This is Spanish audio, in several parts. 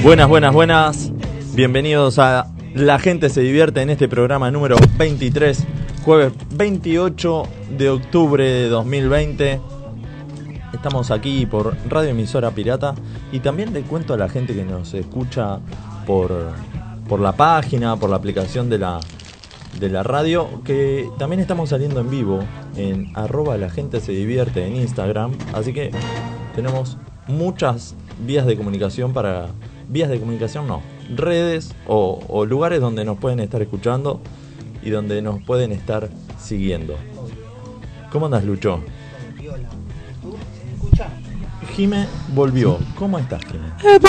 Buenas. Bienvenidos a La Gente se Divierte en este programa número 23, jueves 28 de octubre de 2020. Estamos aquí por Radio Emisora Pirata y también le cuento a la gente que nos escucha por la página, por la aplicación de la radio, que también estamos saliendo en vivo en @lagentesedivierte en Instagram, así que tenemos muchas vías de comunicación redes o lugares donde nos pueden estar escuchando y donde nos pueden estar siguiendo. ¿Cómo andas, Lucho? ¿Tú? ¿Se escucha? Jime volvió. ¿Cómo estás, Jime? He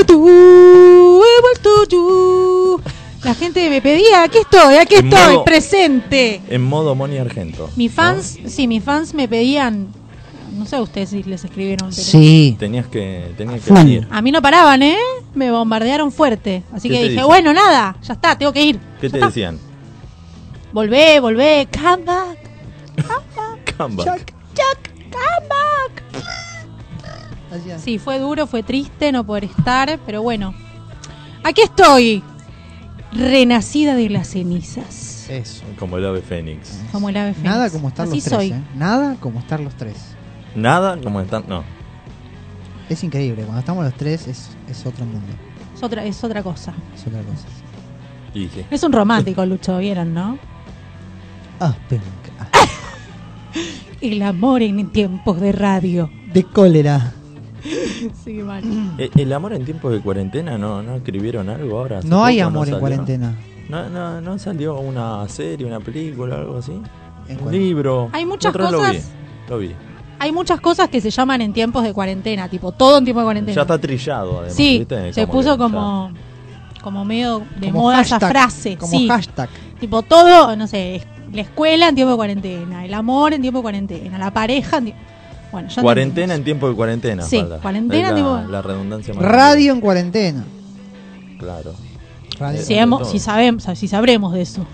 vuelto yo. La gente me pedía, aquí estoy, presente. En modo Moni Argento. Mis fans me pedían, no sé a ustedes si les escribieron, pero Sí. Tenías que venir. a mí no paraban, me bombardearon fuerte. Así ¿Qué que te dije, dicen? bueno, nada, ya está, tengo que ir. ¿Qué te decían? Volvé, come back. Come back. Come back. Sí, fue duro, fue triste no poder estar, pero bueno. Aquí estoy, renacida de las cenizas. Eso. Como el ave fénix. Como el ave fénix. Nada como estar Así los tres, soy. Nada como estar los tres. Nada como están. No. Es increíble, cuando estamos los tres es otro mundo. Es otra cosa. Es otra cosa. Y sí. Es un romántico, Lucho, ¿vieron, no? Pink. El amor en tiempos de radio. De cólera. Sí, mal. ¿El amor en tiempos de cuarentena no escribieron algo ahora? No hay ¿Hace poco amor en salió? cuarentena. ¿No salió una serie, una película, algo así? En Un libro. Hay muchas Otra vez cosas. Lo vi. Hay muchas cosas que se llaman en tiempos de cuarentena, tipo todo en tiempo de cuarentena. Ya está trillado, además. Sí, ¿viste? se Como puso que como medio de Como moda hashtag, esa frase. Como Sí, hashtag. tipo todo, no sé, la escuela en tiempo de cuarentena, el amor en tiempo de cuarentena, la pareja en bueno, ya Cuarentena en entendemos. tiempo de cuarentena. Sí, falta. cuarentena Es tipo- la redundancia más Radio en cuarentena. Claro. Radio. Si sabremos de eso.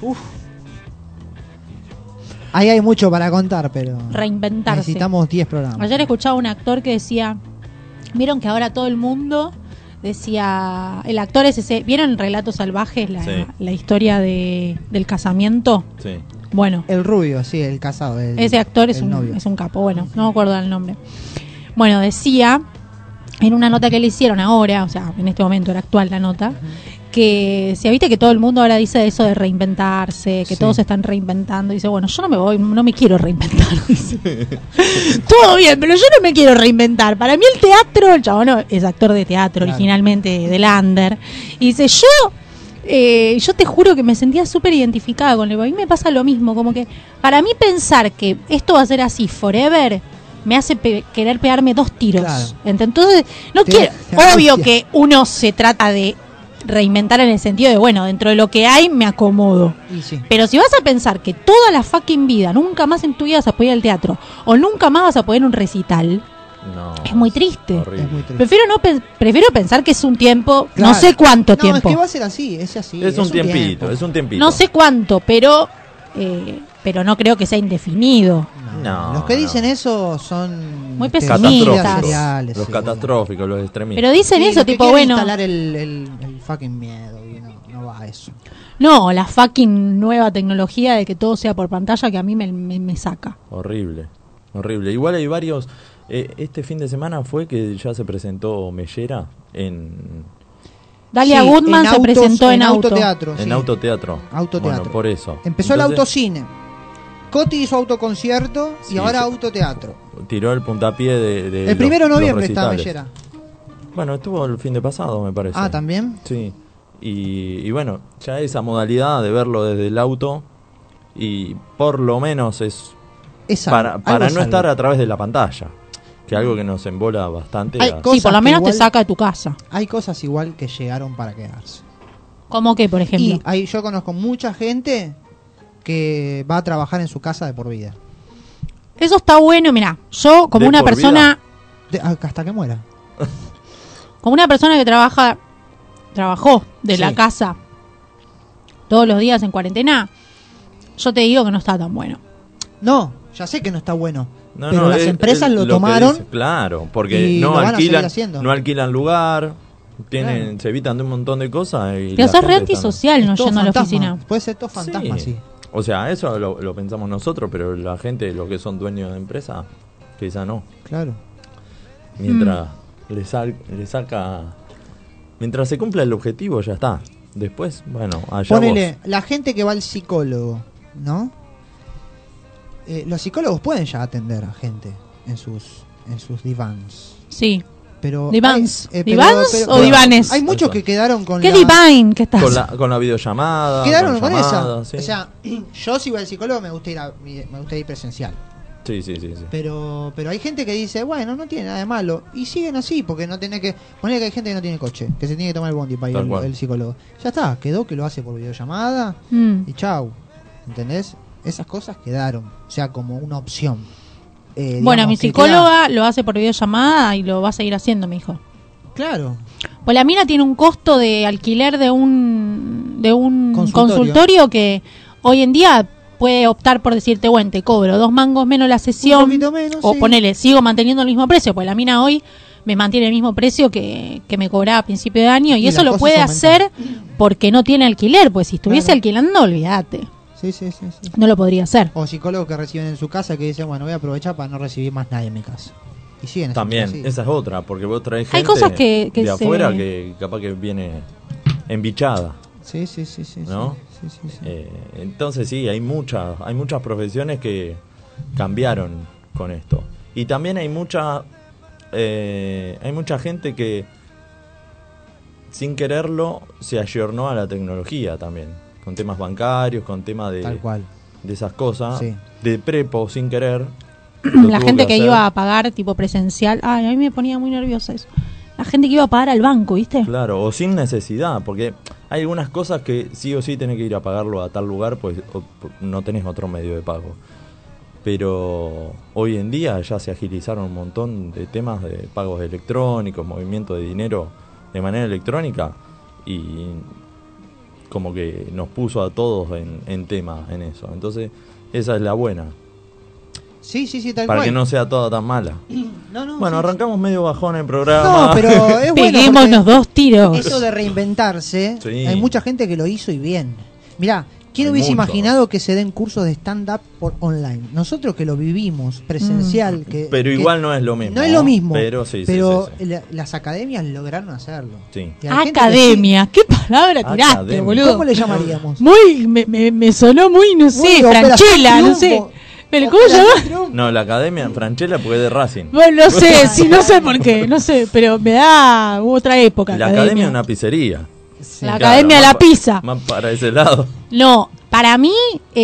Ahí hay mucho para contar, pero Reinventarse. necesitamos 10 programas. Ayer escuchaba un actor que decía, vieron que ahora todo el mundo decía, el actor es ese, ¿vieron Relatos Salvajes, Sí. la historia del casamiento? Sí. Bueno, El rubio, sí, el casado. ese actor es el novio. un capo, bueno, no me acuerdo el nombre. Bueno, decía, en una nota que le hicieron ahora, o sea, en este momento era actual la nota, que si viste que todo el mundo ahora dice eso de reinventarse, que Sí. todos se están reinventando, dice, bueno, yo no me quiero reinventar. Dice. Todo bien, pero yo no me quiero reinventar. Para mí el teatro, el chabón es actor de teatro, Claro. originalmente de Lander, y dice, yo te juro que me sentía súper identificada con él. A mí me pasa lo mismo, como que para mí pensar que esto va a ser así forever me hace querer pegarme 2 tiros. Claro. Entonces, no Te- quiero. te Obvio angustia. que uno se trata de reinventar en el sentido de, bueno, dentro de lo que hay me acomodo. Y sí. Pero si vas a pensar que toda la fucking vida, nunca más en tu vida vas a poder ir al teatro, o nunca más vas a poder ir a un recital, No. es muy triste. Horrible. Es muy triste. Prefiero pensar que es un tiempo, Claro. no sé cuánto No, tiempo. es que va a ser así, es así. Es un tiempito, tiempo. es un tiempito. No sé cuánto, pero no creo que sea indefinido. No, Los que no. dicen eso son Muy teorías pesimistas. seriales, Los sí. catastróficos, los extremistas. Pero dicen Sí, eso, los que tipo, quieren bueno, instalar el fucking miedo y no va a eso. no, la fucking nueva tecnología de que todo sea por pantalla que a mí me saca. Horrible. Igual hay varios. Este fin de semana fue que ya se presentó Mellera en Dalia Sí, Goodman en se autos- presentó en auto. autoteatro. sí. autoteatro. Autoteatro. Bueno, por eso. Empezó el Entonces, autocine. Coti hizo autoconcierto y Sí, ahora sí. autoteatro. Tiró el puntapié de El 1 de los noviembre está recitales. Mellera. Bueno, estuvo el fin de pasado, me parece. Ah, ¿también? Sí. Y bueno, ya esa modalidad de verlo desde el auto y por lo menos es Es para algo, algo no es algo. estar a través de la pantalla, que algo que nos embola bastante. Hay a- cosas Sí, por lo que menos te igual- saca de tu casa. Hay cosas igual que llegaron para quedarse. ¿Cómo que, por ejemplo? Y yo conozco mucha gente que va a trabajar en su casa de por vida. Eso está bueno, mira, yo como ¿De una por persona, Hasta que muera. como una persona que trabajó de Sí. la casa todos los días en cuarentena, yo te digo que no está tan bueno. No, ya sé que no está bueno. No, pero no, las es empresas lo que tomaron dice, claro, porque y no lo van a seguir alquilan, haciendo. no alquilan lugar, Claro. Se evitan de un montón de cosas. Y Pero la sos gente re está- antisocial, no Todo yendo a la fantasma. oficina. Puede ser todo fantasma, sí. O sea, eso lo pensamos nosotros, pero la gente, los que son dueños de empresa, quizá no. Claro. Mientras le saca... Mientras se cumpla el objetivo, ya está. Después, bueno, allá Ponele, la gente que va al psicólogo, ¿no? Los psicólogos pueden ya atender a gente en sus divans. Sí. Pero ¿Divans? hay- ¿Divans o divanes? Hay muchos Eso. que quedaron con ¿Qué la... divine que estás? con la videollamada. Quedaron con llamada, esa. sí. O sea, yo si voy al psicólogo me gusta ir presencial. Sí. Pero hay gente que dice, bueno, no tiene nada de malo. Y siguen así, porque no tiene que... Poner que hay gente que no tiene coche, que se tiene que tomar el bondi para ir Tal cual. al psicólogo. Ya está, quedó que lo hace por videollamada y chau. ¿Entendés? Esas cosas quedaron. O sea, como una opción. Bueno, Digamos mi que psicóloga lo hace por videollamada y lo va a seguir haciendo, me dijo. Claro. Pues la mina tiene un costo de alquiler de un Consultorio. consultorio que hoy en día puede optar por decirte, bueno, te cobro 2 mangos menos la sesión. Un poquito menos, o sí. ponele, sigo manteniendo el mismo precio, pues la mina hoy me mantiene el mismo precio que me cobraba a principio de año. Y Y eso las lo cosas puede aumentan. hacer porque no tiene alquiler. Pues si estuviese Claro. alquilando, olvídate. Sí. No lo podría hacer. O psicólogos que reciben en su casa que dicen, bueno, voy a aprovechar para no recibir más nadie en mi casa. Y siguen haciendo También, así. esa es otra, porque vos traes gente Hay cosas que de se- afuera que capaz que viene embichada, Sí. ¿no? Sí. Entonces sí, hay muchas profesiones que cambiaron con esto. Y también hay mucha gente que sin quererlo se ayornó a la tecnología también, con temas bancarios, con temas Tal cual. de esas cosas, Sí. de prepo sin querer. La gente que iba a pagar tipo presencial, ay, a mí me ponía muy nerviosa eso. La gente que iba a pagar al banco, ¿viste? Claro, o sin necesidad, porque hay algunas cosas que sí o sí tenés que ir a pagarlo a tal lugar, pues no tenés otro medio de pago. Pero hoy en día ya se agilizaron un montón de temas de pagos electrónicos, movimiento de dinero de manera electrónica, y como que nos puso a todos en tema en eso. Entonces, esa es la buena, Sí, tal para cual. que no sea toda tan mala. No, Bueno, sí. arrancamos medio bajón el programa. No, pero es bueno Peguémonos porque 2 tiros. eso de reinventarse, Sí. hay mucha gente que lo hizo y bien. Mirá, ¿quién Hay hubiese mucho. imaginado que se den cursos de stand-up por online? Nosotros que lo vivimos presencial, Pero que igual no es lo mismo. no es lo mismo, Pero sí, pero sí. las academias lograron hacerlo. Sí. Y hay gente que Academia, ¿qué palabra tiraste, Academia. sí. boludo? ¿Cómo le llamaríamos? Muy, me sonó muy, no sé, Muy Operación Franchella, no sé. Triunfo. Pero ¿cómo se llama? Operación Triunfo. No, la academia Franchella porque es de Racing. Bueno, no sé, sí, no sé por qué, no sé, pero me da otra época. La academia es una pizzería. Sí. La academia de la más pizza. Más para ese lado. No, para mí,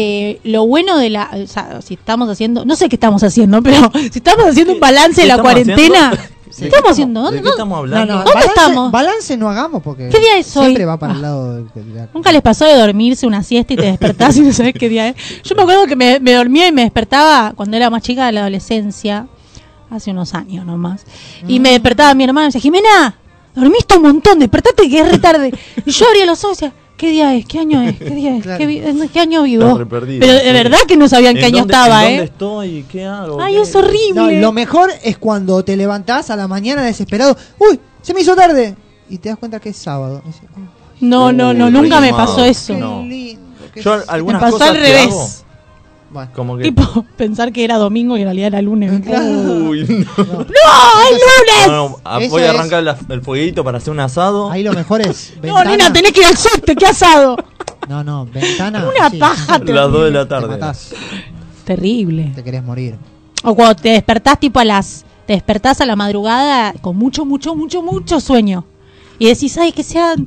lo bueno de la. O sea, si estamos haciendo. No sé qué estamos haciendo, pero si estamos haciendo un balance ¿Qué de la estamos cuarentena. haciendo? ¿Qué estamos haciendo? ¿De ¿Dónde, qué estamos hablando? ¿Dónde balance, estamos? balance no hagamos porque ¿Qué día es hoy? siempre va para el lado de la... ¿Nunca les pasó de dormirse una siesta y te despertás y no sabes qué día es? Yo me acuerdo que me dormía y me despertaba cuando era más chica de la adolescencia, hace unos años nomás. Y me despertaba mi hermana y me decía, Jimena, dormiste un montón, despertate que es re tarde. Y yo abría los ojos y decía, ¿qué día es? ¿Qué año es? ¿Qué día es? Claro. ¿Qué año vivo? Estás re perdida, Pero de sí. verdad que no sabía en qué año dónde- estaba, ¿en dónde ¿eh? estoy? ¿Qué hago? Ay, ¿Qué? es horrible. No, lo mejor es cuando te levantás a la mañana desesperado. ¡Uy! Se me hizo tarde. Y te das cuenta que es sábado. Y dices, "Oh, No, Uy, nunca me quemado. pasó eso. qué No. lindo. qué Yo s-". algunas Me pasó cosas al que revés. hago, Bueno, como que... Tipo, pensar que era domingo y en realidad era lunes. Claro. Uy, no. no. ¡No! ¡Ay, lunes! No, Eso voy a es- arrancar el fueguito para hacer un asado. Ahí lo mejor es No, ventana. nena, tenés que ir al subte, ¿qué asado? No, ventana. Una paja te Las 2 de la tarde. matás, Terrible. te querés morir. O cuando te despertás tipo te despertás a la madrugada con mucho sueño. Y decís, ay, que sean...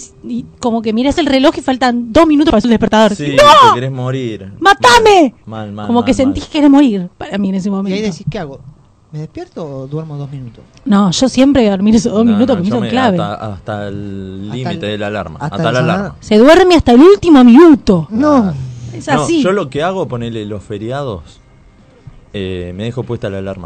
y como que mirás el reloj y faltan 2 minutos para hacer el despertador. Sí, ¡No! te querés morir. ¡Mátame! Mal. Como que mal. sentís que querés morir para mí en ese Y momento. ahí decís, ¿qué hago? ¿Me despierto o duermo 2 minutos? No, yo siempre voy a dormir esos 2 No, minutos que yo me son me- clave. Hasta el Hasta límite el- de la alarma. hasta Hasta el la sonar. alarma. Se duerme hasta el último minuto. No. Es No, así. yo lo que hago, ponerle los feriados, me dejo puesta la alarma.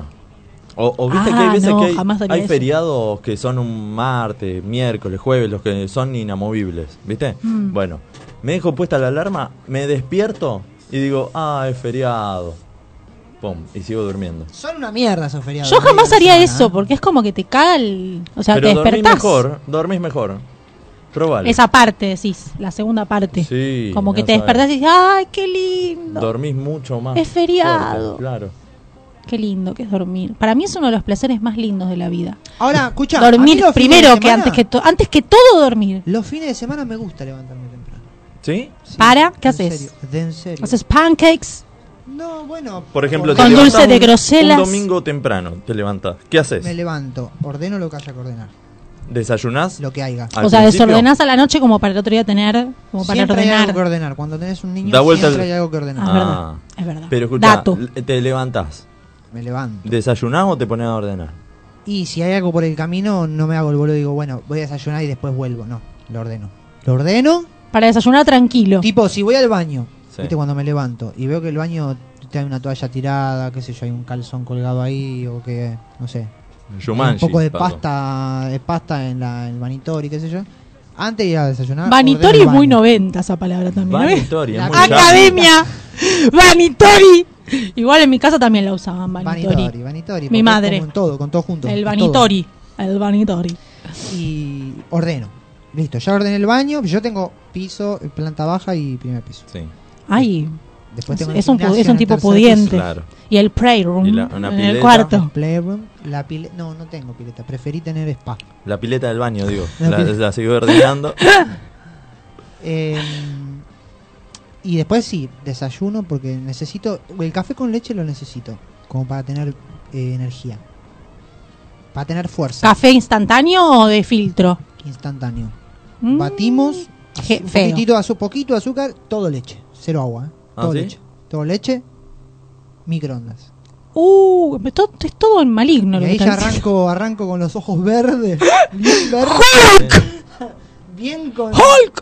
O viste que hay veces no, que jamás haría hay eso. feriados que son un martes, miércoles, jueves, los que son inamovibles, ¿viste? Mm. Bueno, me dejo puesta la alarma, me despierto y digo, es feriado. pum, y sigo durmiendo. Son una mierda esos feriados. Yo jamás haría semana, eso, ¿eh? porque es como que te caga el... O sea, Pero te despertás. dormís mejor. Probalo. Esa parte, decís, la segunda parte. Sí, como que no te sabes. despertás y dices, ¡ay, qué lindo! Dormís mucho más. Es feriado. fuerte, claro. Qué lindo que es dormir. Para mí es uno de los placeres más lindos de la vida. Ahora, escucha. a mí Dormir los fines primero de que semana- antes que todo dormir. Los fines de semana me gusta levantarme temprano. ¿Sí? Sí, ¿Para? ¿Qué en haces? serio, de en serio. Haces pancakes. No, bueno. Por ejemplo, Con te dulce levantás de un groselas. domingo temprano, te levantás. ¿Qué haces? Me levanto, ordeno lo que haya que ordenar. ¿Desayunás? Lo que haya. Al O sea, principio, desordenás a la noche como para el otro día tener, como para Siempre hay algo ordenar. que ordenar. Cuando tenés un niño, Da vuelta siempre el- hay algo que ordenar. Ah, Ah. es verdad. Es verdad. Pero escuchá, Dato. te levantás. Me levanto. ¿Desayunás o te pones a ordenar? Y si hay algo por el camino, no me hago el boludo y digo, bueno, voy a desayunar y después vuelvo. No, lo ordeno. Lo ordeno. Para desayunar tranquilo. Tipo, si voy al baño, Sí. viste, cuando me levanto y veo que el baño hay una toalla tirada, qué sé yo, hay un calzón colgado ahí o que, no sé, hay Jumanji, un poco de Pato. pasta en el vanitori, qué sé yo. Antes de ir a desayunar. Vanitori ordeno es el muy baño. 90 esa palabra también. ¿no? Vanitori, es La muy Academia. Vanitori. Igual en mi casa también la usaban, Vanitori. Vanitori. Mi porque madre. es como con todo junto. El todo. Vanitori. El Vanitori. Y ordeno. Listo, ya ordené el baño. Yo tengo piso, planta baja y primer piso. Sí, Ay, Después tengo es el un gimnasio es en un el tipo tercer pudiente. claro. Y el playroom Y una en el pileta. piso, cuarto. el playroom, no tengo pileta. Preferí tener spa. La pileta del baño, digo. La La, pileta. la sigo ordenando. Y después sí, desayuno porque necesito. El café con leche lo necesito. Como para tener energía. Para tener fuerza. ¿Café instantáneo o de filtro? Instantáneo. Mm. Batimos. Qué Un feo. poquito de azúcar, todo leche. Cero agua, ¿eh? ¿Ah, Todo sí? leche. Todo leche, microondas. Es todo en maligno Y lo que ahí ya estás diciendo. arranco con los ojos verdes. Bien verdes. Bien con. ¡Hulk!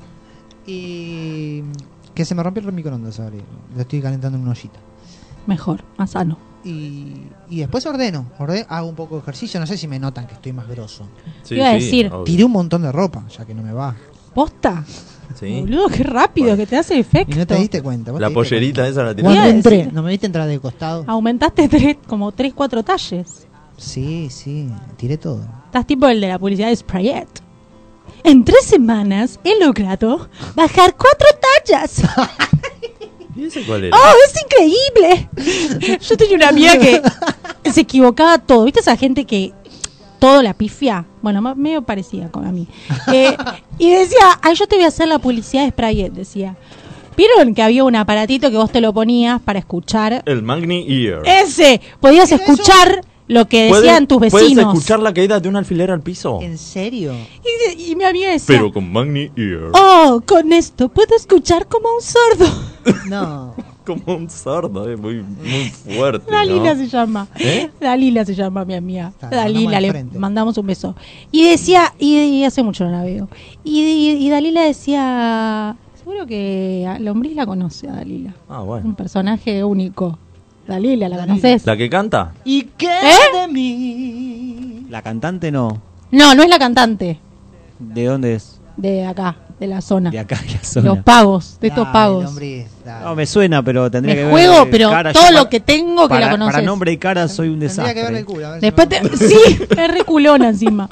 Y que se me rompió el microondas ahora. Lo estoy calentando en una ollita. Mejor, más sano. Y después ordeno, hago un poco de ejercicio. No sé si me notan que estoy más grosso. Sí, Iba a decir, obvio. Tiré un montón de ropa, ya que no me va. ¿Posta? Sí. Boludo, qué rápido Bueno. que te hace efecto. Y no te diste cuenta. vos La te diste pollerita esa la cuenta. tiré. Iba Cuando a entré, decir- ¿no me viste entrar de costado? Aumentaste como 3-4 talles. Sí, tiré todo. Estás tipo el de la publicidad de Sprayet. En 3 semanas he logrado bajar 4 tallas. ¿Y ese cuál era? ¡Oh, es increíble! Yo tenía una amiga que se equivocaba todo. ¿Viste esa gente que todo la pifia? Bueno, medio parecida con a mí. Y decía, ay, yo te voy a hacer la publicidad de Sprayet, decía. ¿Vieron que había un aparatito que vos te lo ponías para escuchar? El Magni Ear. Ese, podías ¿Pero escuchar lo que decían tus ¿Puedes vecinos. escuchar la caída de un alfiler al piso? ¿En serio? Y mi amiga decía, Pero con Magni Ear. oh, con esto puedo escuchar como un sordo. No. Como un sordo, muy fuerte. Dalila ¿no? se llama. ¿Eh? Dalila se llama mi amiga. Está, Dalila, mandamos al le frente. mandamos un beso. Y decía, y hace mucho no la veo. Y Dalila decía, seguro que Lombriz la conoce a Dalila. Ah, Un bueno. personaje único. Dalila, ¿la Dalila. conoces? ¿La que canta? ¿Y qué ¿Eh? de mí? La cantante no. No, no es la cantante ¿De dónde es? de acá, de la zona. De acá, la Los zona. pagos, de estos Dale, pagos. hombre, dale. No, me suena, pero tendría Me que ver. juego, pero cara. todo Yo lo para- que tengo que la conoces. Para nombre y cara soy un Tendría desastre. que verle el culo. A ver Después si me- sí, es reculona encima.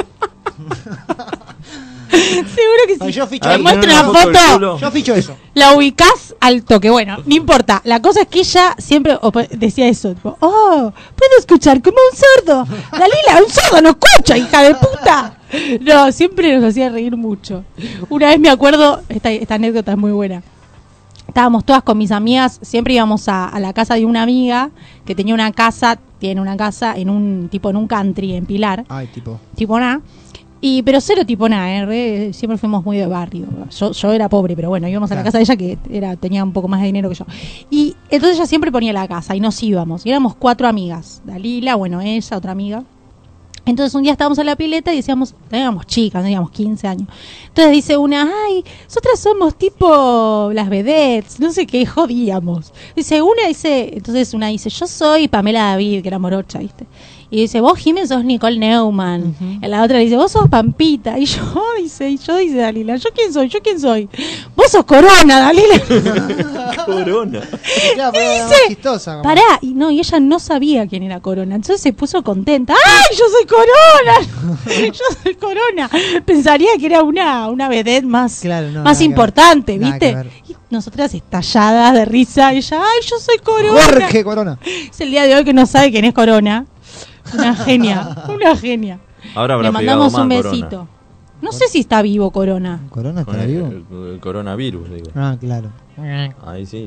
Seguro que sí. Yo ficho A ver, Te muestro ¿tiene una del foto. culo? Yo ficho eso. La ubicás al toque. Bueno, no importa. La cosa es que ella siempre decía eso. Tipo, oh, puedo escuchar como un sordo. Dalila, un sordo no escucha, hija de puta. No, siempre nos hacía reír mucho. Una vez me acuerdo, esta anécdota es muy buena. Estábamos todas con mis amigas, siempre íbamos a la casa de una amiga que tenía una casa, tiene una casa en un country en Pilar, Ay, tipo. tipo nada. Pero cero tipo nada, siempre fuimos muy de barrio. Yo era pobre, pero bueno, íbamos a la Claro. casa de ella que tenía un poco más de dinero que yo. Y entonces ella siempre ponía la casa y nos íbamos. Y éramos 4 amigas. Dalila, bueno, ella, otra amiga. Entonces un día estábamos en la pileta y decíamos, éramos chicas, teníamos 15 años. Entonces dice una, ay, nosotras somos tipo las vedettes, no sé qué, jodíamos. Entonces una dice, yo soy Pamela David, que era morocha, ¿viste? Y dice, vos, Jiménez, sos Nicole Neumann. Y la otra dice, vos sos Pampita. Y yo dice Dalila, ¿yo quién soy? Vos sos Corona, Dalila. Corona. Claro, pero era más dice? chistosa. como- Pará, y ella no sabía quién era Corona. Entonces se puso contenta. ¡Ay, yo soy Corona! Yo soy Corona. Pensaría que era una vedette más, Claro, no, más nada que importante, ver. Nada ¿viste? que ver. Y nosotras estalladas de risa. Y ella, ¡ay, yo soy Corona! Jorge Corona. Es el día de hoy que no sabe quién es Corona. Una genia. Ahora habrá Le mandamos pegado un más besito. Corona. No sé si está vivo Corona. ¿Corona Con está vivo? el coronavirus, digo. Ah, claro. Ahí sí.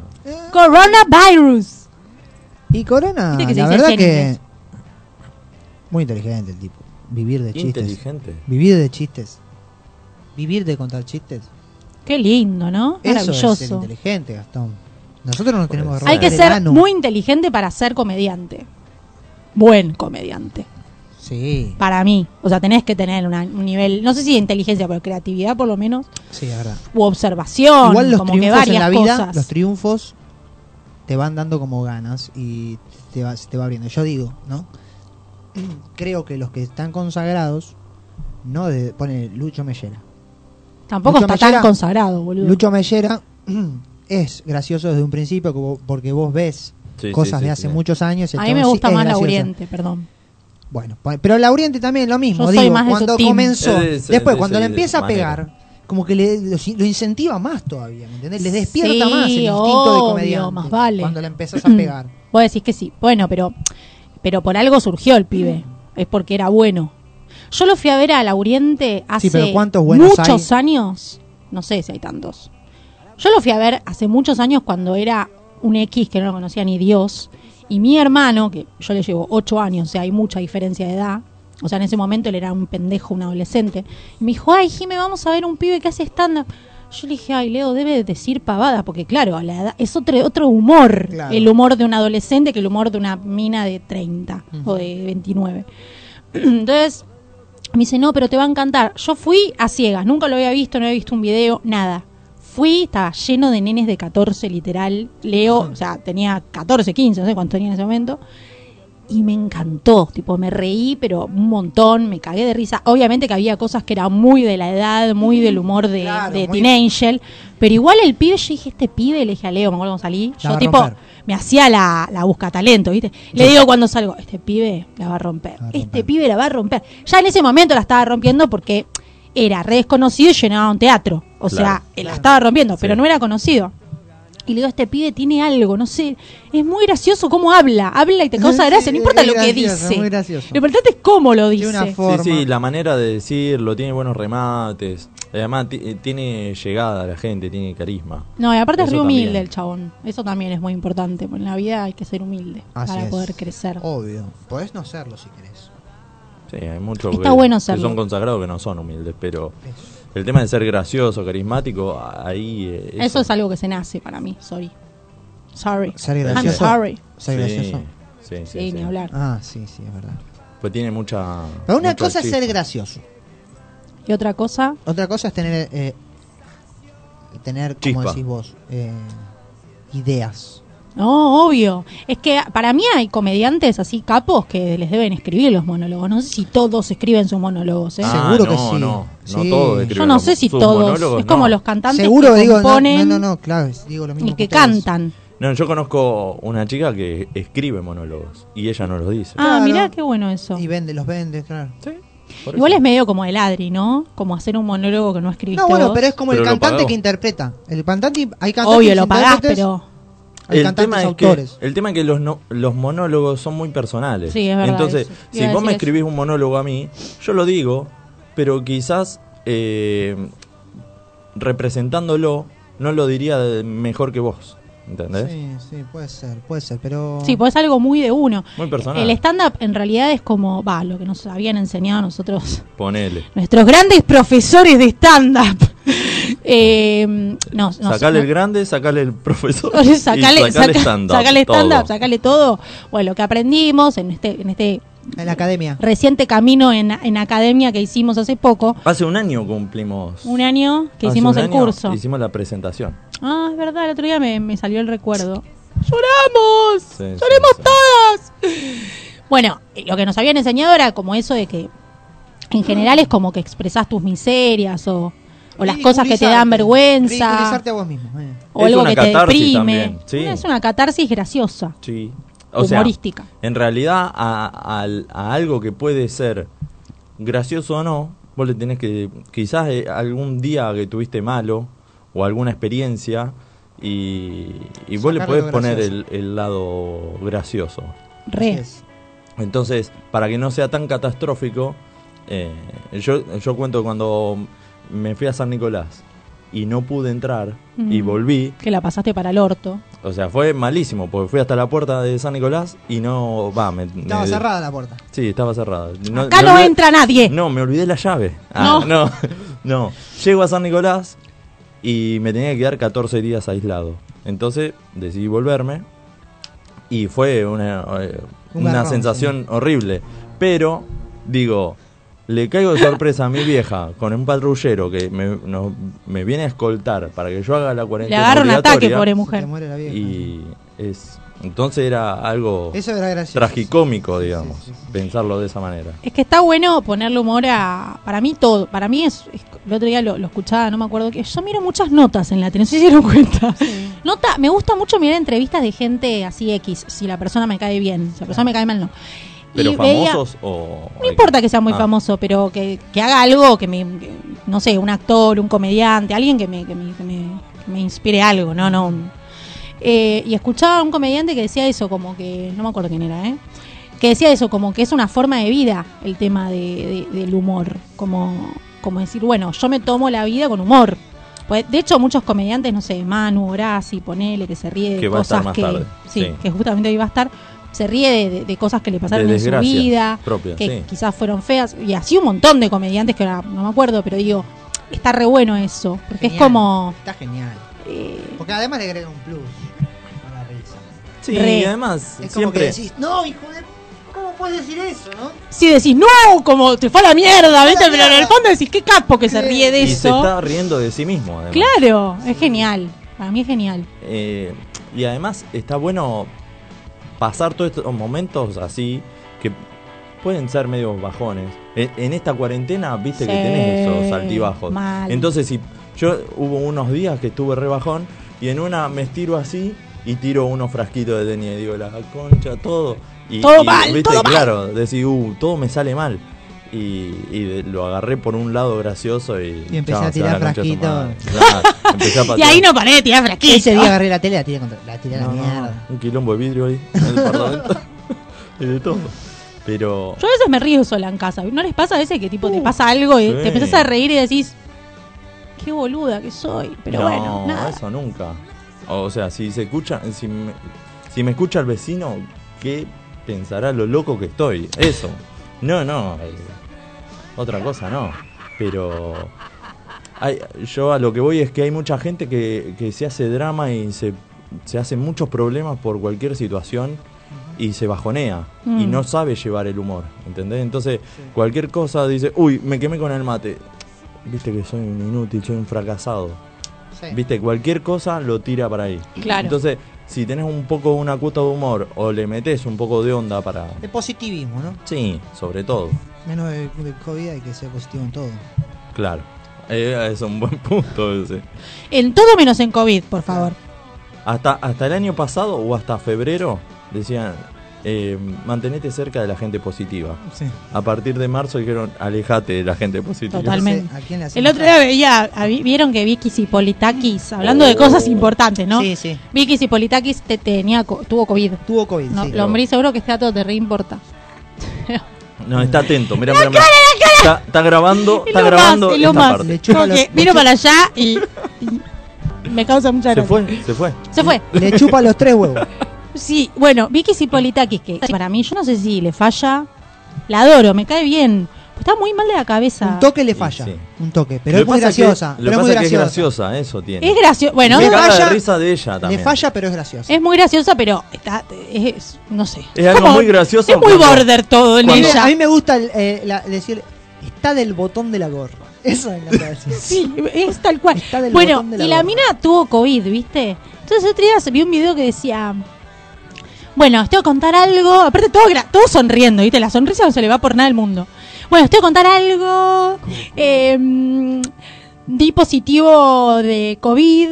Coronavirus. Y Corona, Viste que se la dice verdad así en que... inglés. Muy inteligente el tipo. Vivir de chistes. Inteligente. Vivir de chistes. Vivir de contar chistes. Qué lindo, ¿no? Eso es ser Maravilloso. inteligente, Gastón. Nosotros no tenemos que Hay que romper el ser ano. muy inteligente para ser comediante. Buen comediante. Sí, Para mí. O sea, tenés que tener un nivel, no sé si de inteligencia, pero creatividad por lo menos. sí, es verdad. U observación. Igual los como que triunfos varias en la vida, cosas. los triunfos te van dando como ganas y se te va abriendo. Yo digo, ¿no? Creo que los que están consagrados, no pone Lucho Mellera. Tampoco Lucho está Mellera- tan consagrado, boludo. Lucho Mellera es gracioso desde un principio porque vos ves Sí, cosas sí, de sí, hace sí. muchos años. y A el mí me chabón gusta sí es más gracioso. Lauriente, perdón. Bueno, pero Lauriente también lo mismo. Yo soy Digo, más de su cuando team. comenzó, Es de después ese- cuando le de empieza a manera. pegar, como que lo incentiva más todavía, ¿me entendés? Les despierta Sí, más el instinto obvio, de comediante. más vale. Cuando le empezás a pegar. Vos decís que sí. Bueno, pero por algo surgió el pibe. Es porque era bueno. Yo lo fui a ver a Lauriente hace pero ¿cuántos buenos muchos años. No sé si hay tantos. Yo lo fui a ver hace muchos años cuando era un X que no lo conocía ni Dios. Y mi hermano, que yo le llevo 8 años, o sea, hay mucha diferencia de edad. O sea, en ese momento él era un pendejo, un adolescente. Y me dijo, ay, Jime, vamos a ver un pibe que hace stand-up. Yo le dije, ay, Leo, debe decir pavadas, porque claro, a la edad es otro humor. Claro. El humor de un adolescente que el humor de una mina de 30 o de 29. Entonces, me dice, no, pero te va a encantar. Yo fui a ciegas, nunca lo había visto, no había visto un video, nada. Fui, estaba lleno de nenes de 14, literal. Leo, o sea, tenía 14, 15, no sé cuánto tenía en ese momento. Y me encantó, tipo, me reí, pero un montón, me cagué de risa. Obviamente que había cosas que eran muy de la edad, muy del humor de, Claro, de muy- Teen Angel. Pero igual el pibe, yo dije, este pibe, le dije a Leo, me acuerdo cuando salí. La va Yo a tipo, romper. me hacía la busca talento, ¿viste? Le digo cuando salgo, este pibe la va a romper. La va a Este romper. pibe la va a romper. Ya en ese momento la estaba rompiendo porque era re desconocido y llenaba un teatro. O sea, la estaba rompiendo, pero Sí. no era conocido. Y le digo, este pibe tiene algo, no sé, es muy gracioso cómo habla y te causa Sí, gracia, no importa es lo que gracioso, dice. muy gracioso. Lo importante es cómo lo Tiene dice. una forma. Sí, sí, la manera de decirlo, tiene buenos remates. Además, tiene llegada a la gente, tiene carisma. No, y aparte es Eso re humilde también. el chabón. Eso también es muy importante, porque en la vida hay que ser humilde Así para es. poder crecer. Obvio. Podés no serlo si querés. Sí, hay muchos Está bueno que serlo. son consagrados que no son humildes, pero el tema de ser gracioso, carismático, ahí... Eso es algo que se nace para mí, sorry. Ser I'm gracioso. sorry. Ser gracioso. Sí, sí, Sí, ni hablar. Ah, sí, sí, es verdad. Pues tiene mucha... Pero una mucha cosa es chispa. ser gracioso. Y otra cosa, Otra cosa es tener como Chispa. decís vos, ideas. no, obvio. Es que para mí hay comediantes así capos que les deben escribir los monólogos. No sé si todos escriben sus monólogos, ¿eh? Ah, Seguro que no, sí. No Sí. todos escriben Yo no los- sé si sus todos. monólogos, Es como no. los cantantes Seguro, que digo, componen no, claro, digo lo mismo y que ustedes. cantan. No, yo conozco una chica que escribe monólogos y ella no los dice. Ah, Claro. mirá qué bueno eso. Y los vende, claro. Sí, por Igual eso. es medio como el Adri, ¿no? Como hacer un monólogo que no escribiste No, bueno, vos. pero es como Pero el lo cantante pagó. que interpreta. El cantante, hay cantantes Obvio, y lo pagás, intérpretes, pero... hay El cantantes tema, es autores. que, el tema es que los monólogos son muy personales. Sí, es verdad Entonces, eso. si Iba a vos me decir escribís un monólogo a mí, yo lo digo, pero quizás representándolo no lo diría mejor que vos. ¿Entendés? Sí, puede ser, pero... Sí, pues es algo muy de uno. Muy personal. El stand-up en realidad es como, lo que nos habían enseñado a nosotros, Ponele. nuestros grandes profesores de stand-up. Sacale el grande, sacale el profesor. Sacale y sacale stand-up. sacale todo. stand-up, sacale todo. Bueno, lo que aprendimos en este En la academia. reciente camino en academia que hicimos hace poco. Hace un año cumplimos. Un año que Hace hicimos un el año curso. Hicimos la presentación. Ah, es verdad, el otro día me salió el recuerdo. ¡Lloramos! Sí, ¡Lloremos sí. todas! Bueno, lo que nos habían enseñado era como eso de que en general es como que expresás tus miserias o las cosas que te dan vergüenza Ridiculizarte a vos mismo. o Es algo una que te catarsis deprime. también, sí. Es una catarsis graciosa, Sí. humorística. En realidad, a algo que puede ser gracioso o no, vos le tenés que. Quizás algún día que tuviste malo o alguna experiencia y vos le Sacarle podés lo poner gracioso. el lado gracioso. Re. Así es. Entonces, para que no sea tan catastrófico, yo cuento cuando me fui a San Nicolás y no pude entrar y volví. Que la pasaste para el orto. O sea, fue malísimo, porque fui hasta la puerta de San Nicolás y no... Estaba cerrada la puerta. Sí, estaba cerrada. Acá me no olvidé- entra nadie. No, me olvidé la llave. No. No. Llego a San Nicolás y me tenía que quedar 14 días aislado. Entonces decidí volverme y fue una garrón, sensación horrible. Pero, digo, le caigo de sorpresa a mi vieja con un patrullero que me viene a escoltar para que yo haga la Le cuarentena agarra un ataque, obligatoria. pobre Se mujer. muere la vieja. Y entonces era algo Eso era gracioso. tragicómico, digamos, Sí, sí, sí. pensarlo de esa manera. Es que está bueno ponerle humor a... Para mí todo. Para mí el otro día lo escuchaba, no me acuerdo qué. Yo miro muchas notas en la tele, no sé si se dieron cuenta. Me gusta mucho mirar entrevistas de gente así X, si la persona me cae bien. Si la persona me cae mal, no. ¿Pero Y veía- famosos o...? No importa que sea muy Ah. famoso, pero que haga algo que no sé, un actor, un comediante, alguien que me inspire algo, no. Y escuchaba a un comediante que decía eso, como que, no me acuerdo quién era, que decía eso, como que es una forma de vida el tema del humor, como decir, bueno, yo me tomo la vida con humor. Pues, de hecho, muchos comediantes, no sé, Manu, Horaci, ponele, que se ríe de Que va a estar cosas más que... tarde, Sí, sí. que justamente hoy va a estar... Se ríe de cosas que le pasaron De en su desgracias vida, propias, que sí. quizás fueron feas, y así un montón de comediantes que ahora no me acuerdo, pero digo, está re bueno eso, porque Genial. es como... Está genial. Porque además le agrega un plus a la risa. Sí, Re. y además, Es como que siempre... decís, no, hijo de... ¿Cómo puedes decir eso, no? Si decís, no, como te fue a la mierda, ¿viste? la Pero en el mierda. fondo decís, qué capo que se Sí. ríe de Y se eso. está riendo de sí mismo, además. Claro, es genial, para mí es genial. Y además está bueno pasar todos estos momentos así, que pueden ser medio bajones. En esta cuarentena, viste Sí, que tenés esos altibajos. mal. Entonces, si yo hubo unos días que estuve re bajón y en una me estiro así y tiro unos frasquitos de tenis y digo, la concha, todo. Todo mal, viste, todo mal. claro, decís, todo me sale mal. Y lo agarré por un lado gracioso y empecé chao, a se va tirar la concha de su frasquitos. madre. Claro, empecé a Y patear. ahí no paré de tirar frasquitos. Ese día agarré la tele, la tiré a la No, mierda. un quilombo de vidrio ahí en el departamento. Y de todo. Pero Yo a veces me río sola en casa. ¿No les pasa a veces que tipo te pasa algo y sí. te empezás a reír y decís, qué boluda que soy? Pero no, bueno, nada. eso nunca. O sea, si se escucha, si me escucha el vecino, ¿qué pensará lo loco que estoy? Eso. No, otra cosa no. Pero yo a lo que voy es que hay mucha gente que se hace drama y se hace muchos problemas por cualquier situación y se bajonea y no sabe llevar el humor, ¿entendés? Entonces, cualquier cosa dice, uy, me quemé con el mate. Viste que soy un inútil, soy un fracasado. Sí. Viste, cualquier cosa lo tira para ahí. Claro. Entonces, si tenés un poco una cuota de humor o le metés un poco de onda para... De positivismo, ¿no? Sí, sobre todo. Menos de COVID hay que ser positivo en todo. Claro. Es un buen punto ese. En todo menos en COVID, por favor. Hasta el año pasado o hasta febrero decían, mantenete cerca de la gente positiva. Sí. A partir de marzo dijeron, alejate de la gente positiva. Totalmente. No sé, ¿a quién le El hacemos otro día veía, vieron que Vicky Zipolitakis, hablando de cosas importantes, ¿no? Sí, sí. Vicky Zipolitakis tuvo COVID. Tuvo COVID, No, sí. Lombriz seguro que este dato te reimporta. No, está atento, mira. Está grabando, Es está lo grabando más, es lo esta más. parte. Le chupa Como que los- miro para allá y me causa mucha Se gracia. fue. Se fue. Le chupa los 3 huevos. Sí, bueno, Vicky Zipolitakis, que para mí, yo no sé si le falla, la adoro, me cae bien, Está muy mal de la cabeza. Un toque le falla. Sí. Un toque. Pero Lo es muy que pasa graciosa. Lo pero que es muy pasa es que es graciosa. graciosa, eso tiene. Es gracioso. Bueno, Me Le caga de falla- risa de ella también. Le falla, pero es graciosa. es muy graciosa, pero no sé. Es algo muy gracioso Es muy cuando- border todo en cuando- ella. A mí me gusta decir, está del botón de la gorra. Eso me encanta decir. Sí, es tal cual. Está del Bueno, botón de la y la gorra. mina tuvo COVID, ¿viste? Entonces el otro día se vio un video que decía, bueno, os tengo que contar algo, aparte todo sonriendo, ¿viste? La sonrisa no se le va por nada al mundo. Bueno, os tengo que contar algo, di positivo de COVID,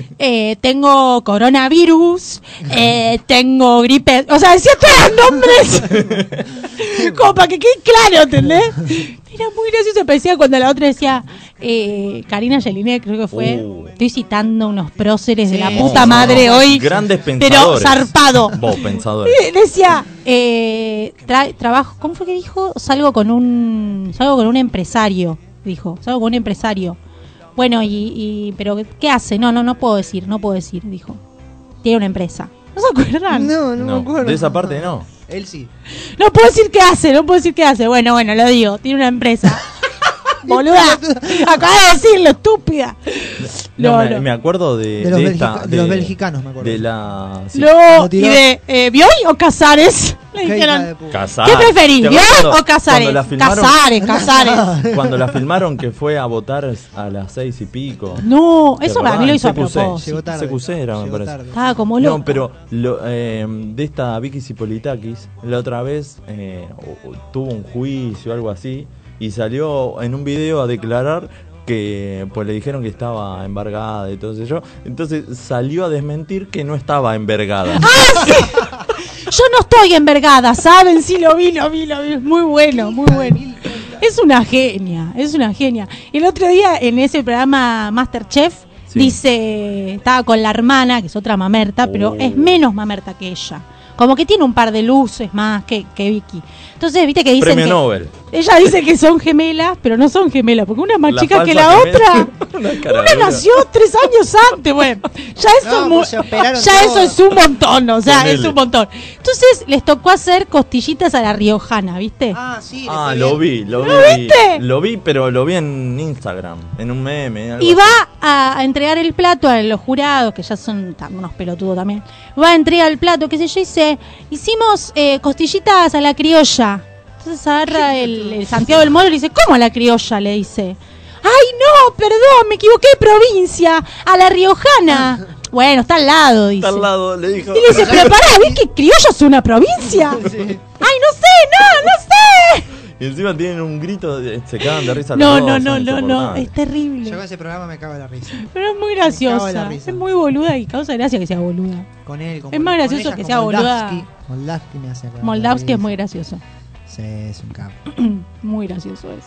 tengo coronavirus, tengo gripe, o sea, decía todos los nombres, como para que quede claro, ¿entendés? Era muy gracioso, parecía cuando la otra decía, Karina Jelinek creo que fue, estoy citando unos próceres de la Sí. puta madre hoy, Grandes pero pensadores. zarpado. Vos, pensadores. Decía, trabajo, ¿cómo fue que dijo? Salgo con un empresario, dijo, salgo con un empresario. Bueno, pero ¿qué hace? No puedo decir, dijo. Tiene una empresa. ¿No se acuerdan? No me No, acuerdo. de esa parte no. Él sí. No puedo decir qué hace. Bueno, lo digo, tiene una empresa. Boluda, acaba de decirlo, estúpida. Me acuerdo de De los, esta. de los belgicanos, me acuerdo. De la. sí. No, Lo y tiró. de ¿Bioy o Casares? Le Qué hija dijeron, de puta. Casares. ¿qué preferís, ¿Te Bioy acuerdas o Casares? cuando la filmaron? Casares. Cuando la filmaron que fue a votar a las 6 y pico. No, ¿Te eso para mí lo hizo a acordás? propósito. Llegó tarde. CQC era, me Llegó parece. tarde. Estaba como loco. No, pero de esta Vicky Zipolitakis, la otra vez tuvo un juicio o algo así y salió en un video a declarar que pues le dijeron que estaba embargada y todo eso. Entonces salió a desmentir que no estaba envergada. Yo no estoy envergada, ¿saben? Sí, lo vi. Muy bueno. Es una genia. Y el otro día en ese programa Masterchef Sí. dice, estaba con la hermana, que es otra mamerta, pero es menos mamerta que ella. Como que tiene un par de luces más que Vicky. Entonces, viste que dicen Premio que Nobel. ella dice que son gemelas, pero no son gemelas, porque una es más La chica que falsa la gemela. otra. Una cara Una dura. nació 3 años antes, bueno. Ya eso, No, es, pues se operaron ya eso todas. es un montón, o sea, Ponele. es un montón. Entonces les tocó hacer costillitas a la riojana, ¿viste? Ah, sí. le Ah, fue lo bien. vi, lo vi. viste? Lo vi, pero lo vi en Instagram, en un meme. Algo Y así. va a entregar el plato a los jurados, que ya son unos pelotudos también. Va a entregar el plato, qué sé yo, y dice, hicimos costillitas a la criolla. Entonces agarra el Santiago del Moro y le dice, ¿cómo a la criolla? Le dice. ¡Ay, no! Perdón, me equivoqué de provincia. A la riojana. Bueno, está al lado, dice. Está al lado, le dijo. Y le dice, pero pará, ¿ves que criollo es una provincia? Sí. ¡Ay, no sé! Y encima tienen un grito, se cagan de risa. No, los dos, son no, insoportables. es terrible. Yo con ese programa me cago en la risa. Pero es muy Me cago en la graciosa. risa. Es muy boluda y causa gracia que sea boluda. Con él, con Es más con gracioso ella, que con sea boluda. Moldavsky me hace acordar Moldavsky la es muy risa. gracioso. Sí, es un capo. Muy gracioso es.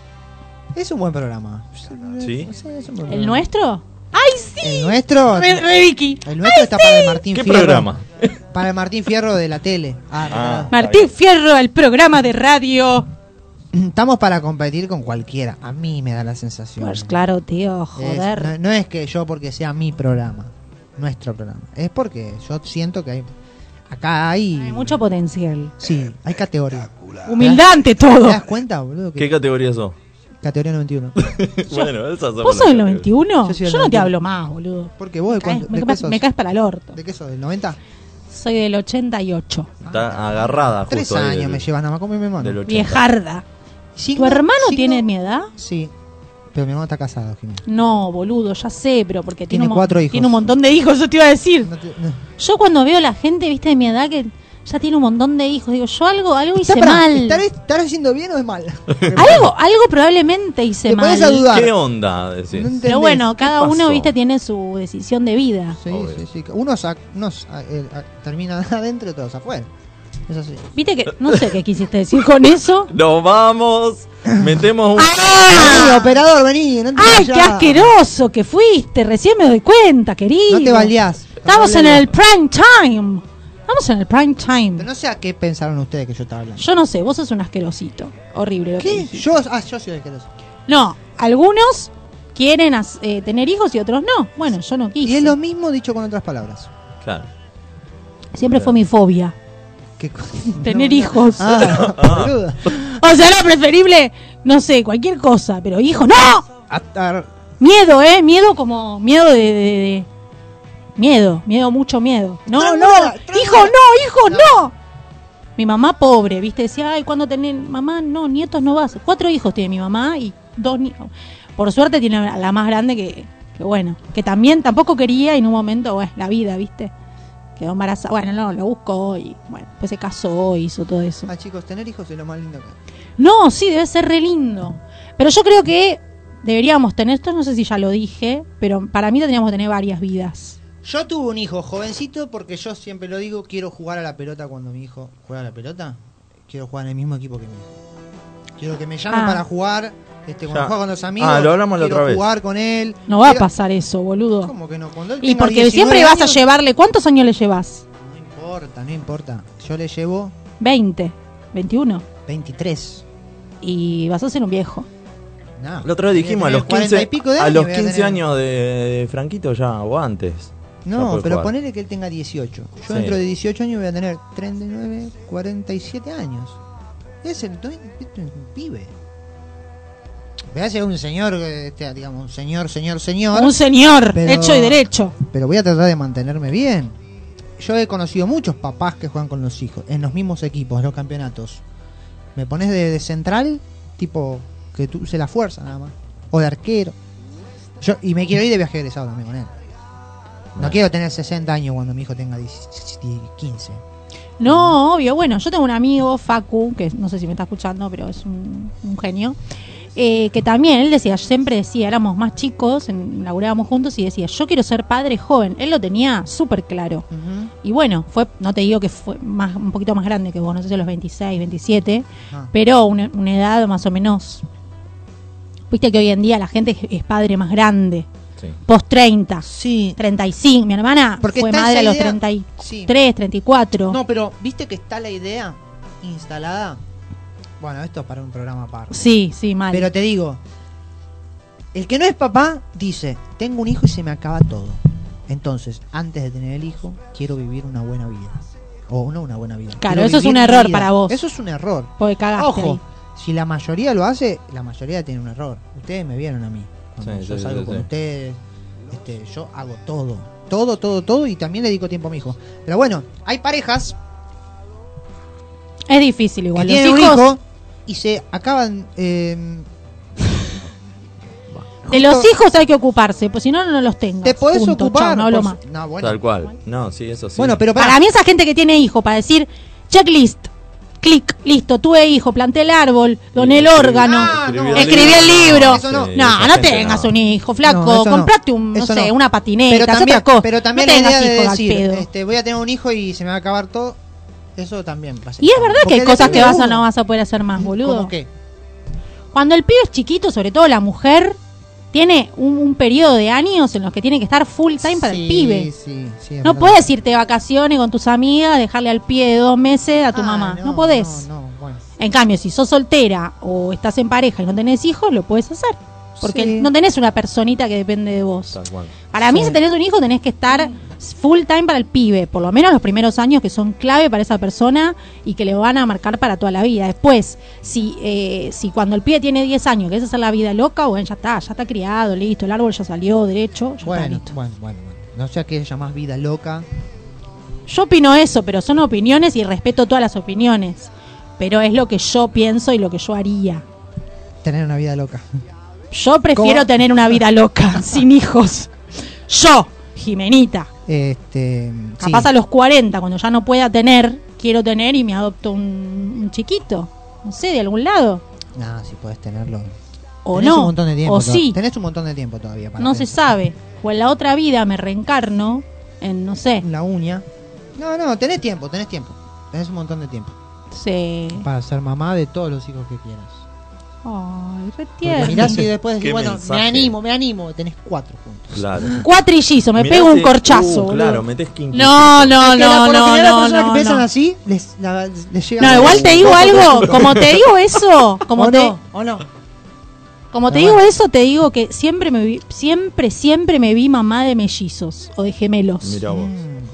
Es un buen programa. ¿Sí? Es un buen ¿El programa. nuestro? ¡Ay, sí! El nuestro. Re Vicky. El nuestro está para el Martín ¿Qué Fierro. programa? Para el Martín Fierro de la tele. Ah. Martín Fierro, el programa de radio. Estamos para competir con cualquiera. A mí me da la sensación. Pues claro, tío, Es- joder. no es que yo porque sea mi programa, nuestro programa. Es porque yo siento que acá hay Hay mucho potencial. Sí, hay categoría. Humildad ante ¿Te todo. das cuenta, boludo? ¿Qué categoría sos? Categoría 91. Bueno, esas son ¿Vos las sos del categorías. 91? Yo soy del Yo no te 91. hablo más, boludo. Porque vos de cuánto, Me ¿de qué caes, sos? me caes para el orto. ¿De qué sos? ¿Del 90? Soy del 88. Está agarrada justo 3 ahí años del- me llevan nada más con mi hermano. del 80. Viejarda. ¿Tu Signo- hermano signo- tiene mi edad? Sí. Pero mi hermano está casado, Jimena. No, boludo, ya sé, pero porque Tiene un mon- 4 hijos. Tiene un montón de hijos, eso te iba a decir. No te- no. Yo cuando veo la gente, viste, de mi edad que ya tiene un montón de hijos, digo, yo algo hice Pará, mal. ¿Estaré haciendo bien o es mal? Algo probablemente hice Te mal. pones a dudar. ¿Qué onda? Decís? No entendés. Pero bueno, cada ¿Qué uno, pasó? viste, tiene su decisión de vida. Sí, Obvio. sí, sí. Unos terminan adentro y todos afuera. Es así. Viste que, no sé qué quisiste decir con eso. ¡Nos vamos! Metemos un... Vení, operador, vení. No te ¡Ay, vayas. qué asqueroso que fuiste! Recién me doy cuenta, querido. No te baldeás. Estamos No en baldeás. el prime time. Estamos en el prime time. Pero no sé a qué pensaron ustedes que yo estaba hablando. Yo no sé, vos sos un asquerosito. Horrible lo que ¿Qué? dijiste. Yo soy asqueroso. No, algunos quieren tener hijos y otros no. Bueno, yo no quise. Y es lo mismo dicho con otras palabras. Claro. Siempre fue mi fobia. ¿Qué co- Tener no, no. hijos. Ah, boluda. O sea, era preferible, no sé, cualquier cosa, pero hijo, ¡no! Atar. Miedo, miedo como miedo de miedo, mucho miedo. No, Ternura, hijo, no. Mi mamá pobre, ¿viste? Decía, ay, ¿cuándo tenés? Mamá, no, nietos no vas. 4 hijos tiene mi mamá y 2 nietos. Por suerte tiene a la más grande que bueno, que también tampoco quería y en un momento, bueno, la vida, ¿viste? Quedó embarazada. Bueno, no, lo buscó y bueno, pues se casó y hizo todo eso. Ah, chicos, tener hijos es lo más lindo que hay. No, sí, debe ser re lindo. Pero yo creo que deberíamos tener, esto no sé si ya lo dije, pero para mí tendríamos que tener varias vidas. Yo tuve un hijo jovencito porque yo siempre lo digo, quiero jugar a la pelota cuando mi hijo juega a la pelota. Quiero jugar en el mismo equipo que mi hijo. Quiero que me llamen para jugar, cuando Ya. juega con los amigos. Lo hablamos la quiero otra vez. jugar con él. No va a pasar eso, boludo. ¿Cómo que no? Cuando él Y tenga porque 19 siempre vas a años, llevarle, ¿cuántos años le llevas? No importa. Yo le llevo 20, 21. 23. Y vas a ser un viejo. No, La otra vez dijimos a los 40 y 15, pico de a años los voy 15 tener. años de Franquito ya, o antes. Ya No, puede pero jugar. ponele que él tenga 18. Yo Sí. dentro de 18 años voy a tener 39, 47 años. Es un pibe. Voy a ser un señor, digamos, un señor. Un señor, Pero- hecho y derecho. Pero voy a tratar de mantenerme bien. Yo he conocido muchos papás que juegan con los hijos, en los mismos equipos, en los campeonatos. Me pones de central, tipo, que tú use la fuerza nada más. O de arquero. Y me quiero ir de viaje egresado también con él. No quiero tener 60 años cuando mi hijo tenga 15. No, obvio. Bueno, yo tengo un amigo, Facu, que no sé si me está escuchando, pero es un genio. Que también él decía, siempre decía, éramos más chicos, laburábamos juntos y decía, yo quiero ser padre joven. Él lo tenía súper claro. Ujú. Y bueno, no te digo que fue un poquito más grande que vos, no sé si a los 26, 27, Ah. pero una edad más o menos. Viste que hoy en día la gente es padre más grande, Sí. post 30, Sí. 35. Mi hermana Porque fue está madre a esa los idea- 33, sí. 34. No, pero viste que está la idea instalada. Bueno, esto es para un programa aparte. Sí, mal. Pero te digo, el que no es papá dice, tengo un hijo y se me acaba todo. Entonces, antes de tener el hijo, quiero vivir una buena vida. O no una buena vida. Claro, quiero eso es vivir un mi error vida. para vos. Eso es un error. Porque cagaste Ojo, ahí. si la mayoría lo hace, la mayoría tiene un error. Ustedes me vieron a mí. Cuando Sí, yo sí, salgo sí, con sí. ustedes, yo hago todo. Todo y también le dedico tiempo a mi hijo. Pero bueno, hay parejas Es difícil que igual. Los tienen un hijos, hijo y se acaban... de los hijos hay que ocuparse, pues si no, no los tengas. Te podés Punto. ocupar. Chao, no hablo por- más. No, bueno. Tal cual. No, sí, eso sí. Bueno, pero Para mí esa gente que tiene hijo, para decir, checklist, clic, listo, tuve hijo, planté el árbol, doné el Escribí- órgano, Ah, no, escribí el libro. Eso no. Sí, No, esa no gente tengas no. un hijo, flaco, No, eso no. comprate no Eso sé, no. una patineta, haz también, otra cosa. pero también no la tengas idea de hijos al decir, pedo. voy a tener un hijo y se me va a acabar todo, eso también va a ser. Y es verdad que hay Porque cosas que depende vas de o uno. no vas a poder hacer más, boludo. ¿Cómo qué? Cuando el pibe es chiquito, sobre todo la mujer, tiene un periodo de años en los que tiene que estar full time para el Sí, pibe. sí, es No verdad. podés irte de vacaciones con tus amigas, dejarle al pie 2 meses a tu mamá. No podés. No, bueno. En cambio, si sos soltera o estás en pareja y no tenés hijos, lo puedes hacer. Porque Sí. no tenés una personita que depende de vos. Tal cual. Para mí, Sí. si tenés un hijo, tenés que estar full time para el pibe. Por lo menos los primeros años que son clave para esa persona y que le van a marcar para toda la vida. Después, si cuando el pibe tiene 10 años, querés hacer la vida loca, bueno, ya está criado, listo, el árbol ya salió derecho, ya está Bueno, listo. bueno. No sé a qué llamás vida loca. Yo opino eso, pero son opiniones y respeto todas las opiniones. Pero es lo que yo pienso y lo que yo haría. Tener una vida loca. Yo prefiero ¿Cómo? tener una vida loca, sin hijos. Yo, Jimenita. Capaz Sí. a los 40, cuando ya no pueda tener, quiero tener y me adopto un chiquito. No sé, de algún lado. No, si podés tenerlo. O Tenés no. un montón de tiempo. O sí. Tenés un montón de tiempo todavía. Para No se pensar. sabe. O en la otra vida me reencarno en, no sé. La uña. No, tenés tiempo. Tenés un montón de tiempo. Sí. Para ser mamá de todos los hijos que quieras. Ay, re Porque tierno. mirás y después decís, Qué bueno, mensaje. me animo. Tenés 4 juntos. Claro. Cuatrillizo, me Mirá pego un si- corchazo. boludo. claro, metés quinquito. No, no, Es que no, por lo no, general las no, personas no, que piensan no. así, les llega. No, igual te digo algo, como te digo eso, ¿O no? como te Pero digo bueno. eso, te digo que siempre me vi mamá de mellizos o de gemelos. Mirá vos.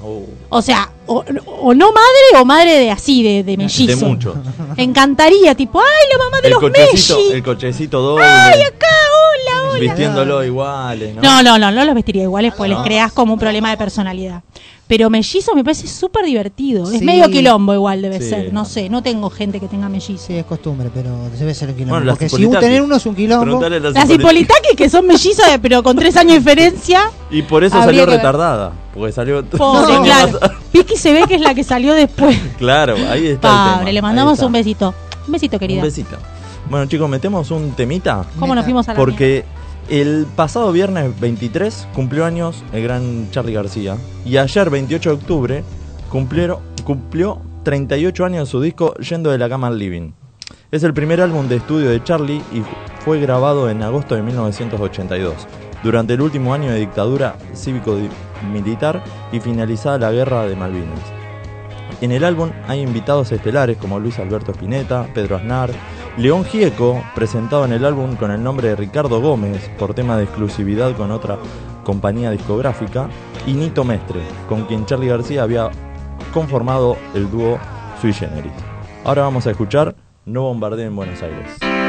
O sea, o no madre o madre de así, de mellizo. De mucho. Me encantaría, tipo, ¡ay, la mamá de los Messi! El cochecito doble. ¡Ay, acá, hola! Vistiéndolo iguales, ¿no? No los vestiría iguales, pues les creas como un problema de personalidad. Pero mellizo me parece súper divertido. Es Sí. medio quilombo igual debe Sí, ser. No no. sé, no tengo gente que tenga mellizo. Sí, es costumbre, pero debe ser un quilombo. Bueno, las porque si Hipolitakis. tener uno es un quilombo. Preguntale a Las Hipolitakis que son mellizas, pero con 3 años de diferencia. Y por eso Habría salió que ver. retardada. Porque salió. Pobre, años claro. más- Vicky se ve que es la que salió después. Claro, ahí está el Padre, tema. le Ahí mandamos está. un besito. Un besito, querida. Un besito. Bueno, chicos, metemos un temita. ¿Cómo nos fuimos a la Porque el pasado viernes 23 cumplió años el gran Charly García. Y ayer, 28 de octubre, cumplió 38 años su disco Yendo de la cama al living. Es el primer álbum de estudio de Charly y fue grabado en agosto de 1982, durante el último año de dictadura cívico-militar y finalizada la guerra de Malvinas. En el álbum hay invitados estelares como Luis Alberto Spinetta, Pedro Aznar, León Gieco, presentado en el álbum con el nombre de Ricardo Gómez por tema de exclusividad con otra compañía discográfica, y Nito Mestre, con quien Charly García había conformado el dúo Sui Generis. Ahora vamos a escuchar No bombardeen en Buenos Aires.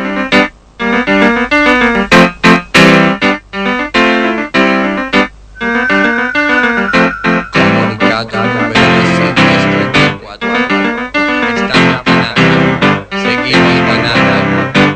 Comunicado número 234. Está en la banana. Seguimos banana.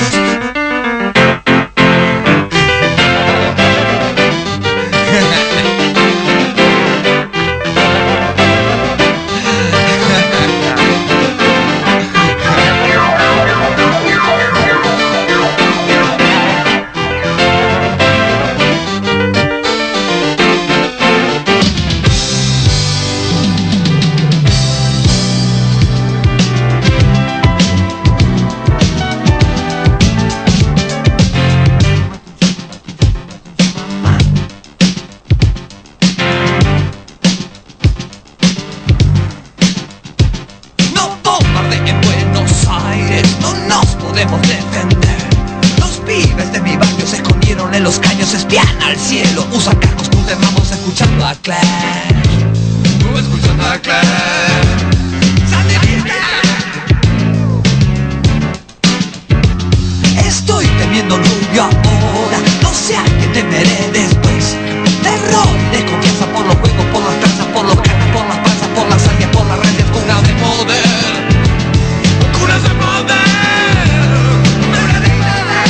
No bombardeen en Buenos Aires, no nos podemos defender. Los pibes de mi barrio se escondieron en los caños, espían al cielo, usan cascos, tú te vamos escuchando a Claire. Tú escuchando a Claire. Sandinista. Estoy temiendo rubio ahora, no sé a qué temeré después. Terror y desconfianza por los juegos, por las tranzas, por los canas, por las panzas, por las alias, por las redes, cuna de poder. Cunas de poder. Cuna de poder.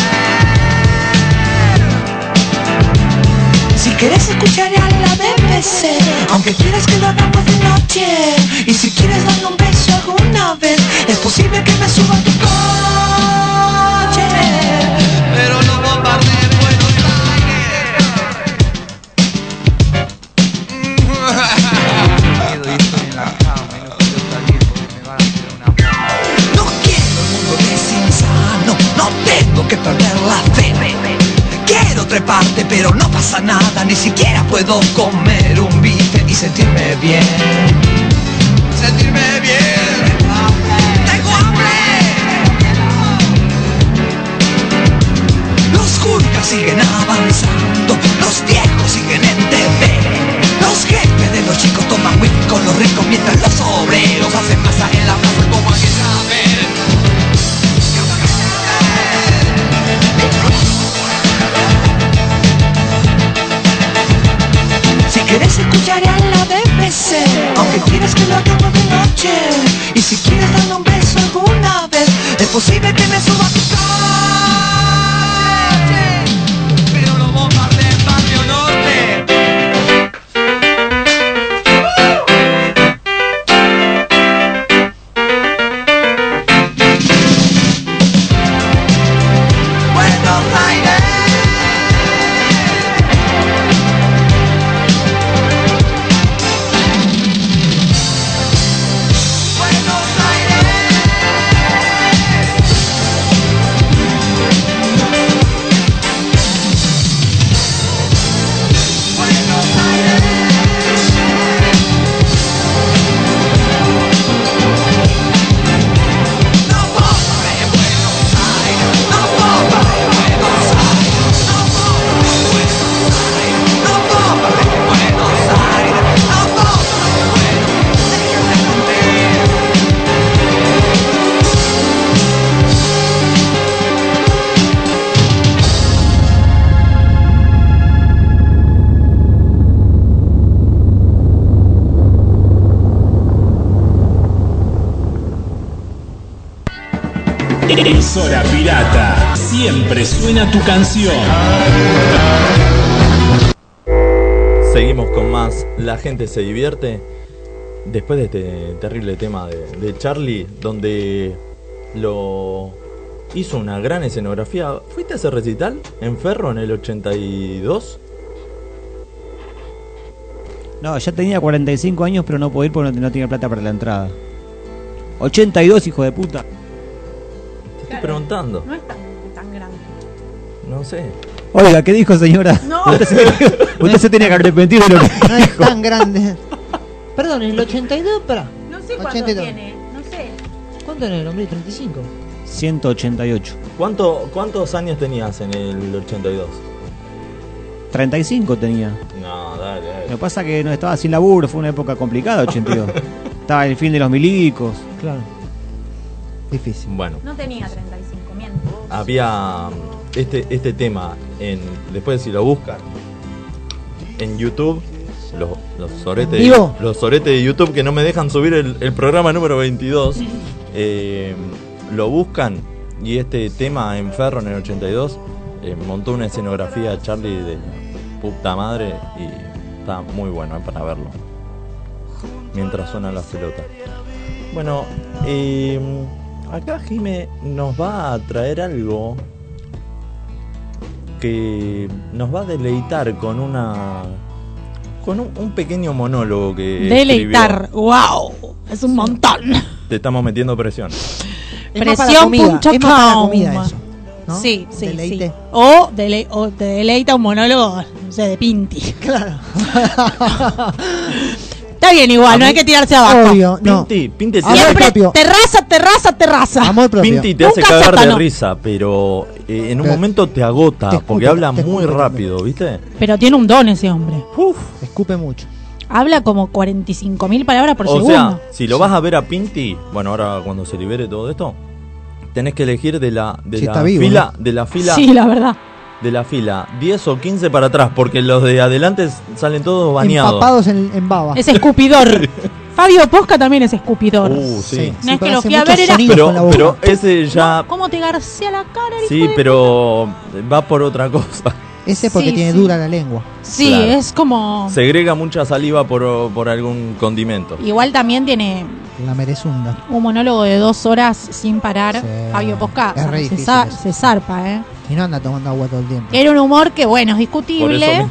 Si quieres escucharé a la BBC, aunque quieras que lo hagamos de noche. Y si quieres darle un beso alguna vez, es posible que me suba a tu coche. Pero no bombardeen Buenos Aires. Miedo y estoy en la cama y no quiero salir porque me van a hacer una bomba. No quiero el mundo que es insano, no tengo que perder la fe. Quiero treparte pero no pasa nada, ni siquiera puedo comer un bife y sentirme bien. Sentirme bien. Tengo hambre. Los jurgas siguen avanzando, los viejos siguen en TV. Los jefes de los chicos toman whisky con los ricos mientras los obreros hacen masa en la plaza como aquella vez. Si quieres escucharé a la BBC, aunque quieras que lo hagamos de noche. Y si quieres darle un beso alguna vez, es posible que me suba a tu coche. Pero no bombardeen Barrio Norte. Buenos Aires. Buenos Aires. Emisora pirata. Siempre suena tu canción. Seguimos con más La gente se divierte. Después de este terrible tema de Charlie, donde lo hizo una gran escenografía. ¿Fuiste a ese recital en Ferro en el 82? No, ya tenía 45 años, pero no puedo ir porque no tenía plata para la entrada. 82, hijo de puta. Te estoy preguntando. No es tan grande. No sé. Oiga, ¿qué dijo, señora? No. Usted se tenía que arrepentir de lo que No es tan grande. Perdón, en el 82, espera. No sé cuánto 82. tiene. No sé. ¿Cuánto en el hombre? 35. 188. ¿Cuántos años tenías en el 82? 35 tenía. No, dale. Lo que pasa es que no estaba sin laburo, fue una época complicada, 82. Estaba el fin de los milicos. Claro. Difícil. Bueno, No tenía 35, miento. había este tema después si lo buscan en YouTube, los soretes ¿Vivo? los soretes de YouTube que no me dejan subir el programa número 22, lo buscan, y este tema en Ferro en el 82 montó una escenografía Charlie de puta madre y está muy bueno para verlo mientras suena la pelota. Bueno, acá Jime nos va a traer algo que nos va a deleitar con un pequeño monólogo que Deleitar, escribió. wow, es un montón. Te estamos metiendo presión. Es más para la comida, Presión.com. es más para la comida eso, ¿no? Sí, sí, Deleite. sí. O te deleita un monólogo, no sé, de Pinti. Claro. Está bien igual, no hay que tirarse abajo. Obvio, no. Pinti te Amor hace, Siempre propio. terraza. Amor propio. Pinti te hace Nunca cagar de sótano. risa, pero en un Pero momento te agota te escupe, porque habla te muy escupe rápido, ¿viste? Pero tiene un don ese hombre. Escupe mucho. Habla como 45.000 palabras por O segundo. sea, si lo vas a ver a Pinti, bueno, ahora cuando se libere todo esto, tenés que elegir de la Si está vivo, fila, de la fila, Sí, la verdad. de la fila 10 o 15 para atrás, porque los de adelante salen todos bañados. Empapados en baba. Es escupidor. Fabio Posca también es escupidor. Sí. No es que pero lo hace fui a muchos ver, era- sonidos con la boca. Pero ese ya No, ¿cómo te garcía la cara? el sí, hijo de pero va por otra cosa. Ese porque Sí, tiene sí. dura la lengua. puta? Sí, Claro. es como... Segrega mucha saliva por algún condimento. Igual también tiene La merezunda. un monólogo de 2 horas sin parar. Sí. Fabio Posca Es re se, difícil za- eso. se zarpa, ¿eh? Y no anda tomando agua todo el tiempo. Era un humor que, bueno, es Por discutible, eso mismo.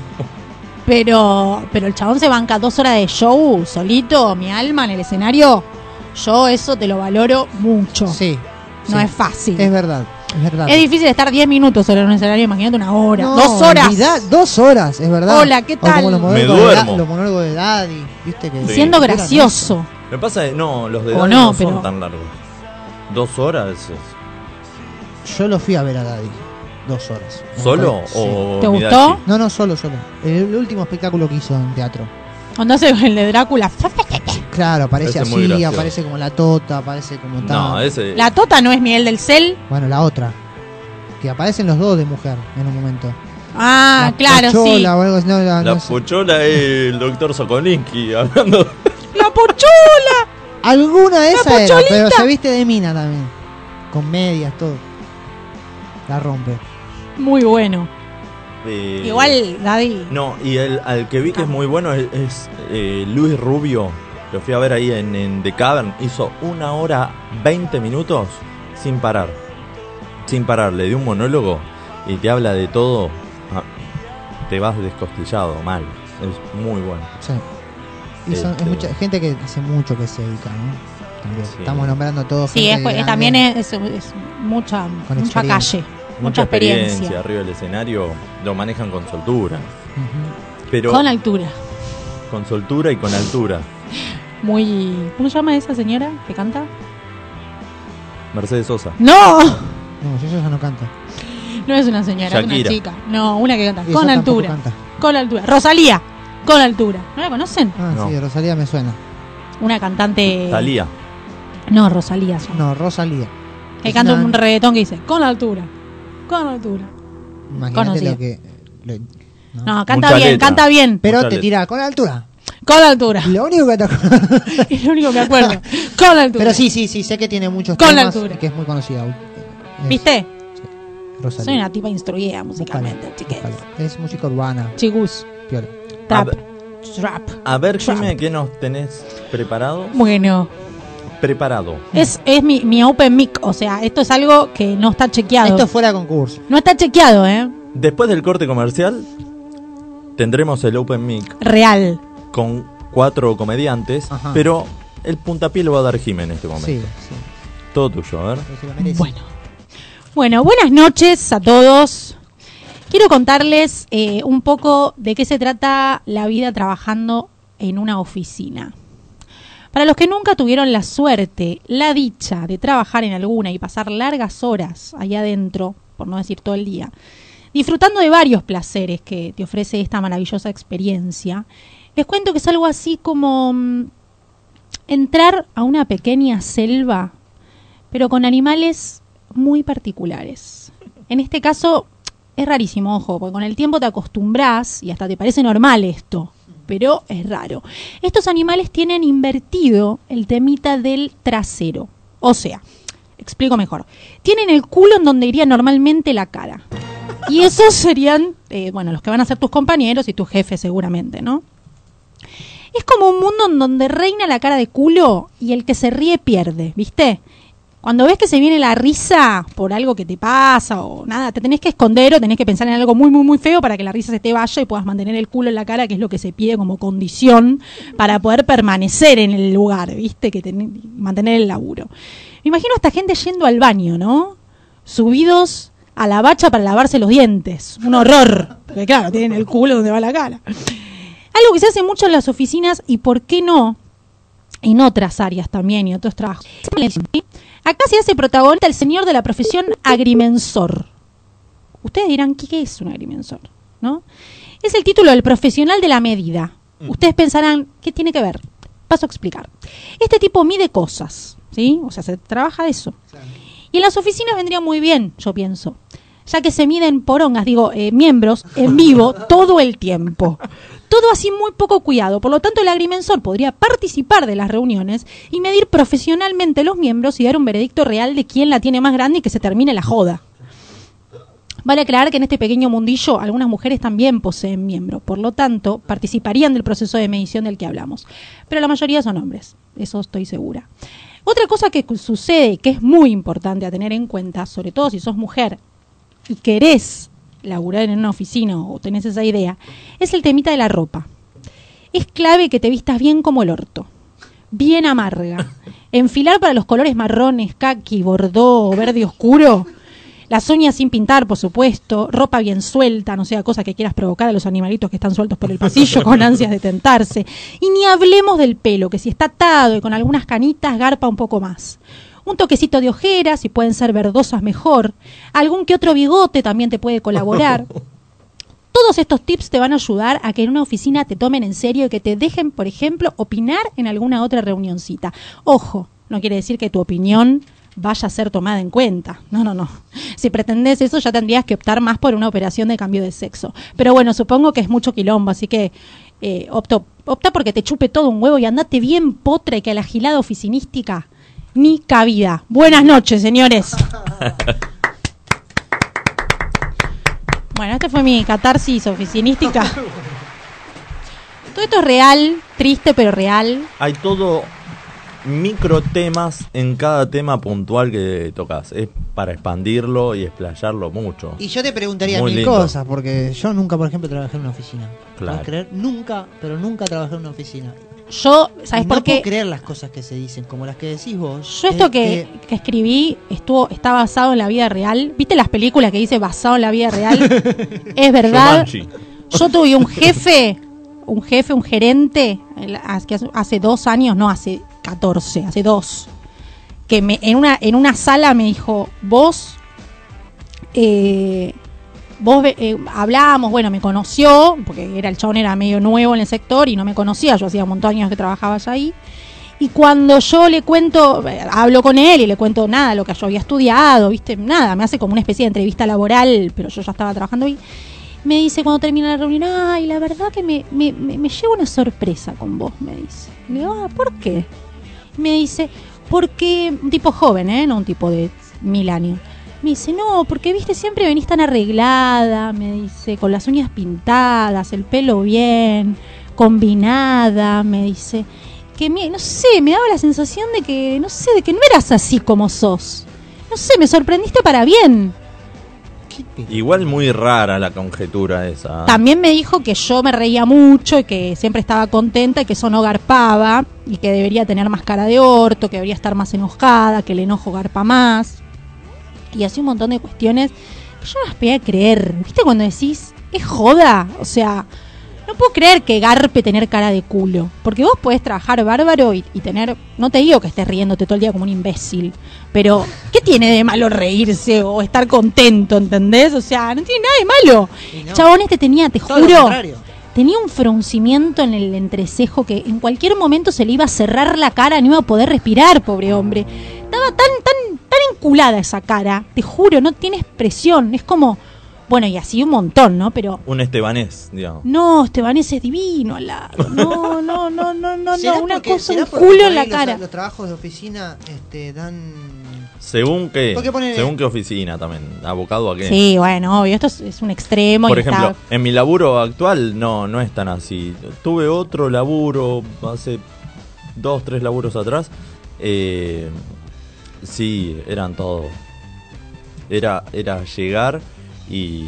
pero el chabón se banca 2 horas de show solito, mi alma en el escenario. Yo eso te lo valoro mucho. Sí. No sí. es fácil. Es verdad. Es verdad. Es difícil estar 10 minutos sobre un escenario, imagínate una hora. No, 2 horas. olvidá, 2 horas, es verdad. Hola, ¿qué O como tal? los Me monólogos de duermo. los monólogos de Daddy, ¿viste? Que Sí. Siendo eran gracioso. eso. Me pasa no, los de O Dani no, no, pero- son tan largos. 2 horas es- Yo lo fui a ver a Daddy. 2 horas. ¿Solo Sí. o ¿Te Midachi? gustó? No, solo. El último espectáculo que hizo en teatro. Cuando hace el de Drácula. Claro, aparece Ese es muy así, gracioso. aparece como la tota, aparece como tal. No, ese La tota no es Miguel del Cel. Bueno, la otra. Que aparecen los dos de mujer en un momento. Ah, La claro, sí. Pochola o algo así, no, la no sé. pochola es el doctor Sokolinski hablando. ¡La pochola! Alguna de esas era, pocholita. pero se viste de mina también. Con medias, todo. La rompe. Muy bueno. Eh, Igual, Daddy. No, y al que vi que es muy bueno es Luis Rubio. Lo fui a ver ahí en The Cavern. Hizo 1 hora 20 minutos sin parar. Sin parar. Le dio un monólogo y te habla de todo. Ah, te vas descostillado, mal. Es muy bueno. Sí. Y son, Este- es mucha gente que hace mucho que se dedica, ¿no? También. Sí. Estamos nombrando a todos. Sí, gente grande. también es mucha Con mucha experiencia. calle, mucha experiencia. arriba del escenario. Lo manejan con soltura. Ujú. Pero Con altura. con soltura y con altura. Muy... ¿Cómo se llama esa señora que canta? Mercedes Sosa. ¡No! No, yo ya no canta. No es una señora, es una Shakira. chica. No, una que canta. Ella Con tampoco altura. canta. Con altura. Rosalía. Con altura. ¿No la conocen? Ah, No. sí, Rosalía me suena. Una cantante... Talía. No, Rosalía. se llama. No, Rosalía. Que Es canta una- un reggaetón que dice, con altura. Con altura. Imagínate conocida. lo que. ¿no? No, canta Mucha bien, letra. canta bien. Pero Mucha te letra. tira con altura. Con altura. Lo único que te Es lo único que me acuerdo. Con altura. Pero sí, sé que tiene muchos Con temas altura. y que es muy conocida. ¿Viste? Rosalía. Soy una tipa instruida musicalmente, Búscalo, chiques. búscalo. Es música urbana. Chigus. Piola. Trap. A Trap. A ver, Jimé, ¿qué nos tenés preparado? Bueno, Preparado. es mi open mic, o sea, esto es algo que no está chequeado. Esto fuera de concurso. No está chequeado, ¿eh? Después del corte comercial, tendremos el Open Mic Real. con 4 comediantes, Ajá. pero el puntapié lo va a dar Jimé en este momento. Sí, sí. Todo tuyo, a ver. Pero se lo merece. Bueno, buenas noches a todos. Quiero contarles un poco de qué se trata la vida trabajando en una oficina. Para los que nunca tuvieron la suerte, la dicha de trabajar en alguna y pasar largas horas allá adentro, por no decir todo el día, disfrutando de varios placeres que te ofrece esta maravillosa experiencia, les cuento que es algo así como entrar a una pequeña selva, pero con animales muy particulares. En este caso es rarísimo, ojo, porque con el tiempo te acostumbras y hasta te parece normal esto, pero es raro. Estos animales tienen invertido el temita del trasero. O sea, explico mejor. Tienen el culo en donde iría normalmente la cara. Y esos serían, los que van a ser tus compañeros y tus jefes seguramente, ¿no? Es como un mundo en donde reina la cara de culo y el que se ríe pierde, ¿viste? Cuando ves que se viene la risa por algo que te pasa o nada, te tenés que esconder o tenés que pensar en algo muy, muy, muy feo para que la risa se te vaya y puedas mantener el culo en la cara, que es lo que se pide como condición para poder permanecer en el lugar, ¿viste? Mantener el laburo. Me imagino a esta gente yendo al baño, ¿no? Subidos a la bacha para lavarse los dientes. Un horror. Porque claro, tienen el culo donde va la cara. Algo que se hace mucho en las oficinas y por qué no en otras áreas también y otros trabajos. Acá se hace protagonista el señor de la profesión agrimensor. Ustedes dirán, ¿qué es un agrimensor? ¿No? Es el título del profesional de la medida. Ustedes pensarán, ¿qué tiene que ver? Paso a explicar. Este tipo mide cosas, ¿sí? O sea, se trabaja de eso. Claro. Y en las oficinas vendría muy bien, yo pienso, ya que se miden porongas, miembros, en vivo todo el tiempo. Todo así muy poco cuidado. Por lo tanto, el agrimensor podría participar de las reuniones y medir profesionalmente los miembros y dar un veredicto real de quién la tiene más grande y que se termine la joda. Vale aclarar que en este pequeño mundillo algunas mujeres también poseen miembros. Por lo tanto, participarían del proceso de medición del que hablamos. Pero la mayoría son hombres. Eso estoy segura. Otra cosa que sucede, que es muy importante a tener en cuenta, sobre todo si sos mujer y querés laburar en una oficina o tenés esa idea, es el temita de la ropa. Es clave que te vistas bien como el orto, bien amarga, enfilar para los colores marrones, caqui, bordó, verde oscuro, las uñas sin pintar, por supuesto, ropa bien suelta, no sea cosa que quieras provocar a los animalitos que están sueltos por el pasillo con ansias de tentarse. Y ni hablemos del pelo, que si está atado y con algunas canitas garpa un poco más. Un toquecito de ojeras, si pueden ser verdosas mejor. Algún que otro bigote también te puede colaborar. Todos estos tips te van a ayudar a que en una oficina te tomen en serio y que te dejen, por ejemplo, opinar en alguna otra reunioncita. Ojo, no quiere decir que tu opinión vaya a ser tomada en cuenta. No. Si pretendés eso, ya tendrías que optar más por una operación de cambio de sexo. Pero bueno, supongo que es mucho quilombo, así que opta porque te chupe todo un huevo y andate bien potra y que a la gilada oficinística ni cabida. Buenas noches, señores. Bueno, esta fue mi catarsis oficinística. Todo esto es real, triste pero real. Hay todo micro temas en cada tema puntual que tocas. Es para expandirlo y explayarlo mucho. Y yo te preguntaría Muy mil lindo. cosas, porque yo nunca, por ejemplo, trabajé en una oficina. Claro. ¿Puedes creer? Nunca, pero nunca trabajé en una oficina. Yo, ¿sabes Y por no qué? puedo creer las cosas que se dicen, como las que decís vos. Yo esto que escribí está basado en la vida real. ¿Viste las películas que dice basado en la vida real? Es verdad. Jumanji. Yo tuve un gerente, hace 2 años, no, hace 14, hace 2, que en una sala me dijo, vos hablábamos, bueno, me conoció, porque el chabón era medio nuevo en el sector y no me conocía, yo hacía un montón de años que trabajaba allá ahí, y cuando yo le cuento, hablo con él y le cuento nada, lo que yo había estudiado, viste, nada, me hace como una especie de entrevista laboral, pero yo ya estaba trabajando ahí, me dice cuando termina la reunión, ay, la verdad que me llevo una sorpresa con vos, me dice. Le digo, ¿por qué? Me dice, porque, un tipo joven, no un tipo de 1000 años. Me dice, no, porque viste, siempre venís tan arreglada, me dice, con las uñas pintadas, el pelo bien, combinada, me dice, que no sé, me daba la sensación de que, no sé, de que no eras así como sos. No sé, me sorprendiste para bien. Igual muy rara la conjetura esa. También me dijo que yo me reía mucho y que siempre estaba contenta y que eso no garpaba y que debería tener más cara de orto, que debería estar más enojada, que el enojo garpa más. Y así un montón de cuestiones que yo no las podía creer. ¿Viste cuando decís, es joda? O sea, no puedo creer que garpe tener cara de culo. Porque vos podés trabajar bárbaro y tener... No te digo que estés riéndote todo el día como un imbécil. Pero, ¿qué tiene de malo reírse o estar contento, entendés? O sea, no tiene nada de malo. No. Chabón tenía, te Todo lo juro... contrario. Tenía un fruncimiento en el entrecejo que en cualquier momento se le iba a cerrar la cara, no iba a poder respirar, pobre hombre. Estaba tan enculada esa cara, te juro, no tiene expresión. Es como, bueno, y así un montón, ¿no? Pero Un estebanés, digamos. no, Estebanés es divino al lado. No, ¿Será una porque- cosa, será un porque culo por en la ahí cara. Los trabajos de oficina dan... Según qué, ¿Por qué pone- según qué oficina también, abocado a qué. Sí, bueno, obvio, esto es un extremo. Por y ejemplo, está... en mi laburo actual no es tan así. Tuve otro laburo hace 2-3 laburos atrás. Sí, eran todos. Era llegar y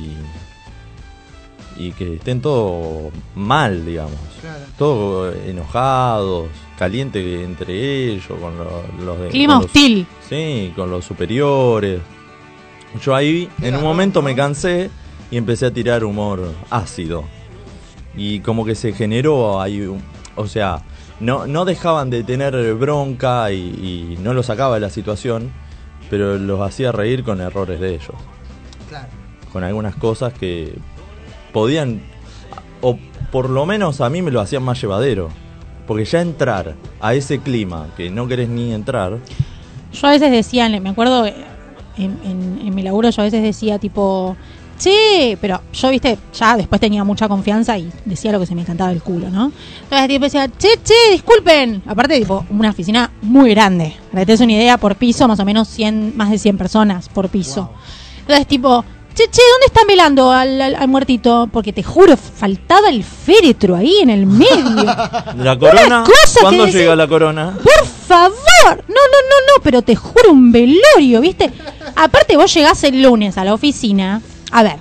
que estén todos mal, digamos. Claro. Todos enojados, caliente entre ellos, con los de... Clima con los- hostil. Sí, con los superiores. Yo ahí, Qué en un garrón, momento ¿no? me cansé y empecé a tirar humor ácido. Y como que se generó ahí, o sea, no dejaban de tener bronca y no lo sacaba de la situación, pero los hacía reír con errores de ellos. Claro. Con algunas cosas que podían, o por lo menos a mí me lo hacían más llevadero. Porque ya entrar a ese clima que no querés ni entrar... Yo a veces decía, me acuerdo, en mi laburo yo a veces decía tipo, che, pero yo, viste, ya después tenía mucha confianza y decía lo que se me cantaba del culo, ¿no? Entonces tipo decía, che, disculpen. Aparte, tipo, una oficina muy grande. Para que te des una idea, por piso, más o menos más de 100 personas por piso. Wow. Entonces tipo, che, ¿dónde están velando al muertito? Porque te juro, faltaba el féretro ahí en el medio. La corona, cosa ¿cuándo que decís- llega la corona? Por favor, no, pero te juro, un velorio, ¿viste? Aparte vos llegás el lunes a la oficina, a ver,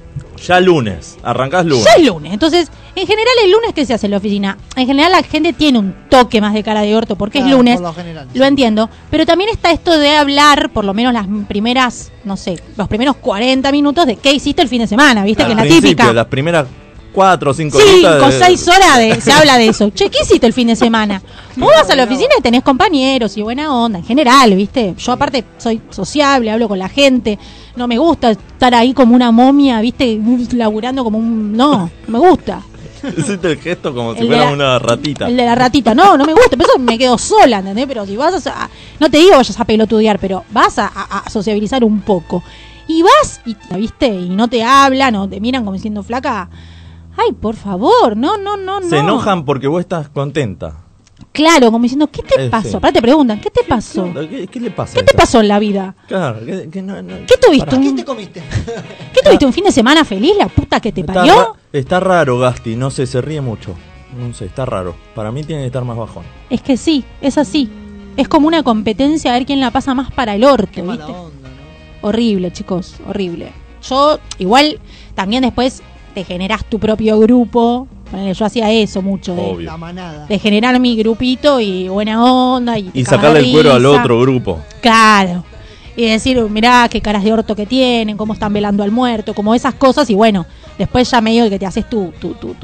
Ya lunes, arrancás lunes. ya es lunes, entonces, en general el lunes, ¿qué se hace en la oficina? En general la gente tiene un toque más de cara de orto porque Claro, es lunes, por lo general, lo sí. entiendo, pero también está esto de hablar, por lo menos las primeras, no sé, los primeros 40 minutos de qué hiciste el fin de semana, ¿viste? Que es la típica. Las primeras 4 o 5 5, 6 horas se habla de eso. Che, ¿qué hiciste el fin de semana? Vos vas a la oficina y tenés compañeros y buena onda, en general, ¿viste? Yo aparte soy sociable, hablo con la gente, no me gusta estar ahí como una momia, ¿viste? Laburando como un... No me gusta. Hiciste el gesto como si El de fuera la- una ratita. El de la ratita, no me gusta, por eso me quedo sola, ¿entendés? Pero si vas a... No te digo vayas a pelotudear, pero vas a sociabilizar un poco. Y vas, y ¿viste? Y no te hablan o te miran como diciendo, flaca... Ay, por favor, no. Se enojan porque vos estás contenta. Claro, como diciendo, ¿qué te Sí. pasó? Aparte te preguntan, ¿qué te pasó? ¿Qué le pasa? ¿Qué a te esa? pasó en la vida? Claro, que no. ¿Qué tuviste? Pará. ¿Qué te comiste? ¿Qué tuviste? ¿Un fin de semana feliz? ¿La puta que te Está, parió? está raro, Gasti, no sé, se ríe mucho. No sé, está raro. Para mí tiene que estar más bajón. Es que sí, es así. Es como una competencia a ver quién la pasa más para el orto, Qué mala ¿viste? onda, ¿no? Horrible, chicos, horrible. Yo, igual, también después te generás tu propio grupo. Ponele, yo hacía eso mucho, Obvio. La manada. de generar mi grupito y buena onda. Y, te Y cagas sacarle de el cuero al risa. otro grupo. Claro. Y decir, mirá qué caras de orto que tienen, cómo están velando al muerto, como esas cosas. Y bueno, después ya medio que te haces tu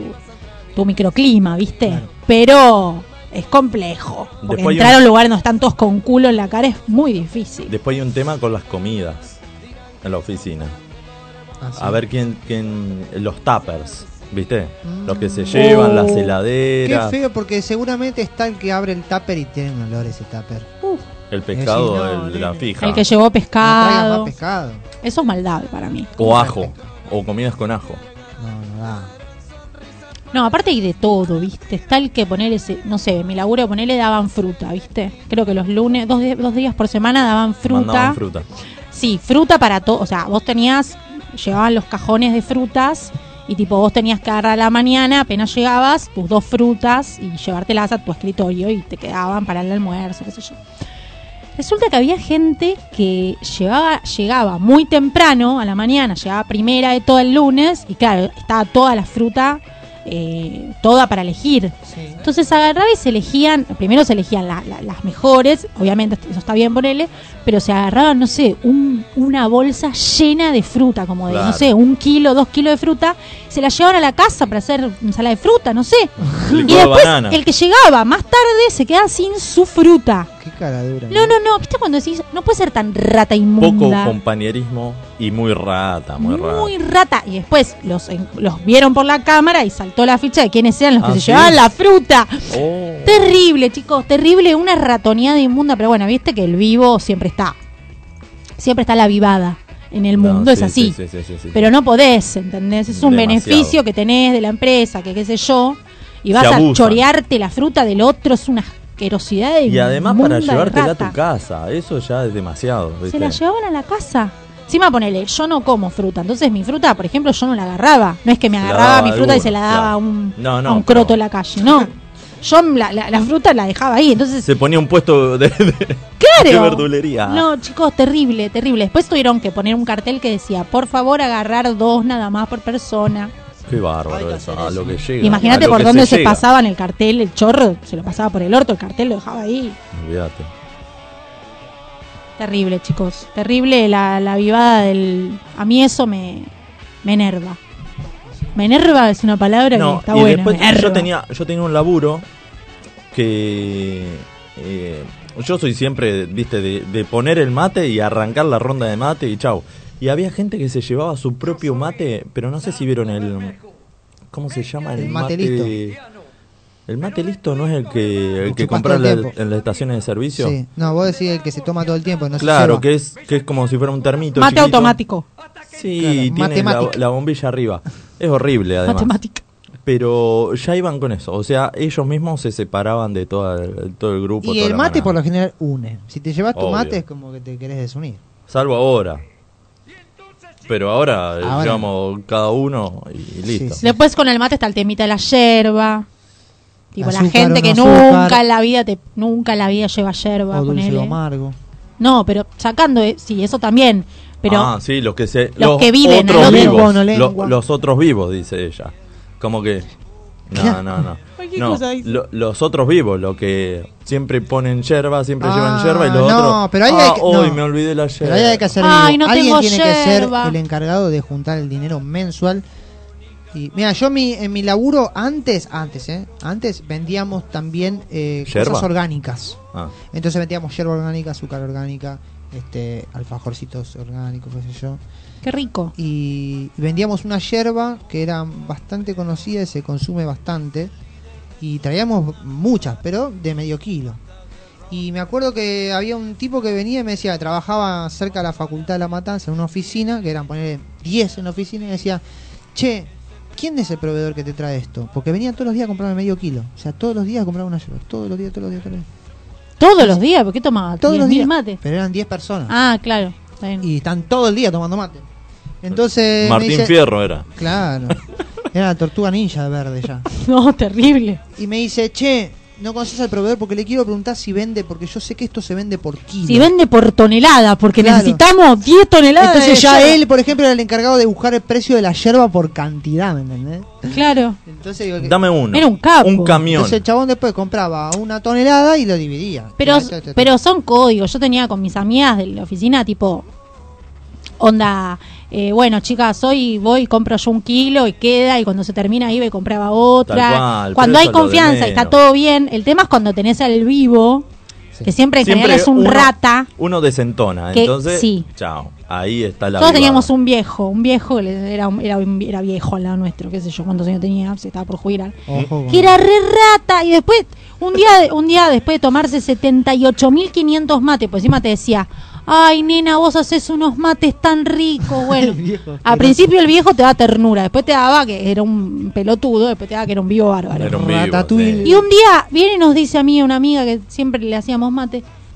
microclima, ¿viste? Claro. Pero es complejo. Porque Después hay entrar a un- un lugar donde están todos con culo en la cara es muy difícil. Después hay un tema con las comidas en la oficina. Ah, sí. A ver quién los tuppers, ¿viste? Los que se llevan, las Qué heladeras, feo, porque seguramente está el que abre el tupper y tiene un olor ese tupper. el pescado, No, la nene. fija. El que llevó No traigas pescado. más pescado. Eso es maldad para mí. O ajo, o comidas con ajo. No da. No, aparte hay de todo, ¿viste? Está el que ponerle, no sé, en mi laburo ponerle daban fruta, ¿viste? Creo que los lunes, dos días por semana daban fruta. Mandaban fruta. Sí, fruta para todo. O sea, vos llevaban los cajones de frutas y tipo vos tenías que agarrar a la mañana, apenas llegabas, tus 2 frutas y llevártelas a tu escritorio y te quedaban para el almuerzo, qué sé yo. Resulta que había gente que llegaba muy temprano a la mañana, llegaba primera de todo el lunes y claro, estaba toda la fruta, toda para elegir. Sí. Entonces agarraba y se elegían, primero se elegían las mejores, obviamente eso está bien ponerle, pero se agarraban, no sé, una bolsa llena de fruta, como de, Claro. no sé, 1 kilo, 2 kilos de fruta, se la llevaban a la casa para hacer ensalada de fruta, no sé. Y Licuado de después banana. el que llegaba más tarde se quedaba sin su fruta. Qué cara dura. No, ¿viste cuando decís, no puede ser tan rata Poco inmunda? compañerismo y muy rata, muy rata. Muy rata. Y después los vieron por la cámara y saltó la ficha de quiénes eran los que ¿Ah, se sí? llevaban la fruta. Oh. Terrible, chicos, terrible, una ratoneada inmunda. Pero bueno, viste que el vivo siempre está. Siempre está la vivada en el No, mundo, sí, es así. sí. Pero no podés, ¿entendés? Es un Demasiado. beneficio que tenés de la empresa, que qué sé yo. Y vas Se a abusan. chorearte la fruta del otro, es una asquerosidad. Y además inmunda para de llevártela a rata. tu casa, eso ya es demasiado. Se ¿viste? la llevaban a la casa. Encima ponele, yo no como fruta, entonces mi fruta, por ejemplo, yo no la agarraba. No es que me Se la agarraba daba mi a fruta y alguno, se la daba claro. a un, No, no, a un pero- croto en la calle, no. Yo la fruta la dejaba ahí, entonces... Se ponía un puesto de ¡Claro! verdulería. No, chicos, terrible, terrible. Después tuvieron que poner un cartel que decía, por favor, agarrar 2 nada más por persona. Qué bárbaro Hay que eso, hacer a eso. lo que llega. Imagínate a lo por que dónde se llega. pasaba en el cartel, el chorro, se lo pasaba por el orto, el cartel lo dejaba ahí. Olvídate. Terrible, chicos. Terrible la vivada del... A mí eso me enerva. Me enerva es una palabra que No, está y buena. después me enerva. yo tenía un laburo que yo soy siempre, viste, de poner el mate y arrancar la ronda de mate y chau. Y había gente que se llevaba su propio mate, pero no sé si vieron ¿cómo se llama? El mate listo. El mate listo no es el que Chupás compras todo el tiempo. en las estaciones de servicio. Sí. No, vos decís el que se toma todo el tiempo. No Claro, se que es como si fuera un termito Mate chiquito. automático. Sí, Claro, tiene matemática. la bombilla arriba. Es horrible además. Matemática. Pero ya iban con eso, o sea, ellos mismos se separaban de todo el grupo. Y toda el la mate manada. por lo general une. Si te llevas tu Obvio. mate es como que te querés desunir. Salvo ahora. Pero ahora, Ahora. llevamos cada uno y listo. Sí. Después con el mate está el temita de la yerba. Tipo, la Azúcar gente o que no azúcar. nunca en la vida lleva yerba. O dulce ponele. o amargo. No, pero sacando, sí, eso también. Pero Sí, los que que viven otros al otro. vivos, Lengua, no lengua. los otros vivos, dice ella. Como que no. Cualquier No, cosa dice. los otros vivos, los que siempre ponen yerba, siempre Ah, llevan yerba y los no, otros. pero ahí hay que- hoy no. me olvidé la Pero yerba. ahí hay que hacer Ay, vivo. no Alguien tengo tiene que ser yerba. el encargado de juntar el dinero mensual. Y mira, yo en mi laburo antes vendíamos también ¿Yerba? cosas orgánicas. Ah, Entonces vendíamos yerba orgánica, azúcar orgánica, alfajorcitos orgánicos, qué sé yo. qué rico. Y vendíamos una yerba que era bastante conocida y se consume bastante. Y traíamos muchas, pero de medio kilo. Y me acuerdo que había un tipo que venía y me decía, trabajaba cerca de la Facultad de La Matanza en una oficina, que eran poner 10 en la oficina, y decía, che, ¿quién es el proveedor que te trae esto? Porque venía todos los días a comprarme medio kilo. O sea, todos los días compraba una yerba. Todos los días. Todos los días, ¿por qué tomaba Todos los 10.000 días. mates? Pero eran 10 personas. Ah, claro. Está bien. Y están todo el día tomando mate. Entonces Martín me dice, Fierro era. Claro. Era la tortuga ninja de verde ya. No, terrible. Y me dice, che, no conoces al proveedor porque le quiero preguntar si vende, porque yo sé que esto se vende por kilo. Si vende por tonelada, porque Claro. necesitamos 10 toneladas. Entonces de ya yerba. él, por ejemplo, era el encargado de buscar el precio de la yerba por cantidad, ¿me entendés? Claro. Entonces digo que... Dame uno. Era un capo. Un camión. Entonces el chabón después compraba una tonelada y lo dividía. Pero son códigos. Yo tenía con mis amigas de la oficina, tipo, onda, bueno, chicas, hoy voy, compro yo 1 kilo y queda, y cuando se termina iba y compraba otra. Tal cual, Cuando pero hay eso es lo de confianza y está menos. todo bien, el tema es cuando tenés al vivo, Sí. que siempre en Siempre general es un rata. Uno desentona, Que entonces, sí. chao. Ahí está la Todos vivada. teníamos un viejo que era viejo al lado nuestro, qué sé yo, cuántos años tenía, se estaba por jubilar. Ojo, Que era re rata, y después, un día después de tomarse 78.500 mates, pues encima te decía, ay nena, vos haces unos mates tan ricos, bueno. El viejo Al asqueroso. principio el viejo te da ternura, después te daba que era un pelotudo, después te daba que era un vivo bárbaro. Era un vivo, Ratatouille. sí. Y un día viene y nos dice a mí, una amiga que siempre le hacíamos mate,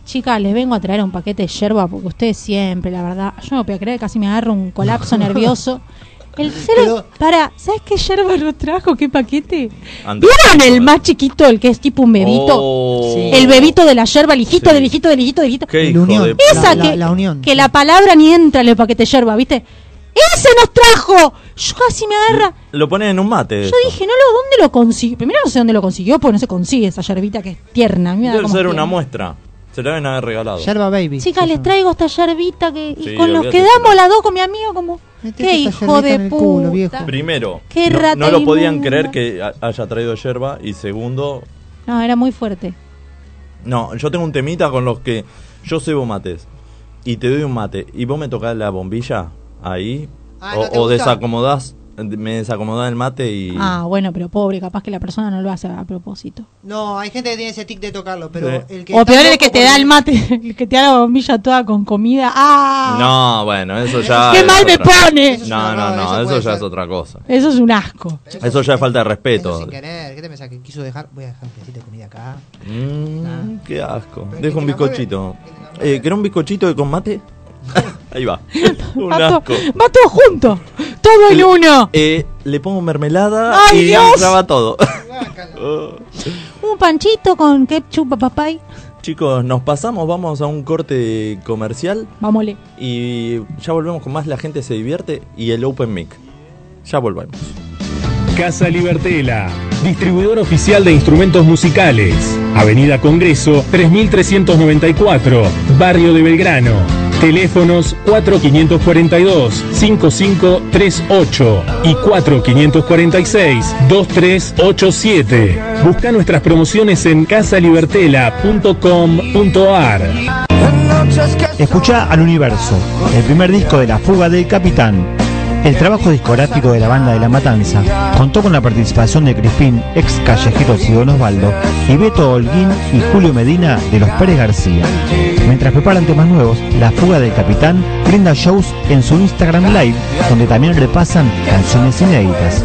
Chicas, les vengo a traer un paquete de yerba porque ustedes siempre, la verdad, yo no puedo creer, casi me agarro un colapso nervioso. El cero, ¿sabes qué yerba nos trajo? ¿Qué paquete? ¿Vieron el más chiquito, el que es tipo un bebito? Oh. Sí. El bebito de la yerba, el hijito del hijito del hijito del hijito. Qué La hijo unión. de... Esa La unión. que la palabra ni entra en el paquete de yerba, ¿viste? ¡Ese nos trajo! Yo casi me agarra. Lo ponen en un mate. Yo dije, ¿dónde lo consiguió? Primero no sé dónde lo consiguió, porque no se consigue esa yerbita que es tierna. A mí me da Debe como ser una tierna. muestra. Se la deben haber regalado. Yerba baby. Chicas, les traigo esta yerbita que Sí, y con nos olvídate. quedamos las dos con mi amigo como... Metete ¡Qué esta hijo yerbita de en el puta! culo, viejo. Primero, Qué no rata lo podían inmunda. creer que haya traído yerba. Y segundo, No, era muy fuerte. no, yo tengo un temita con los que yo cebo mates y te doy un mate y vos me tocás la bombilla ahí Ah, ¿no te o gusta? desacomodás, me desacomodás el mate y... Ah, bueno, pero pobre, capaz que la persona no lo hace a propósito. No, hay gente que tiene ese tic de tocarlo, pero Sí. el que O está peor el loco que te porque- da el mate, el que te da la bombilla toda con comida. ¡Ah! No, bueno, eso ya... ¡Qué es mal me otra- pone! Eso es No, un no, horror, no, eso eso puede ya es ser. otra cosa. Eso es un asco. Eso ya es falta de Eso respeto. sin querer. ¿Qué te pensás que quiso dejar? Voy a dejar un pedacito de comida acá. Qué asco. Pero Dejo que un te la bizcochito. mueve. ¿Querés un bizcochito con mate? Ahí va. Un Va, asco. va todo junto. Todo en uno. Le pongo mermelada ¡Ay, y Dios! traba todo. Un panchito con ketchup, papay. Chicos, nos pasamos, vamos a un corte comercial Vámonos. y ya volvemos con más La Gente Se Divierte y el Open Mic. Ya volvemos. Casa Libertela, distribuidor oficial de instrumentos musicales. Avenida Congreso 3394, Barrio de Belgrano. Teléfonos 4542-5538 y 4546-2387. Busca nuestras promociones en casalibertela.com.ar. Escucha Al Universo, el primer disco de La Fuga del Capitán. El trabajo discográfico de la banda de La Matanza contó con la participación de Crispín, ex Callejeros y Don Osvaldo, y Beto Holguín y Julio Medina de Los Pérez García. Mientras preparan temas nuevos, La Fuga del Capitán brinda shows en su Instagram Live, donde también repasan canciones inéditas.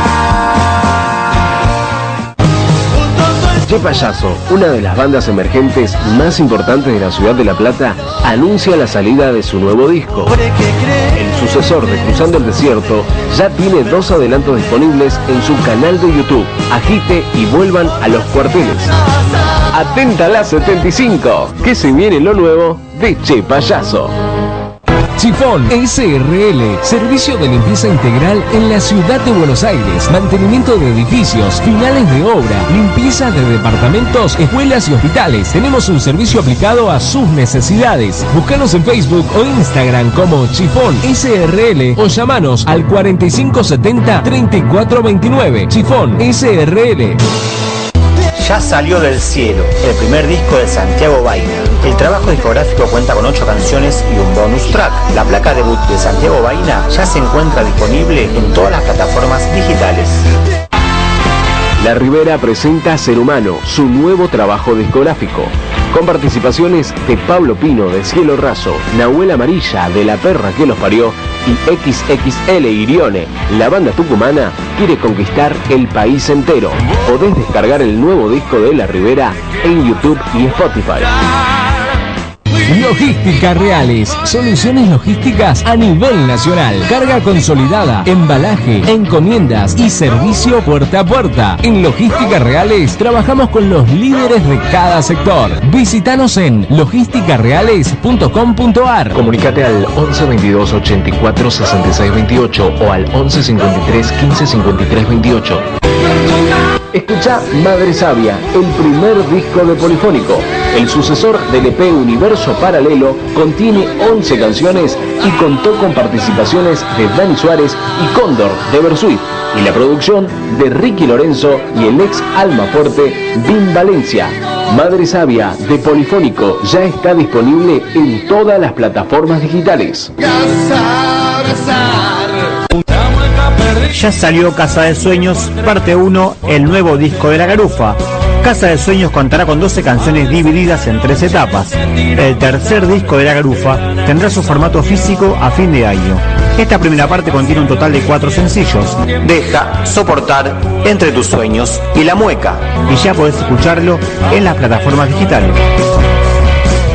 Che Payaso, una de las bandas emergentes más importantes de la ciudad de La Plata, anuncia la salida de su nuevo disco. El sucesor de Cruzando el Desierto ya tiene 2 adelantos disponibles en su canal de YouTube. Agite y vuelvan a los cuarteles. Atenta a la 75, que se viene lo nuevo de Che Payaso. Chifón SRL, servicio de limpieza integral en la ciudad de Buenos Aires, mantenimiento de edificios, finales de obra, limpieza de departamentos, escuelas y hospitales. Tenemos un servicio aplicado a sus necesidades. Búscanos en Facebook o Instagram como Chifón SRL o llamanos al 4570-3429. Chifón SRL. Ya salió del cielo, el primer disco de Santiago Baina. El trabajo discográfico cuenta con 8 canciones y un bonus track. La placa debut de Santiago Baina ya se encuentra disponible en todas las plataformas digitales. La Ribera presenta Ser Humano, su nuevo trabajo discográfico, con participaciones de Pablo Pino de Cielo Raso, Nahuel Amarilla de La Perra que los parió y XXL Irione. La banda tucumana quiere conquistar el país entero. Podés descargar el nuevo disco de La Ribera en YouTube y Spotify. Logística Reales, soluciones logísticas a nivel nacional. Carga consolidada, embalaje, encomiendas y servicio puerta a puerta. En Logística Reales trabajamos con los líderes de cada sector. Visítanos en logisticareales.com.ar. Comunicate al 11 22 84 66 28 o al 11 53 15 53 28. Escucha Madre Sabia, el primer disco de Polifónico. El sucesor del EP Universo Paralelo contiene 11 canciones y contó con participaciones de Dani Suárez y Cóndor de Bersuit y la producción de Ricky Lorenzo y el ex almaforte Vin Valencia. Madre Sabia de Polifónico ya está disponible en todas las plataformas digitales. Ya salió Casa de Sueños, parte 1, el nuevo disco de La Garufa. Casa de Sueños contará con 12 canciones divididas en 3 etapas. El tercer disco de La Garufa tendrá su formato físico a fin de año. Esta primera parte contiene un total de 4 sencillos. Deja, Soportar, Entre tus sueños y La Mueca. Y ya podés escucharlo en las plataformas digitales.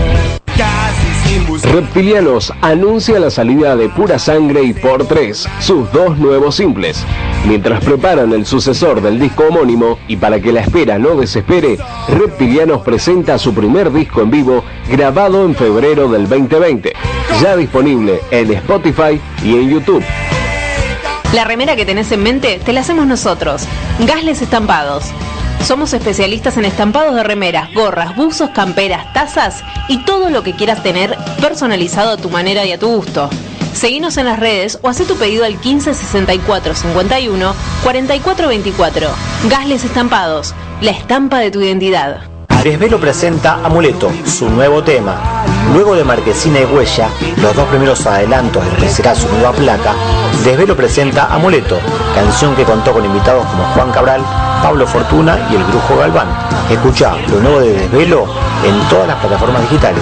Reptilianos anuncia la salida de Pura Sangre y Por 3, sus dos nuevos simples. Mientras preparan el sucesor del disco homónimo, y para que la espera no desespere, Reptilianos presenta su primer disco en vivo, grabado en febrero del 2020. Ya disponible en Spotify y en YouTube. La remera que tenés en mente, te la hacemos nosotros. Gasles Estampados. Somos especialistas en estampados de remeras, gorras, buzos, camperas, tazas y todo lo que quieras tener personalizado a tu manera y a tu gusto. Seguinos en las redes o haz tu pedido al 15 64 51 44 24. Gasles Estampados, la estampa de tu identidad. Desvelo presenta Amuleto, su nuevo tema. Luego de Marquesina y Huella, los dos primeros adelantos de lo que será su nueva placa, Desvelo presenta Amuleto, canción que contó con invitados como Juan Cabral, Pablo Fortuna y el Brujo Galván. Escuchá lo nuevo de Desvelo en todas las plataformas digitales.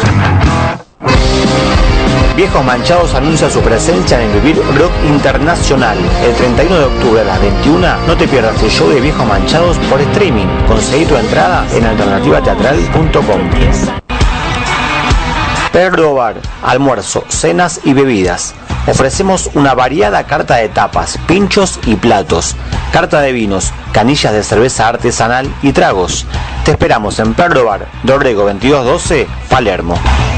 Viejos Manchados anuncia su presencia en el Vivir Rock Internacional. El 31 de octubre a las 21 no te pierdas el show de Viejos Manchados por streaming. Conseguí tu entrada en alternativateatral.com. Perro Bar, almuerzo, cenas y bebidas. Ofrecemos una variada carta de tapas, pinchos y platos, carta de vinos, canillas de cerveza artesanal y tragos. Te esperamos en Perro Bar, Dorrego 2212, Palermo.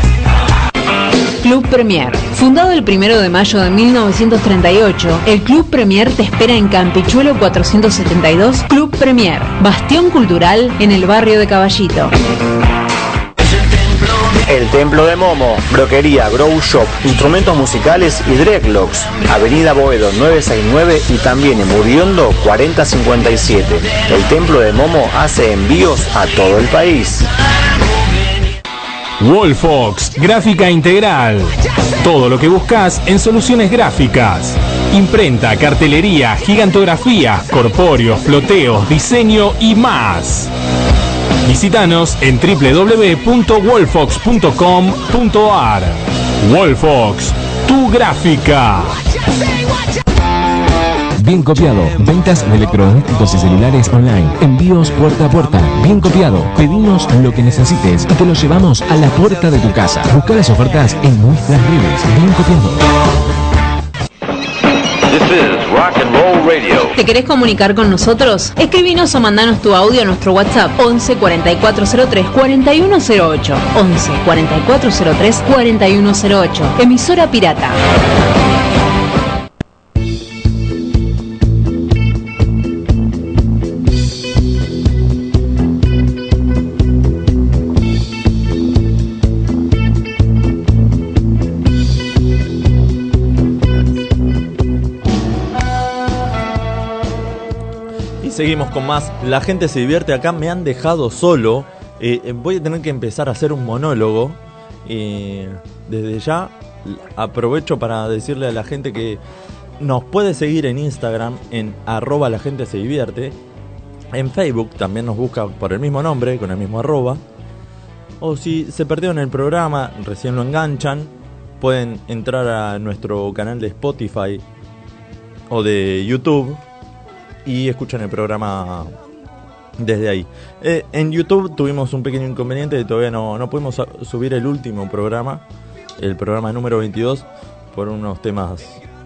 Club Premier. Fundado el 1 de mayo de 1938, el Club Premier te espera en Campichuelo 472, Club Premier, bastión cultural en el barrio de Caballito. El Templo de Momo, broquería, grow shop, instrumentos musicales y dreadlocks. Avenida Boedo 969 y también en Muriondo 4057. El Templo de Momo hace envíos a todo el país. Wolfox, gráfica integral. Todo lo que buscas en soluciones gráficas. Imprenta, cartelería, gigantografía, corpóreos, floteos, diseño y más. Visítanos en www.wolfox.com.ar. Wolfox, tu gráfica. Bien Copiado, ventas de electrodomésticos y celulares online, envíos puerta a puerta. Bien Copiado, pedimos lo que necesites y te lo llevamos a la puerta de tu casa. Busca las ofertas en nuestras redes. Bien Copiado. This is Rock and Roll Radio. ¿Te querés comunicar con nosotros? Escribinos o mandanos tu audio a nuestro WhatsApp 11 4403 4108. 11 4403 4108. Emisora Pirata. Seguimos con más. La gente se divierte acá. Me han dejado solo. Voy a tener que empezar a hacer un monólogo. Desde ya aprovecho para decirle a la gente que nos puede seguir en Instagram en @lagenteSeDivierte. En Facebook también nos busca por el mismo nombre, con el mismo @. O si se perdieron el programa, recién lo enganchan, pueden entrar a nuestro canal de Spotify o de YouTube y escuchan el programa desde ahí. En YouTube tuvimos un pequeño inconveniente, todavía no pudimos subir el último programa, el programa número 22, por unos temas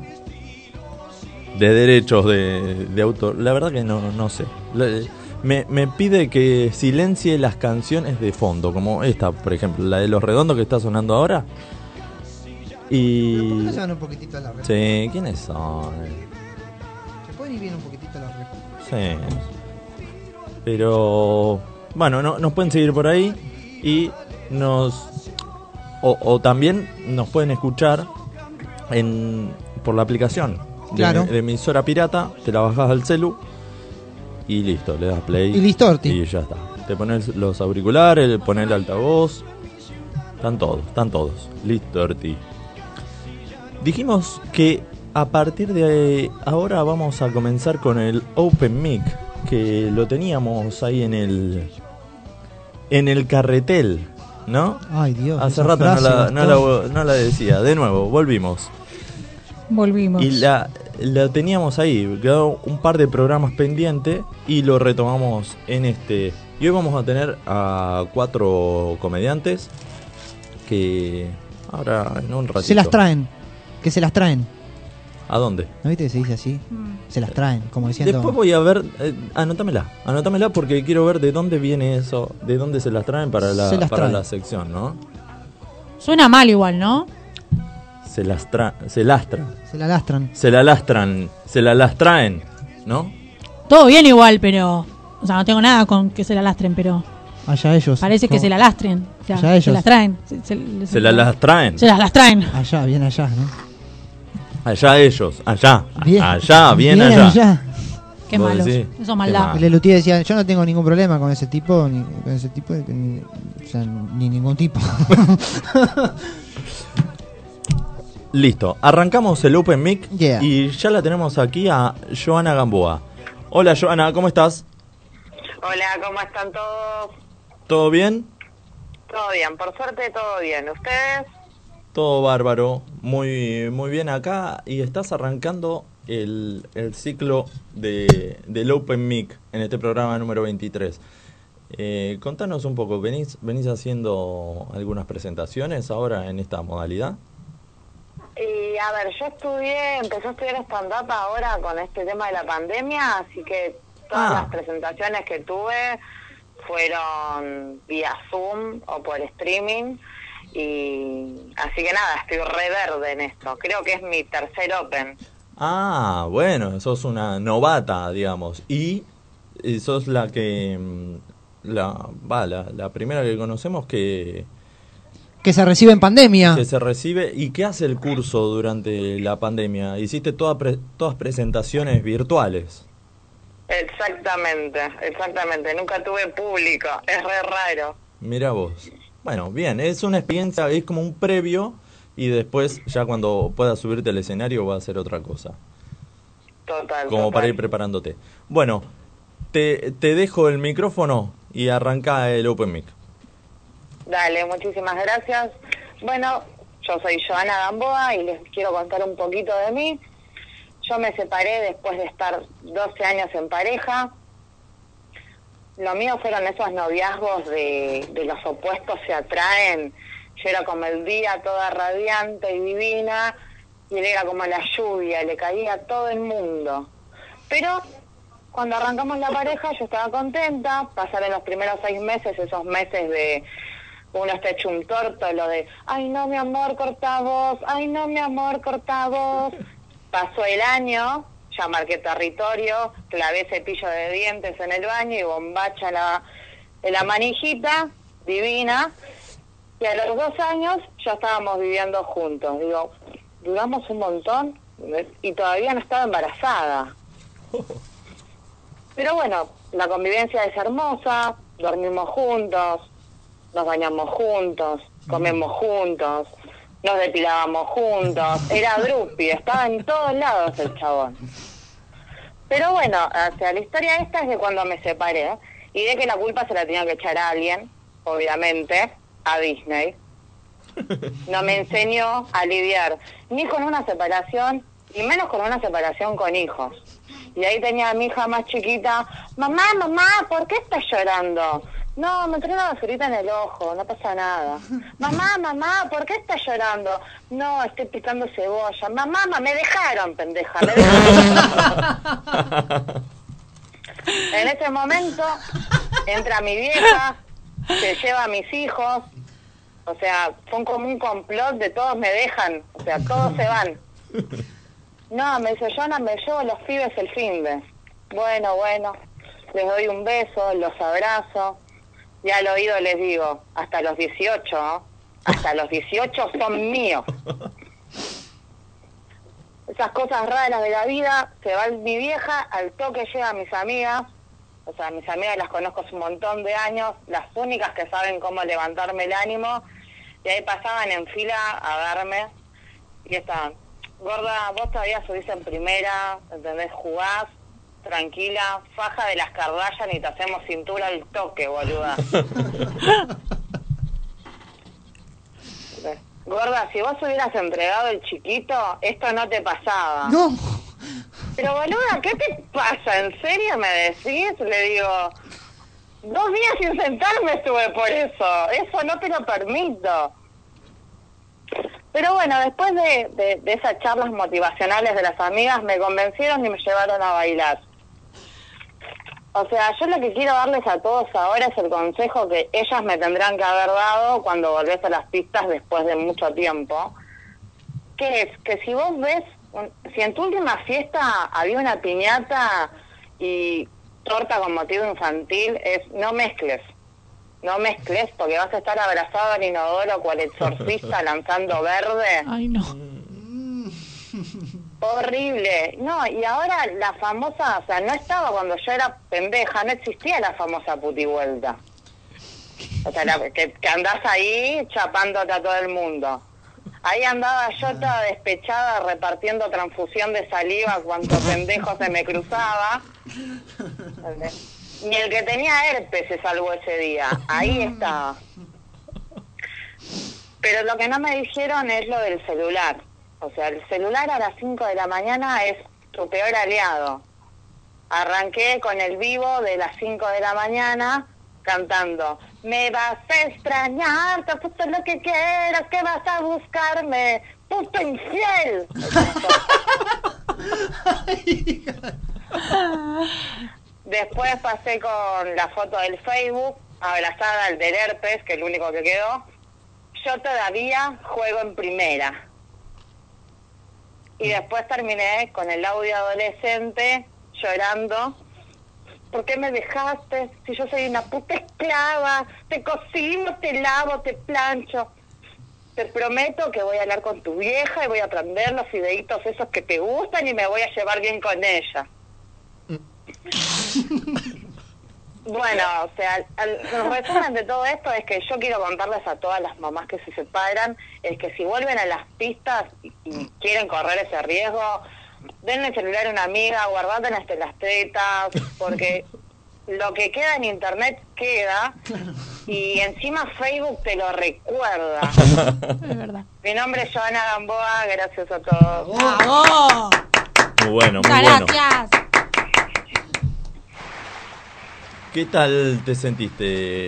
de derechos de autor. La verdad que no sé. Me pide que silencie las canciones de fondo, como esta, por ejemplo, la de Los Redondos que está sonando ahora. Y... ¿No se van un poquitito a la red? Sí, ¿quiénes son? ¿Se pueden ir bien un poquitito a la red? Sí. Pero... bueno, nos pueden seguir por ahí y o también nos pueden escuchar por la aplicación de emisora pirata. Te la bajás al celu y listo, le das play y listorti. Y ya está. Te pones los auriculares, pones el altavoz. Están todos. Listorti. Dijimos que a partir de ahora vamos a comenzar con el Open Mic, que lo teníamos ahí en el carretel, ¿no? Ay, Dios. Hace rato no la decía. De nuevo, volvimos. Y la teníamos ahí, quedó un par de programas pendientes y lo retomamos en este. Y hoy vamos a tener a 4 comediantes que Ahora, en un ratito. Se las traen. Que se las traen. ¿A dónde? ¿No viste que se dice así? Se las traen, como diciendo... Después voy a ver, anótamela porque quiero ver de dónde viene eso, de dónde se las traen para la sección, ¿no? Suena mal igual, ¿no? Se la traen, ¿no? Todo bien igual, pero... O sea, no tengo nada con que se la lastren, pero... Allá ellos. Parece que se la lastren. O sea, allá ellos. se las traen. Se las traen. Se las traen. Allá, bien allá, ¿no? Allá ellos, allá. Bien, allá, bien allá. Qué malos. Eso es maldad. El Lelutier decía, yo no tengo ningún problema con ese tipo, ni ningún tipo. Listo, arrancamos el Open Mic y ya la tenemos aquí a Joana Gamboa. Hola Joana, ¿cómo estás? Hola, ¿cómo están todos? ¿Todo bien? Todo bien, por suerte todo bien. ¿Ustedes? Todo bárbaro, muy bien acá. Y estás arrancando el ciclo del Open Mic en este programa número 23. Contanos un poco, ¿venís haciendo algunas presentaciones ahora en esta modalidad? Y a ver, yo empecé a estudiar stand-up ahora con este tema de la pandemia, así que todas las presentaciones que tuve fueron vía Zoom o por streaming, y así que nada, estoy re verde en esto. Creo que es mi tercer Open. Ah, bueno, sos una novata, digamos, y sos la que la primera que conocemos que se recibe en pandemia. Que se recibe. ¿Y qué hace el curso durante la pandemia? Hiciste todas presentaciones virtuales. Exactamente. Nunca tuve público. Es re raro. Mira vos. Bueno, bien. Es una experiencia, es como un previo y después ya cuando puedas subirte al escenario va a ser otra cosa. Total. Para ir preparándote. Bueno, te dejo el micrófono y arranca el Open Mic. Dale, muchísimas gracias. Bueno, yo soy Joana Gamboa y les quiero contar un poquito de mí. Yo me separé después de estar 12 años en pareja. Lo mío fueron esos noviazgos de los opuestos se atraen. Yo era como el día, toda radiante y divina, y él era como la lluvia, le caía a todo el mundo. Pero cuando arrancamos la pareja yo estaba contenta, pasaron los primeros 6 meses, esos meses de... Uno está hecho un torto, lo de, ay no mi amor, corta vos, ay no mi amor, corta vos. Pasó el año, ya marqué territorio, clavé cepillo de dientes en el baño y bombacha en la manijita, divina. Y a los 2 años ya estábamos viviendo juntos. Digo, duramos un montón y todavía no estaba embarazada. Pero bueno, la convivencia es hermosa, dormimos juntos, nos bañamos juntos, comemos juntos, nos depilábamos juntos, era drupi, estaba en todos lados el chabón. Pero bueno, o sea, la historia esta es de cuando me separé y de que la culpa se la tenía que echar a alguien, obviamente, a Disney. No me enseñó a lidiar ni con una separación, y menos con una separación con hijos. Y ahí tenía a mi hija más chiquita, mamá, ¿por qué estás llorando? No, me entró una basurita en el ojo, no pasa nada. Mamá, ¿por qué estás llorando? No, estoy picando cebolla. Mamá, me dejaron, pendeja, me dejaron. En ese momento entra mi vieja, se lleva a mis hijos, o sea, fue como un complot de todos me dejan, o sea, todos se van. No, me dice, Joana, me llevo a los pibes el finde. Bueno, les doy un beso, los abrazo. Y al oído les digo, hasta los 18, ¿no? Hasta los 18 son míos. Esas cosas raras de la vida, se va mi vieja, al toque llega a mis amigas, o sea, mis amigas las conozco hace un montón de años, las únicas que saben cómo levantarme el ánimo, y ahí pasaban en fila a verme, y estaban, gorda, vos todavía subís en primera, ¿entendés? Jugás, tranquila, faja de las Kardashian y te hacemos cintura al toque, boluda. Gorda, si vos hubieras entregado el chiquito, esto no te pasaba. No. Pero boluda, ¿qué te pasa? ¿En serio me decís? Le digo, 2 días sin sentarme estuve por eso. Eso no te lo permito. Pero bueno, después de esas charlas motivacionales de las amigas, me convencieron y me llevaron a bailar. O sea, yo lo que quiero darles a todos ahora es el consejo que ellas me tendrán que haber dado cuando volvés a las pistas después de mucho tiempo, que es que si vos ves, si en tu última fiesta había una piñata y torta con motivo infantil, no mezcles porque vas a estar abrazado al inodoro cual exorcista lanzando verde. Ay, no. Horrible. No, y ahora la famosa, o sea, no estaba cuando yo era pendeja, no existía la famosa putivuelta. O sea, que andás ahí chapándote a todo el mundo. Ahí andaba yo toda despechada repartiendo transfusión de saliva cuanto pendejo se me cruzaba. Ni el que tenía herpes se salvó ese día. Ahí estaba. Pero lo que no me dijeron es lo del celular. O sea, el celular a las 5 de la mañana es tu peor aliado. Arranqué con el vivo de las 5 de la mañana cantando: me vas a extrañar, te puto lo que quieras, que vas a buscarme, puto infiel. Después pasé con la foto del Facebook, abrazada al del herpes, que es el único que quedó. Yo todavía juego en primera. Y después terminé con el audio adolescente llorando. ¿Por qué me dejaste? Si yo soy una puta esclava, te cocino, te lavo, te plancho. Te prometo que voy a hablar con tu vieja y voy a aprender los fideitos esos que te gustan y me voy a llevar bien con ella. Bueno, o sea, el resumen de todo esto es que yo quiero contarles a todas las mamás que se separan, es que si vuelven a las pistas y quieren correr ese riesgo, denle el celular a una amiga, guardate hasta las tetas, porque lo que queda en internet queda, y encima Facebook te lo recuerda. Es verdad. Mi nombre es Joana Gamboa, gracias a todos. ¡Bravo! Muy bueno, muy Muchas bueno. gracias. ¿Qué tal te sentiste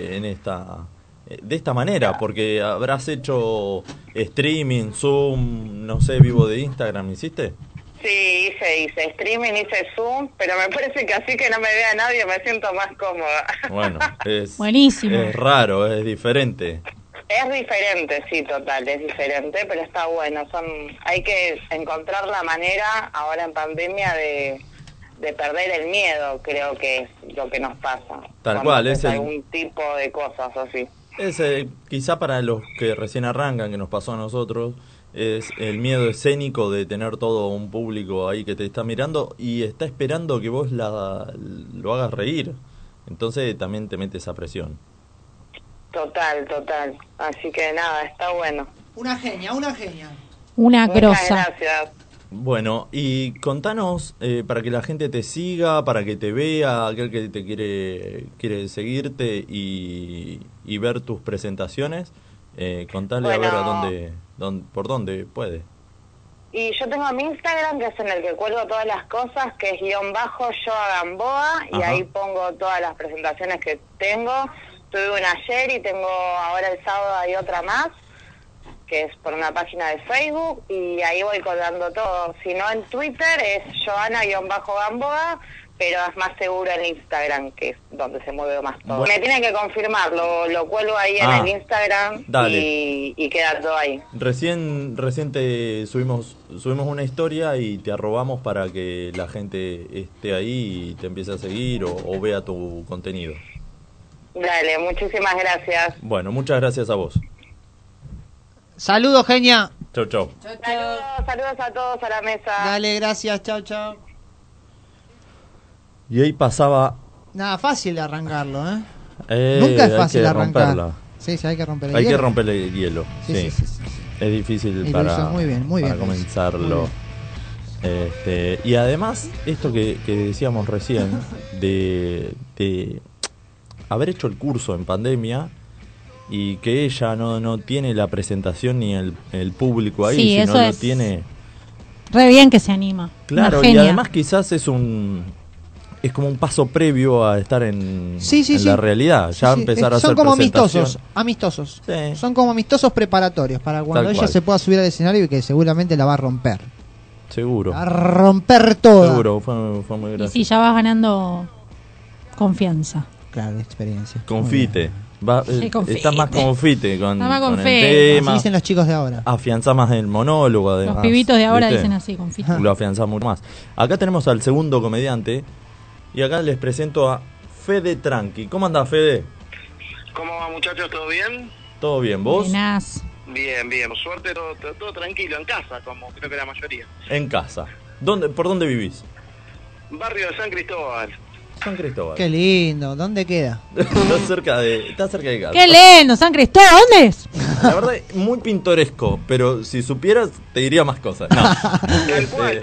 de esta manera? Porque habrás hecho streaming, Zoom, no sé, vivo de Instagram, ¿hiciste? Sí, hice streaming, hice Zoom, pero me parece que así que no me vea nadie me siento más cómoda. Bueno, Buenísimo. Es raro, es diferente. Es diferente, sí, total, es diferente, pero está bueno. Hay que encontrar la manera ahora en pandemia de perder el miedo, creo que es lo que nos pasa. Tal cual, es algún tipo de cosas así. Es quizá para los que recién arrancan, que nos pasó a nosotros, es el miedo escénico de tener todo un público ahí que te está mirando y está esperando que vos lo hagas reír. Entonces también te mete esa presión. Total. Así que nada, está bueno. Una genia. Una Muchas grosa. gracias. Bueno, y contanos, para que la gente te siga, para que te vea, aquel que te quiere seguirte y ver tus presentaciones, contale a ver por dónde puede. Y yo tengo mi Instagram, que es en el que cuelgo todas las cosas, que es _Joagamboa, y ahí pongo todas las presentaciones que tengo. Tuve una ayer y tengo ahora el sábado hay otra más, que es por una página de Facebook, y ahí voy colgando todo. Si no, en Twitter es Joana_Gamboa, pero es más seguro en Instagram, que es donde se mueve más todo. Bueno. Me tienen que confirmar, lo cuelgo ahí en el Instagram y queda todo ahí. Recién te subimos una historia y te arrobamos para que la gente esté ahí y te empiece a seguir o vea tu contenido. Dale, muchísimas gracias. Bueno, muchas gracias a vos. Saludos, genia. Chau. Saludos a todos a la mesa. Dale, gracias, chao. Y ahí pasaba... Nada fácil de arrancarlo, Nunca es fácil arrancar. Romperla. Sí, hay que romper el hielo. Hay que romper el hielo, sí. Es difícil para comenzarlo. Y además, esto que decíamos recién, de haber hecho el curso en pandemia y que ella no tiene la presentación ni el público ahí, Sí, sino eso lo tiene... Re bien que se anima. Claro, Una y genia. además quizás es es como un paso previo a estar en Sí. la realidad. Ya empezar a hacer son como presentación. amistosos. Sí. Son como amistosos preparatorios para cuando Tal ella cual. se pueda subir al escenario y que seguramente la va a romper. Seguro. A romper toda. Seguro, fue muy Y gracioso. sí, ya vas ganando confianza. Claro, experiencia. Confite. Sí, confite. Estás más confite con, Está más con el confite. tema. Así dicen los chicos de ahora. Afianzás más el monólogo, además. Los pibitos de ahora ¿viste? dicen así, confite. Lo afianzás mucho más. Acá tenemos al segundo comediante. Y acá les presento a Fede Tranqui. ¿Cómo andás, Fede? ¿Cómo va, muchachos? ¿Todo bien? ¿Todo bien? ¿Vos? Buenas. Bien, por suerte todo tranquilo, en casa, como creo que la mayoría. En casa. ¿Por dónde vivís? Barrio de San Cristóbal. San Cristóbal. Qué lindo. ¿Dónde queda? Está cerca de casa. ¡Qué lindo! San Cristóbal, ¿dónde es? La verdad, muy pintoresco, pero si supieras, te diría más cosas. No. Tal cual.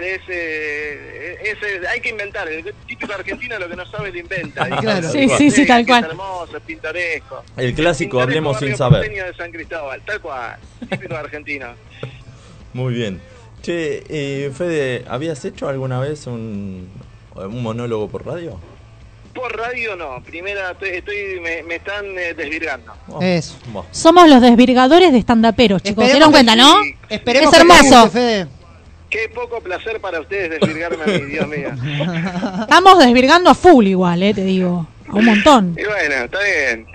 Hay que inventar. El típico argentino lo que no sabe lo inventa. Claro. Sí, tal cual. Es hermoso, es pintoresco. El clásico, Pintoresco hablemos sin barrio saber. porteño de San Cristóbal, tal cual. Típico argentino. Muy bien. Che, Fede, ¿habías hecho alguna vez un monólogo por radio? Por radio no. Primera, me están desvirgando. Eso. Somos los desvirgadores de estandaperos, chicos. ¿Se dieron cuenta, no? Esperemos Es que te hermoso. guste, Fede. Qué poco placer para ustedes desvirgarme a mí, Dios mío. Estamos desvirgando a full igual, te digo. A un montón. Y bueno, está bien.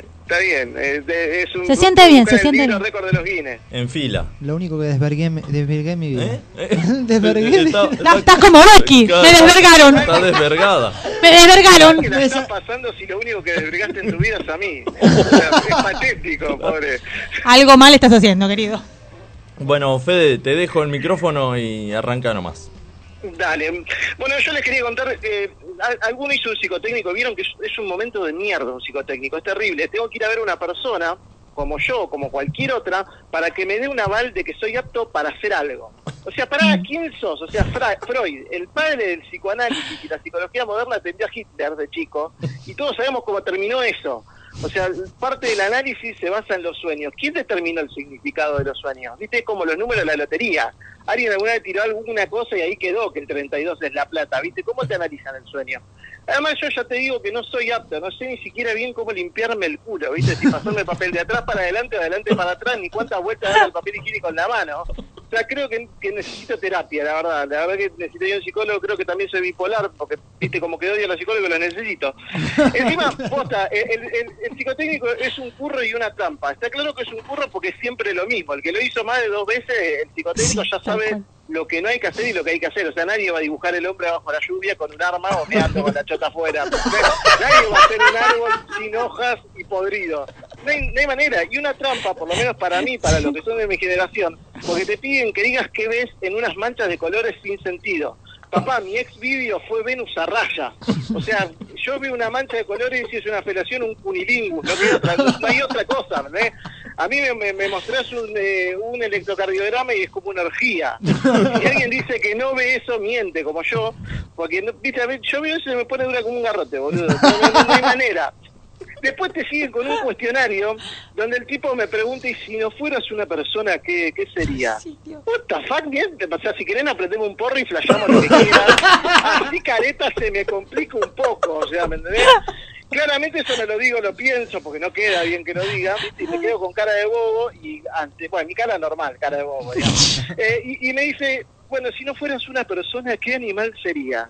Es un, Se siente bien, buscar se siente el bien. récord de los Guinness. En fila. Lo único que desvirgué en mi vida. Desvergué. Estás como Becky. Me desvergaron. Está desvergada. Me desvergaron. ¿Qué la está pasando si lo único que desvirgaste en tu vida es a mí? O sea, es patético, pobre. Algo mal estás haciendo, querido. Bueno, Fede, te dejo el micrófono y arranca nomás. Dale. Bueno, yo les quería contar, alguno hizo un psicotécnico, vieron que es un momento de mierda un psicotécnico, es terrible. Tengo que ir a ver a una persona, como yo, como cualquier otra, para que me dé un aval de que soy apto para hacer algo. O sea, ¿quién sos? O sea, Freud, el padre del psicoanálisis y la psicología moderna, atendió a Hitler de chico, y todos sabemos cómo terminó eso. O sea, parte del análisis se basa en los sueños. ¿Quién determinó el significado de los sueños? ¿Viste? Es como los números de la lotería. Alguien alguna vez tiró alguna cosa y ahí quedó que el 32 es la plata. ¿Viste? ¿Cómo te analizan el sueño? Además, yo ya te digo que no soy apto. No sé ni siquiera bien cómo limpiarme el culo. ¿Viste? Si pasarme el papel de atrás para adelante, de adelante para atrás, ni cuántas vueltas dar el papel higiénico en la mano. O sea, creo que necesito terapia, la verdad. La verdad que necesito ir a un psicólogo. Creo que también soy bipolar, porque, viste, como que odio a los psicólogos, lo necesito. Encima, posta, el psicotécnico es un curro y una trampa. Está claro que es un curro porque es siempre lo mismo. El que lo hizo más de 2 veces, el psicotécnico ya sabe lo que no hay que hacer y lo que hay que hacer. O sea, nadie va a dibujar el hombre bajo la lluvia con un arma o meando con la chota afuera. Nadie va a hacer un árbol sin hojas y podrido. No hay manera. Y una trampa, por lo menos para mí, para los que son de mi generación, porque te piden que digas qué ves en unas manchas de colores sin sentido. Papá, mi ex vídeo fue Venus a raya. O sea, yo vi una mancha de colores y es una felación, un cunilingus. No hay otra cosa, ¿verdad? A mí me mostrás un electrocardiograma y es como una orgía. Si alguien dice que no ve eso, miente, como yo. Porque, viste, yo veo eso y me pone dura como un garrote, boludo. No hay manera. Después te siguen con un cuestionario donde el tipo me pregunta, y si no fueras una persona, ¿qué sería? What the fuck, bien, o sea, si querés aprendemos un porro y flashamos lo que quieras. Así careta se me complica un poco, o sea, ¿me entendés? Claramente eso no lo digo, lo pienso, porque no queda bien que lo diga, ¿viste? Y me quedo con cara de bobo, y bueno, mi cara normal, cara de bobo, digamos. Y me dice, bueno, si no fueras una persona, ¿qué animal sería?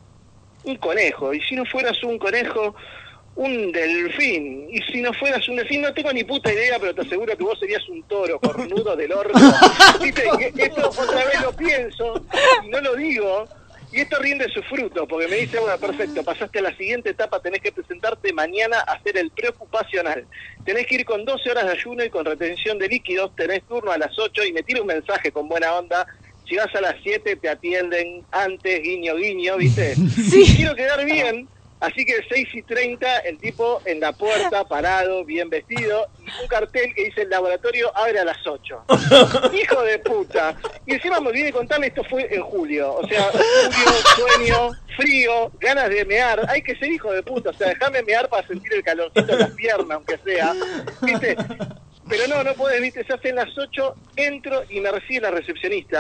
Un conejo, y si no fueras un conejo, un delfín, y si no fueras un delfín, no tengo ni puta idea, pero te aseguro que vos serías un toro cornudo del orto. ¿Viste? Esto otra vez lo pienso y no lo digo, y esto rinde sus frutos, porque me dice, bueno, perfecto, pasaste a la siguiente etapa, tenés que presentarte mañana a hacer el preocupacional. Tenés que ir con 12 horas de ayuno y con retención de líquidos, tenés turno a las 8 y me tira un mensaje con buena onda. Si vas a las 7 te atienden antes, guiño, guiño, ¿viste? Sí. Quiero quedar bien. Así que 6:30 el tipo en la puerta, parado, bien vestido, y un cartel que dice el laboratorio abre a las 8. Hijo de puta. Y encima me olvidé de contarle, esto fue en julio. O sea, julio, sueño, frío, ganas de mear. Hay que ser hijo de puta. O sea, déjame mear para sentir el calorcito en las piernas, aunque sea. ¿Viste? Pero no podés, ¿viste? Se hacen las 8, entro y me recibe la recepcionista.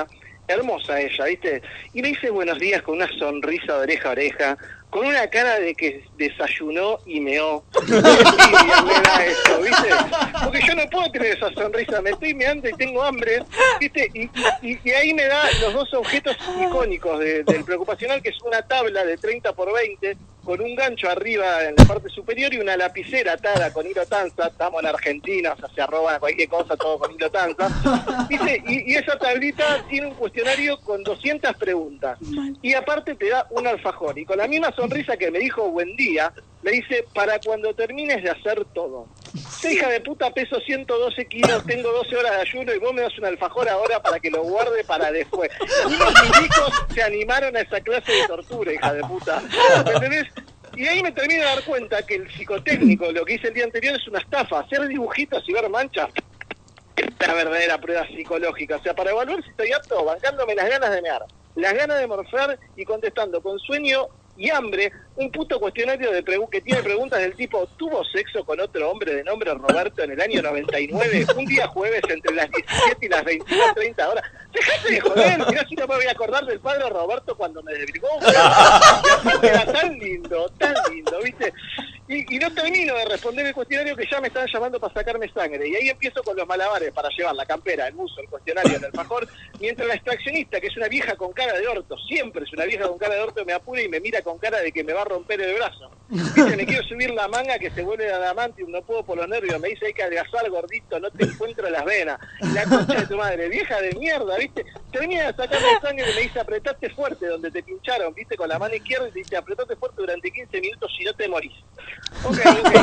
hermosa ella, ¿viste? Y me dice buenos días con una sonrisa de oreja a oreja, con una cara de que desayunó y meó. Y me da eso, ¿viste? Porque yo no puedo tener esa sonrisa, me estoy meando y tengo hambre, ¿viste? Y ahí me da los dos objetos icónicos del preocupacional, que es una tabla de 30 por 20, con un gancho arriba en la parte superior y una lapicera atada con hilo tanza. Estamos en Argentina, o sea, se arroba cualquier cosa, todo con hilo tanza. ¿Viste? Y esa tablita tiene un cuestionario con 200 preguntas. Y aparte te da un alfajor. Y con la misma sonrisa que me dijo buen día, me dice, para cuando termines de hacer todo. Sí, hija de puta, peso 112 kilos, tengo 12 horas de ayuno y vos me das un alfajor ahora para que lo guarde para después. Ni los milicos se animaron a esa clase de tortura, hija de puta. ¿Me entendés? Y ahí me termino de dar cuenta que el psicotécnico, lo que hice el día anterior, es una estafa. Hacer dibujitos y ver manchas es la verdadera prueba psicológica. O sea, para evaluar si estoy apto, bancándome las ganas de mear, las ganas de morfar y contestando con sueño y hambre un puto cuestionario que tiene preguntas del tipo: ¿tuvo sexo con otro hombre de nombre Roberto en el año 99? Un día jueves entre las 17 y las 22:30 horas. Dejate de joder, mirá si no me voy a acordar del padre Roberto cuando me desbrigó. Era tan lindo, ¿viste? Y no termino de responder el cuestionario que ya me están llamando para sacarme sangre. Y ahí empiezo con los malabares para llevar la campera, el buzo, el cuestionario, el alfajor. Mientras la extraccionista, que es una vieja con cara de orto, siempre es una vieja con cara de orto, me apura y me mira con cara de que me va a romper el brazo. ¿Viste? Me quiero subir la manga que se vuelve de adamantium, no puedo por los nervios. Me dice: hay que adelgazar, gordito, no te encuentro las venas. La concha de tu madre, vieja de mierda, ¿viste? Termina de sacarme sangre y me dice: apretate fuerte donde te pincharon, ¿viste? Con la mano izquierda, y te dice: apretate fuerte durante 15 minutos si no te morís. Ok.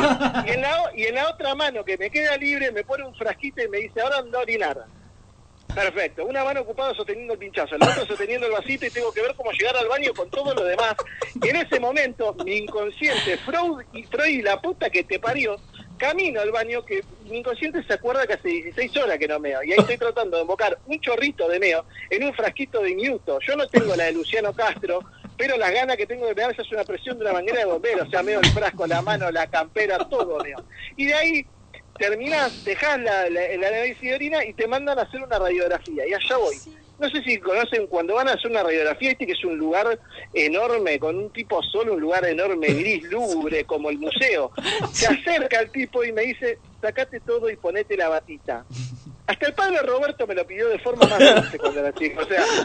Y en la otra mano que me queda libre me pone un frasquito y me dice: ahora anda a orinar. Perfecto, una mano ocupada sosteniendo el pinchazo, la otra sosteniendo el vasito, y tengo que ver cómo llegar al baño con todo lo demás. Y en ese momento, mi inconsciente, Freud y la puta que te parió, camino al baño, que mi inconsciente se acuerda que hace 16 horas que no meo, y ahí estoy tratando de invocar un chorrito de meo en un frasquito de Newton. Yo no tengo la de Luciano Castro, pero las ganas que tengo de mear ya es una presión de una manguera de bombero. O sea, meo el frasco, la mano, la campera, todo meo. Y de ahí terminás, dejás el análisis de orina y te mandan a hacer una radiografía. Y allá voy. No sé si conocen cuando van a hacer una radiografía, viste que es un lugar enorme, con un tipo solo, un lugar enorme, gris, lúgubre, como el museo. Se acerca el tipo y me dice: sacate todo y ponete la batita. Hasta el padre Roberto me lo pidió de forma más dulce cuando era chico, o sea,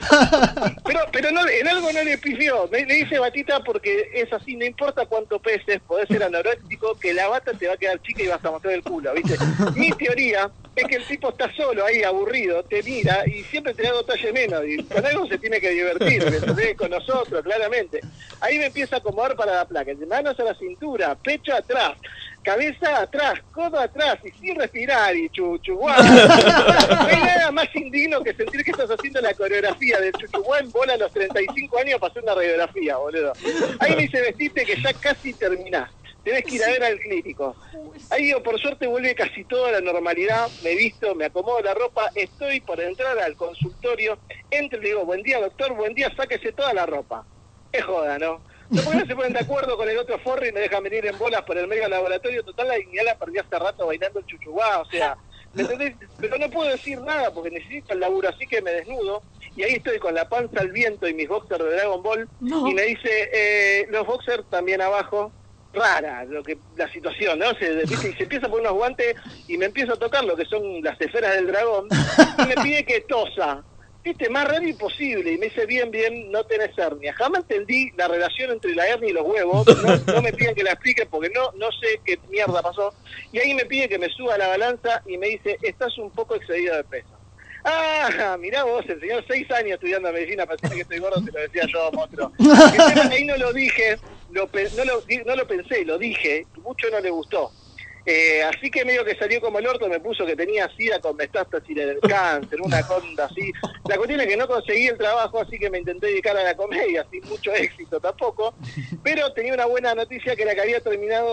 pero no, en algo no le pidió, le dice batita porque es así, no importa cuánto peses, podés ser anoréxico, que la bata te va a quedar chica y vas a mostrar el culo, ¿viste? Mi teoría es que el tipo está solo ahí, aburrido, te mira y siempre te da 2 talles menos, y con algo se tiene que divertir, ¿entendés? Con nosotros, claramente. Ahí me empieza a acomodar para la placa, manos a la cintura, pecho atrás, cabeza atrás, codo atrás y sin respirar y chuchuguá. No hay nada más indigno que sentir que estás haciendo la coreografía del chuchuguá en bola a los 35 años para hacer una radiografía, boludo. Ahí me dice: vestiste que ya casi terminás, tenés que ir a ver al clínico. Ahí por suerte vuelve casi toda la normalidad, me visto, me acomodo la ropa, estoy por entrar al consultorio, entro y le digo: buen día doctor, buen día, sáquese toda la ropa. Es joda, ¿no? No, porque no se ponen de acuerdo con el otro forro y me dejan venir en bolas por el medio del laboratorio. Total, la dignidad la perdí hace rato bailando el chuchuguá, o sea, ¿me entendés? Pero no puedo decir nada porque necesito el laburo, así que me desnudo y ahí estoy con la panza al viento y mis boxers de Dragon Ball. Y me dice: los boxers también abajo. Rara la situación, ¿no? ¿Viste? Y se empieza a poner unos guantes y me empiezo a tocar lo que son las esferas del dragón y me pide que tosa. ¿Viste? Más raro imposible. Y me dice: bien, no tenés hernia. Jamás entendí la relación entre la hernia y los huevos. No me piden que la explique porque no sé qué mierda pasó. Y ahí me pide que me suba a la balanza y me dice: estás un poco excedido de peso. Ah, mirá vos, el señor 6 años estudiando medicina, parece que estoy gordo, te lo decía yo, monstruo. Ahí no lo dije, no lo pensé, lo dije, mucho no le gustó. Así que medio que salió como el orto, me puso que tenía sida con metástasis del cáncer, una conda así. La cuestión es que no conseguí el trabajo, así que me intenté dedicar a la comedia, sin mucho éxito tampoco. Pero tenía una buena noticia, que era que había terminado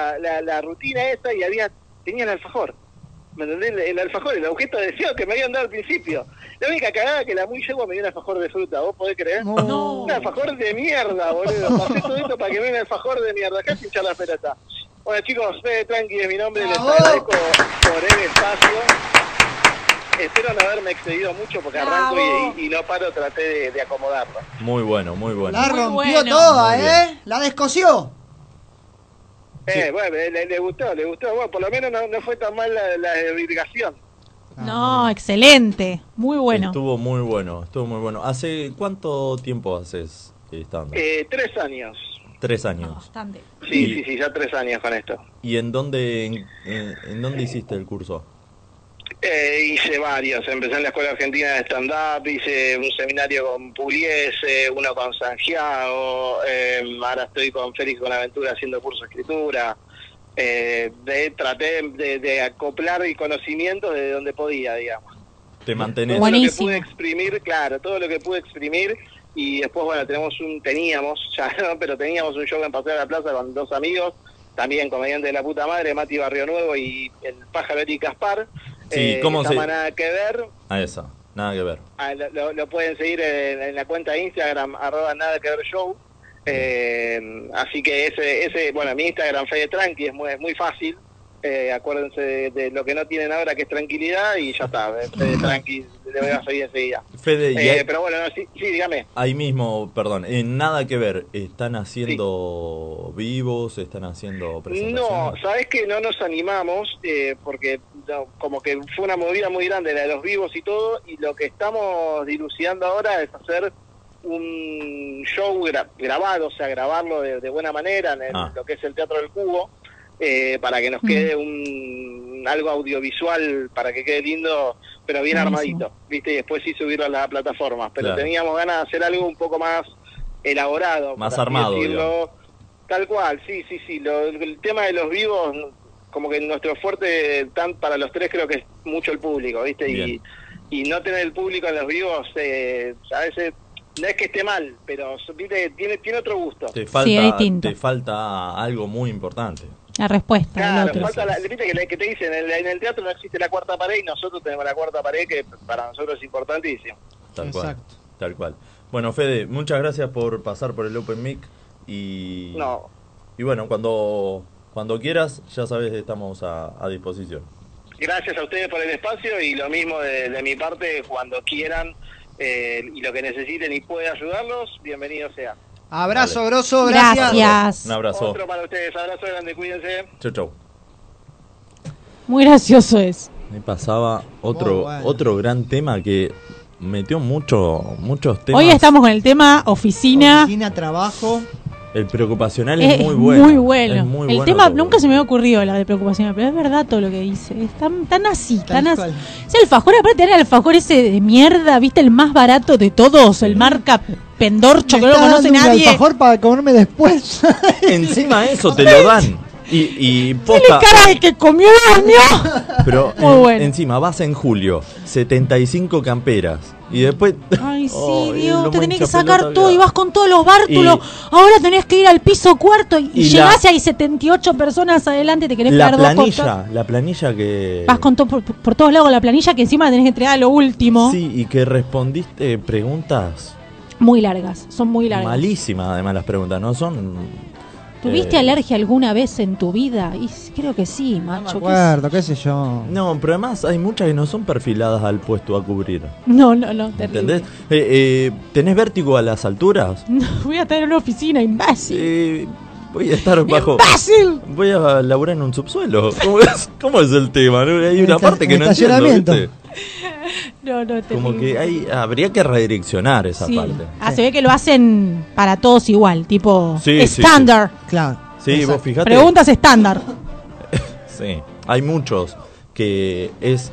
la rutina esa y tenía el alfajor. ¿Me entendés? El alfajor, el objeto de deseo que me habían dado al principio. La única cagada que la muy yegua me dio un alfajor de fruta, ¿vos podés creer? No. Un alfajor de mierda, boludo. Pasé todo esto para que me den un alfajor de mierda. Acá sin echar la pelota. Bueno, chicos, Fede Tranqui es mi nombre, les agradezco por el espacio. espero no haberme excedido mucho porque arranco y no paro, traté de acomodarlo. Muy bueno, muy bueno. La rompió bueno. toda, Muy ¿eh? La descosió. Bueno, le gustó. Bueno, por lo menos no fue tan mal la irrigación. No, excelente. Muy bueno. Estuvo muy bueno. ¿Hace cuánto tiempo haces stand-up? 3 años. 3 años. Bastante. Sí, ya 3 años con esto. ¿Y en dónde hiciste el curso? Hice varios. Empecé en la Escuela Argentina de Stand-Up, hice un seminario con Pugliese, uno con Santiago, ahora estoy con Félix Bonaventura haciendo curso de escritura. Traté de acoplar el conocimiento de donde podía, digamos. Te mantenés. Todo lo que pude exprimir, todo lo que pude exprimir. Y después, bueno, teníamos un show en Paseo de la Plaza con 2 amigos, también comediantes de la puta madre, Mati Barrio Nuevo y el Pájaro Eri Caspar. Sí, ¿cómo se llama Nada que Ver. A esa, Nada que Ver. Lo pueden seguir en la cuenta de Instagram, @Nada que Ver Show. Así que ese, bueno, mi Instagram, Fede Tranqui, es muy fácil. Acuérdense de lo que no tienen ahora, que es tranquilidad, y ya está. Fede Tranqui, le voy a seguir enseguida. Fede, pero bueno, sí, dígame. Ahí mismo, perdón, en Nada que Ver, ¿están haciendo vivos? ¿Están haciendo presentaciones? No, sabes que no nos animamos, porque como que fue una movida muy grande la de los vivos y todo, y lo que estamos dilucidando ahora es hacer un show grabado, o sea, grabarlo de buena manera en lo que es el Teatro del Cubo, para que nos quede algo audiovisual, para que quede lindo, pero bien armadito, ¿viste? Y después sí subirlo a las plataformas. Pero Claro. teníamos ganas de hacer algo un poco más elaborado. Más por así armado, decirlo. digamos. Tal cual, sí. El tema de los vivos, como que nuestro fuerte, para los tres, creo que es mucho el público, ¿viste? Bien. Y no tener el público en los vivos, a veces no es que esté mal, pero ¿viste? Tiene otro gusto. Te Sí, es distinto. falta algo muy importante. La respuesta Claro, del otro. falta viste que te dicen, en el teatro no existe la cuarta pared y nosotros tenemos la cuarta pared, que para nosotros es importantísimo. Tal cual. Bueno, Fede, muchas gracias por pasar por el Open Mic y bueno, cuando quieras, ya sabes, estamos a disposición. Gracias a ustedes por el espacio y lo mismo de mi parte, cuando quieran y lo que necesiten y pueda ayudarlos, bienvenido sea. Abrazo, grosso, gracias. Un abrazo. Otro para ustedes, abrazo grande, cuídense. Chau. Muy gracioso es. Me pasaba otro gran tema que metió muchos temas. Hoy estamos con el tema oficina, trabajo. El preocupacional es muy bueno. Muy bueno. Es muy el bueno tema todo. nunca se me había ocurrido la de preocupación, pero es verdad todo lo que dice. Es tan así, tan así. cual. Ese alfajor, aparte era el alfajor ese de mierda, ¿viste? El más barato de todos, el marca Pendorcho, que no lo conoce nadie. Alfajor para comerme después. Encima eso te lo dan. Y Tiene posta, cara de que comió y durmió. pero Muy bueno. encima vas en julio, 75 camperas. Y después. Ay, sí, Oh, y Dios, lo te tenés que mancha sacar pelota, todo y vas con todos los bártulos. Ahora tenés que ir al piso cuarto y Y llegás y hay 78 personas adelante, te querés La pegar dos cosas. planilla que. Vas con por todos lados la planilla que encima tenés que entregar a lo último. Sí, y que respondiste preguntas Muy largas, son muy largas. malísimas, además las preguntas, ¿no? Son. ¿Tuviste alergia alguna vez en tu vida? Y creo que sí, macho. Qué sé yo. No, pero además hay muchas que no son perfiladas al puesto a cubrir. No, terrible. ¿Entendés? ¿Tenés vértigo a las alturas? No, voy a estar en una oficina, imbécil. Voy a estar bajo. ¡Imbécil! Voy a laburar en un subsuelo. ¿Cómo es el tema? ¿No? Hay una parte que no entiendo, ¿viste? No, Como que habría que redireccionar esa sí. parte. Se ve que lo hacen para todos igual, tipo Sí, estándar. Claro. Sí, vos fijate. Preguntas estándar. Sí, hay muchos que es...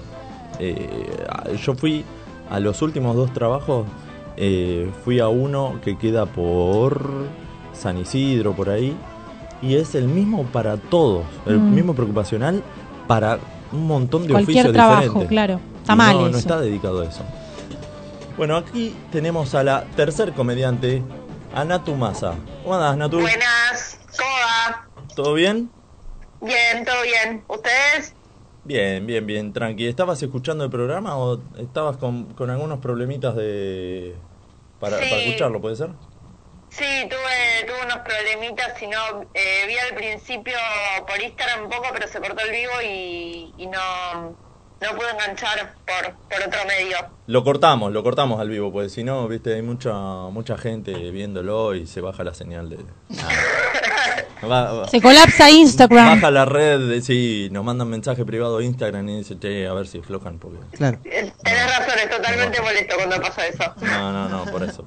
yo fui a los últimos 2 trabajos, fui a uno que queda por San Isidro, por ahí, y es el mismo para todos, el mismo preocupacional para un montón de Cualquier oficios trabajo, diferentes. claro. Está Y mal no eso. está dedicado a eso. Bueno, aquí tenemos a la tercer comediante, a Natu Massa. ¿Cómo andás, Natu? Buenas, ¿cómo va? ¿Todo bien? Bien, todo bien. ¿Ustedes? Bien, tranqui. ¿Estabas escuchando el programa o estabas con algunos problemitas para escucharlo, puede ser? Sí, tuve unos problemitas, si no, vi al principio por Instagram un poco, pero se cortó el vivo y no no puedo enganchar por otro medio. Lo cortamos al vivo, porque si no, viste, hay mucha gente viéndolo y se baja la señal de... Se colapsa Instagram. Baja la red, sí, nos mandan mensaje privado a Instagram y dice, che, a ver si aflojan, porque... Claro. Tenés razón, es totalmente molesto cuando pasa eso. No, por eso.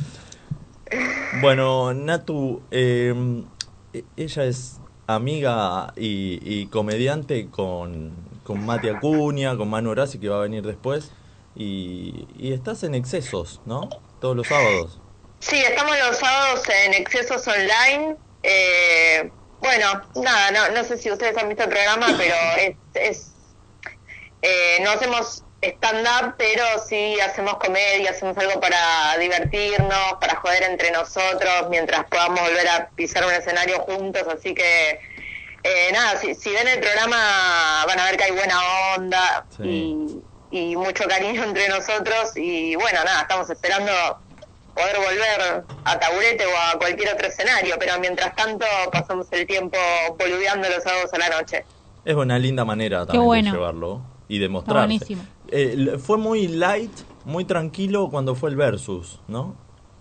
Bueno, Natu, ella es amiga y comediante con Mati Acuña, con Manu Orasi, que va a venir después, y estás en Excesos, ¿no? Todos los sábados. Sí, estamos los sábados en Excesos Online. Bueno, nada, no sé si ustedes han visto el programa, pero no hacemos stand-up, pero sí hacemos comedia, hacemos algo para divertirnos, para joder entre nosotros, mientras podamos volver a pisar un escenario juntos, así que nada, si ven el programa van a ver que hay buena onda, sí, y mucho cariño entre nosotros, y bueno, nada, estamos esperando poder volver a Taburete o a cualquier otro escenario, pero mientras tanto pasamos el tiempo boludeando los sábados a la noche. Es una linda manera también de llevarlo y de mostrarse. Buenísimo. Fue muy light, muy tranquilo cuando fue el Versus, ¿no?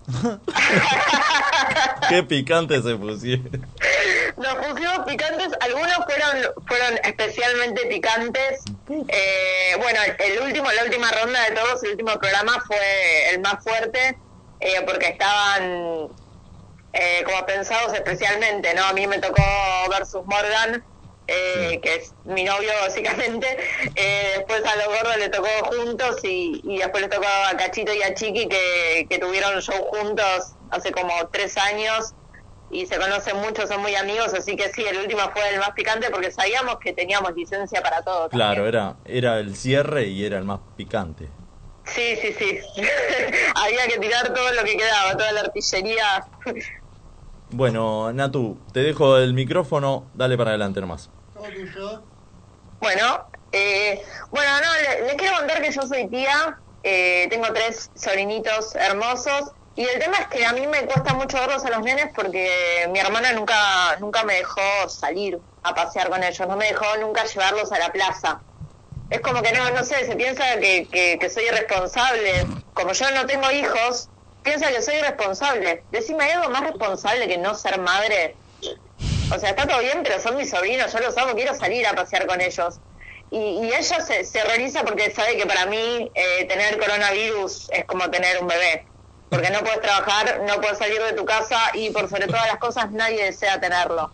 Qué picante se pusieron. Nos pusimos picantes, algunos fueron especialmente picantes. Bueno, la última ronda de todos, el último programa fue el más fuerte, porque estaban como pensados especialmente, ¿no? A mí me tocó Versus Morgan, que es mi novio básicamente, después a los gordos le tocó Juntos y después le tocó a Cachito y a Chiqui que tuvieron show juntos hace como 3 años y se conocen mucho, son muy amigos, así que sí, el último fue el más picante porque sabíamos que teníamos licencia para todo. Claro, era el cierre y era el más picante. Sí. Había que tirar todo lo que quedaba, toda la artillería. Bueno, Natu, te dejo el micrófono, dale para adelante nomás. Bueno, les quiero contar que yo soy tía, tengo 3 sobrinitos hermosos y el tema es que a mí me cuesta mucho verlos a los nenes porque mi hermana nunca me dejó salir a pasear con ellos, no me dejó nunca llevarlos a la plaza. Es como que no sé, se piensa que soy irresponsable. Como yo no tengo hijos, piensa que soy irresponsable. Decime, ¿hay algo más responsable que no ser madre? O sea, está todo bien, pero son mis sobrinos, yo los amo, quiero salir a pasear con ellos. Y ella se horroriza porque sabe que para mí tener coronavirus es como tener un bebé. Porque no puedes trabajar, no puedes salir de tu casa y por sobre todas las cosas nadie desea tenerlo.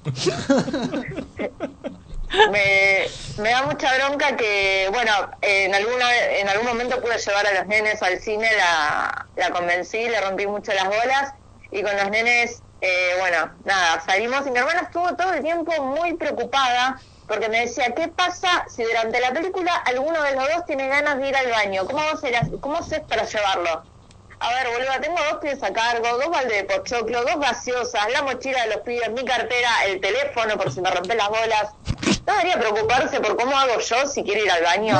Me da mucha bronca que, bueno, en algún momento pude llevar a los nenes al cine, la convencí, le rompí mucho las bolas y con los nenes, bueno, nada, salimos y mi hermana estuvo todo el tiempo muy preocupada porque me decía, ¿qué pasa si durante la película alguno de los dos tiene ganas de ir al baño? ¿Cómo haces para llevarlo? A ver, boluda, tengo 2 pies a cargo, 2 baldes de pochoclo, 2 gaseosas, la mochila de los pibes, mi cartera, el teléfono por si me rompe las bolas. ¿No debería preocuparse por cómo hago yo si quiero ir al baño?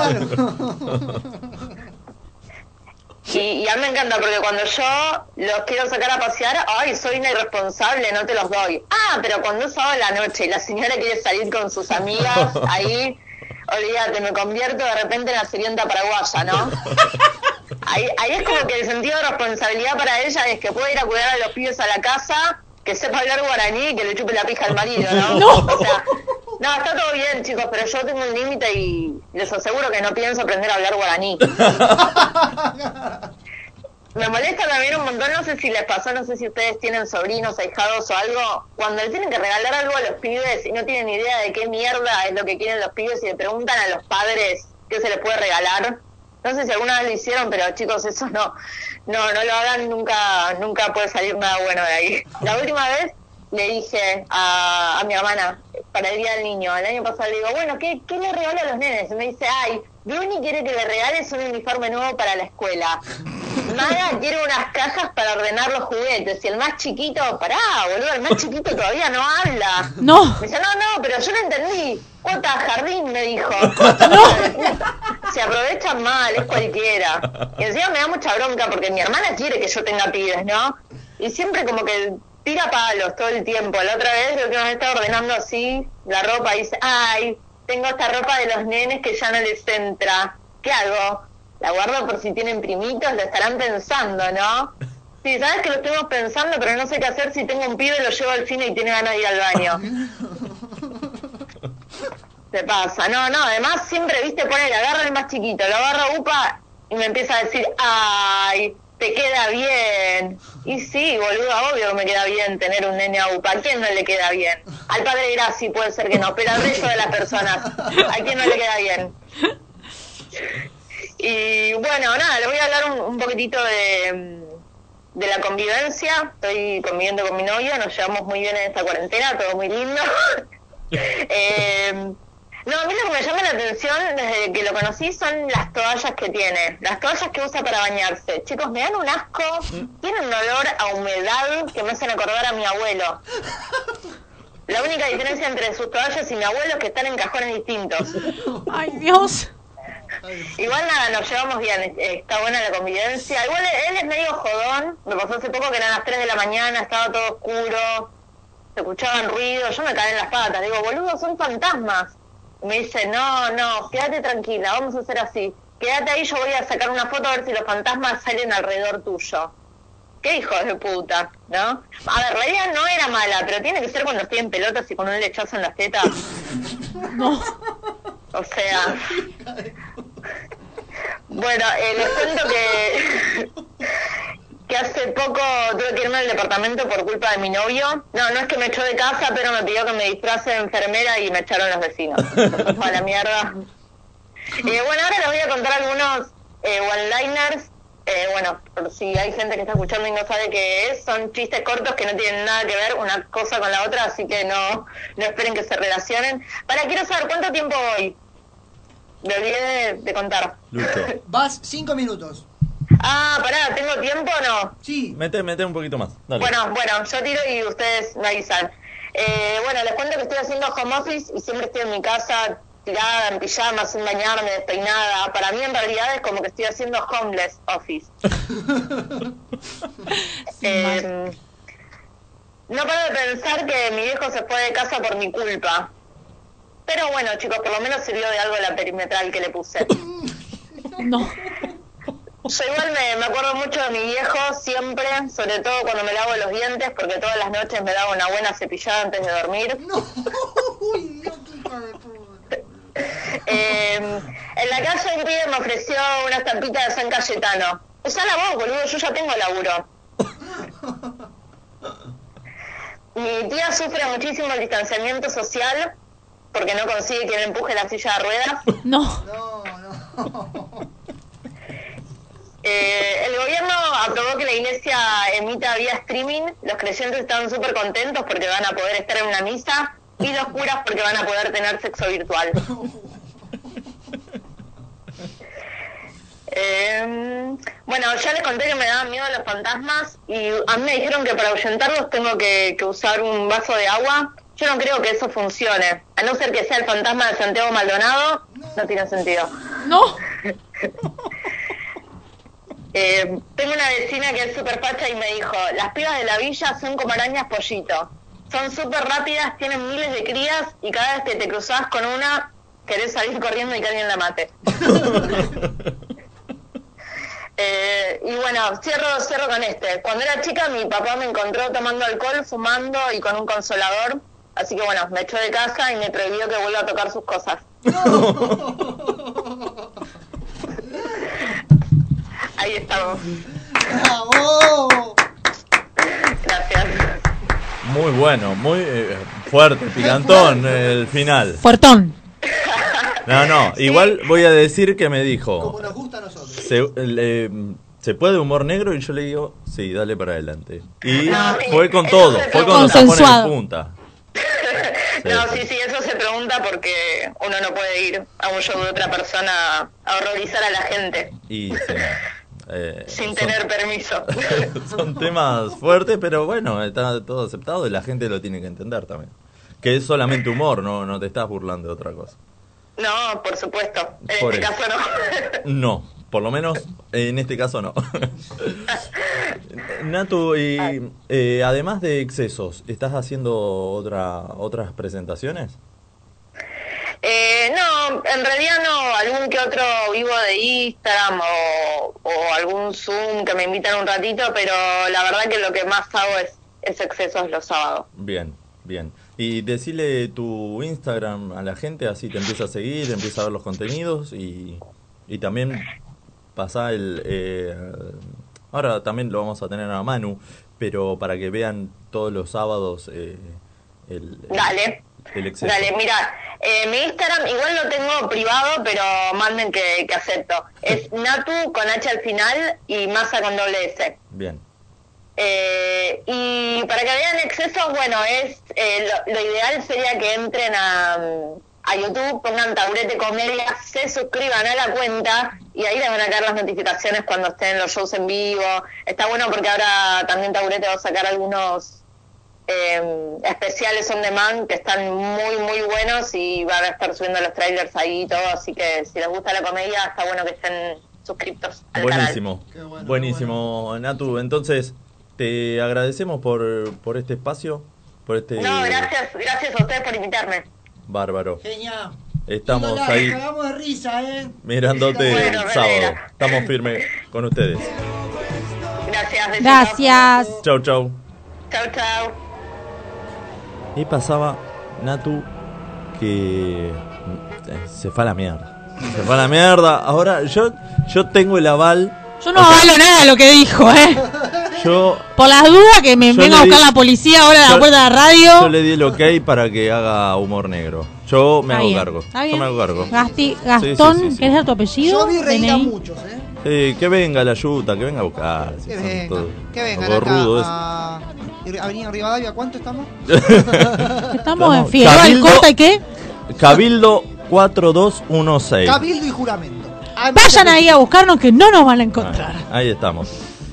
Y a mí me encanta porque cuando yo los quiero sacar a pasear, ay, soy una irresponsable, no te los doy. Ah, pero cuando es sábado de la noche y la señora quiere salir con sus amigas, ahí, olvídate, me convierto de repente en la sirvienta paraguaya, ¿no? Ahí es como que el sentido de responsabilidad para ella es que puede ir a cuidar a los pibes a la casa, que sepa hablar guaraní y que le chupe la pija al marido, ¿no? No. O sea, no, está todo bien, chicos, pero yo tengo un límite y les aseguro que no pienso aprender a hablar guaraní. Me molesta también un montón, no sé si les pasó, no sé si ustedes tienen sobrinos, ahijados o algo, cuando le tienen que regalar algo a los pibes y no tienen idea de qué mierda es lo que quieren los pibes y le preguntan a los padres qué se les puede regalar. No sé si alguna vez lo hicieron, pero chicos, eso no lo hagan, nunca puede salir nada bueno de ahí. La última vez le dije a mi hermana, para el Día del Niño, el año pasado, le digo, bueno, ¿qué le regalo a los nenes? Y me dice, ay, Bruni quiere que le regales un uniforme nuevo para la escuela. Maga quiere unas cajas para ordenar los juguetes. Y el más chiquito, pará, boludo, el más chiquito todavía no habla. No. Me dice, no, pero yo no entendí. Cuota jardín, me dijo. Se aprovechan mal, es cualquiera. Y encima me da mucha bronca porque mi hermana quiere que yo tenga pibes, ¿no? Y siempre como que tira palos todo el tiempo. La otra vez, lo que nos estaba ordenando así, la ropa, y dice, ay, tengo esta ropa de los nenes que ya no les entra. ¿Qué hago? La guardo por si tienen primitos, lo estarán pensando, ¿no? Sí, sabes que lo estuvimos pensando, pero no sé qué hacer si tengo un pibe, lo llevo al cine y tiene ganas de ir al baño. Se pasa, no, además siempre, viste, pone, agarra el más chiquito, lo agarra upa y me empieza a decir, ay, te queda bien. Y sí, boludo, obvio que me queda bien tener un nene a upa. ¿A quién no le queda bien? Al padre Graci puede ser que no, pero al resto de las personas, ¿a quién no le queda bien? Y bueno, nada, les voy a hablar un poquitito de la convivencia. Estoy conviviendo con mi novio, nos llevamos muy bien en esta cuarentena, todo muy lindo. No, a mí lo que me llama la atención desde que lo conocí son las toallas que tiene, las toallas que usa para bañarse. Chicos, me dan un asco, tienen un olor a humedad que me hacen acordar a mi abuelo. La única diferencia entre sus toallas y mi abuelo es que están en cajones distintos. ¡Ay, Dios! Igual nada, nos llevamos bien, está buena la convivencia. Igual él es medio jodón, me pasó hace poco que eran las 3 de la mañana, estaba todo oscuro, se escuchaban ruidos, yo me caí en las patas, digo, boludo, son fantasmas. Me dice, no, quédate tranquila, vamos a hacer así. Quédate ahí, yo voy a sacar una foto a ver si los fantasmas salen alrededor tuyo. Qué hijo de puta, ¿no? A ver, la idea no era mala, pero tiene que ser cuando estoy en pelotas y con un lechazo en las tetas. No. O sea... Bueno, les cuento que hace poco tuve que irme al departamento por culpa de mi novio. No es que me echó de casa, pero me pidió que me disfrace de enfermera y me echaron los vecinos. A la mierda. Bueno, ahora les voy a contar algunos one-liners. Bueno, por si hay gente que está escuchando y no sabe qué es, son chistes cortos que no tienen nada que ver una cosa con la otra, así que no esperen que se relacionen. Quiero saber cuánto tiempo voy. Me olvidé de contar. Vas 5 minutos. Ah, pará, ¿tengo tiempo o no? Sí. Mete un poquito más. Dale. Bueno, yo tiro y ustedes me avisan. Bueno, les cuento que estoy haciendo home office y siempre estoy en mi casa tirada, en pijama, sin bañarme, despeinada. Para mí en realidad es como que estoy haciendo homeless office. No paro de pensar que mi viejo se fue de casa por mi culpa. Pero bueno, chicos, por lo menos sirvió de algo la perimetral que le puse. No. Yo igual me acuerdo mucho de mi viejo siempre, sobre todo cuando me lavo los dientes, porque todas las noches me daba una buena cepillada antes de dormir. En la calle un pibe me ofreció una estampita de San Cayetano. Usala vos, boludo, yo ya tengo laburo. Mi tía sufre muchísimo el distanciamiento social porque no consigue quien empuje la silla de ruedas. No. El gobierno aprobó que la iglesia emita vía streaming. Los creyentes están súper contentos porque van a poder estar en una misa y los curas porque van a poder tener sexo virtual. Bueno, ya les conté que me daban miedo los fantasmas y a mí me dijeron que para ahuyentarlos tengo que usar un vaso de agua. Yo no creo que eso funcione, a no ser que sea el fantasma de Santiago Maldonado, no tiene sentido. No. Tengo una vecina que es súper facha y me dijo, las pibas de la villa son como arañas pollito, son súper rápidas, tienen miles de crías y cada vez que te cruzás con una, querés salir corriendo y que alguien la mate. Y bueno, cierro con este. Cuando era chica mi papá me encontró tomando alcohol, fumando y con un consolador, así que bueno, me echó de casa y me prohibió que vuelva a tocar sus cosas. Ahí estamos. ¡Bravo! Gracias. Muy bueno, muy fuerte, picantón el final. Fuertón. No, igual voy a decir que me dijo. Como nos gusta a nosotros. ¿Se puede humor negro? Y yo le digo, sí, dale para adelante. Y No, sí, fue con eso todo, se fue con los consensuado. tapones de punta. No, sí, eso se pregunta porque uno no puede ir a un show de otra persona a horrorizar a la gente Y sin tener permiso. son temas fuertes, pero bueno, está todo aceptado y la gente lo tiene que entender también. Que es solamente humor, no te estás burlando de otra cosa. No, por supuesto. En Por este eso. caso no. No, por lo menos en este caso no. Natu, y además de excesos, ¿estás haciendo otras presentaciones? No, en realidad no, algún que otro vivo de Instagram o algún Zoom que me invitan un ratito, pero la verdad que lo que más hago es excesos los sábados. Bien, bien. Y decile tu Instagram a la gente, así te empieza a seguir, empieza a ver los contenidos y también pasa ahora también lo vamos a tener a Manu, pero para que vean todos los sábados Dale. el exceso. Dale, mira, mi Instagram igual lo tengo privado, pero manden que acepto. Es Natu con H al final y Masa con doble S. Bien. Y para que vean excesos, bueno, lo ideal sería que entren a YouTube, pongan Taburete Comedia, se suscriban a la cuenta y ahí les van a caer las notificaciones cuando estén los shows en vivo. Está bueno porque ahora también Taburete va a sacar algunos especiales on demand que están muy muy buenos y van a estar subiendo los trailers ahí y todo, así que si les gusta la comedia está bueno que estén suscriptos al Buenísimo, canal. buenísimo, Natu. Entonces te agradecemos por este espacio, por este... No, gracias a ustedes por invitarme. Bárbaro. Genial. Estamos ahí Nos cagamos de risa, mirándote Bueno, el sábado. Estamos firmes con ustedes. Gracias. besitos. Gracias. Chau, chau. Chau. Y pasaba Natu que se fue a la mierda. Se fue a la mierda. Ahora yo tengo el aval. Yo no avalo nada de lo que dijo, Yo Por las dudas que me venga a buscar la policía ahora a la puerta de la radio. Yo le di el ok para que haga humor negro. Yo me Está hago bien, cargo. está Yo bien. me hago cargo. Gastón, Sí. ¿querés dar tu apellido? Yo vi reír a DNI. muchos, Que venga la yuta, que venga a buscar. Si Que son venga, todos que vengan gorrudos. acá a Avenida Rivadavia, ¿cuánto estamos? Estamos en Figueroa del Corta y qué. Cabildo 4216. Cabildo y juramento. Vayan ahí a buscarnos que no nos van a encontrar. Ahí estamos.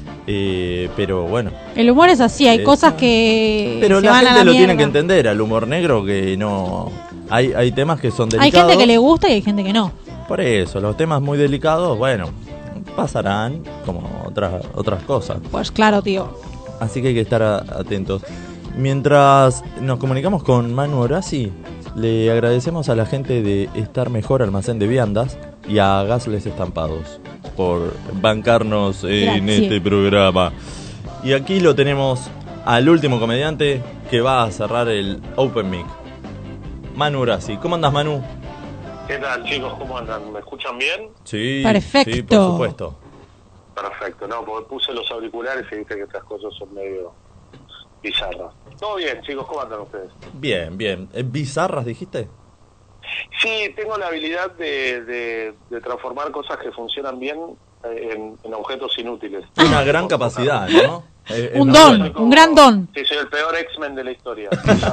Pero bueno. El humor es así, hay cosas que Pero se la van a gente la lo tiene mierda. que entender, al humor negro, que no... Hay temas que son Hay delicados. gente que le gusta y hay gente que no. Por eso, los temas muy delicados, bueno, pasarán como otras cosas. Pues claro, tío. Así que hay que estar atentos. Mientras nos comunicamos con Manu Horaci, le agradecemos a la gente de Estar Mejor Almacén de Viandas y a Gasles Estampados por bancarnos en Gracias. este programa. Y aquí lo tenemos al último comediante que va a cerrar el Open Mic, Manu Horaci. ¿Cómo andas, Manu? ¿Qué tal, chicos? ¿Cómo andan? ¿Me escuchan bien? Sí, Perfecto. sí, por supuesto. Perfecto, no, porque puse los auriculares y viste que estas cosas son medio bizarras. Todo bien, chicos, ¿cómo andan ustedes? Bien, bien. ¿Bizarras dijiste? Sí, tengo la habilidad de transformar cosas que funcionan bien en objetos inútiles. Una gran capacidad, ¿no? Un don, un gran don. Sí, soy el peor X-Men de la historia. O sea,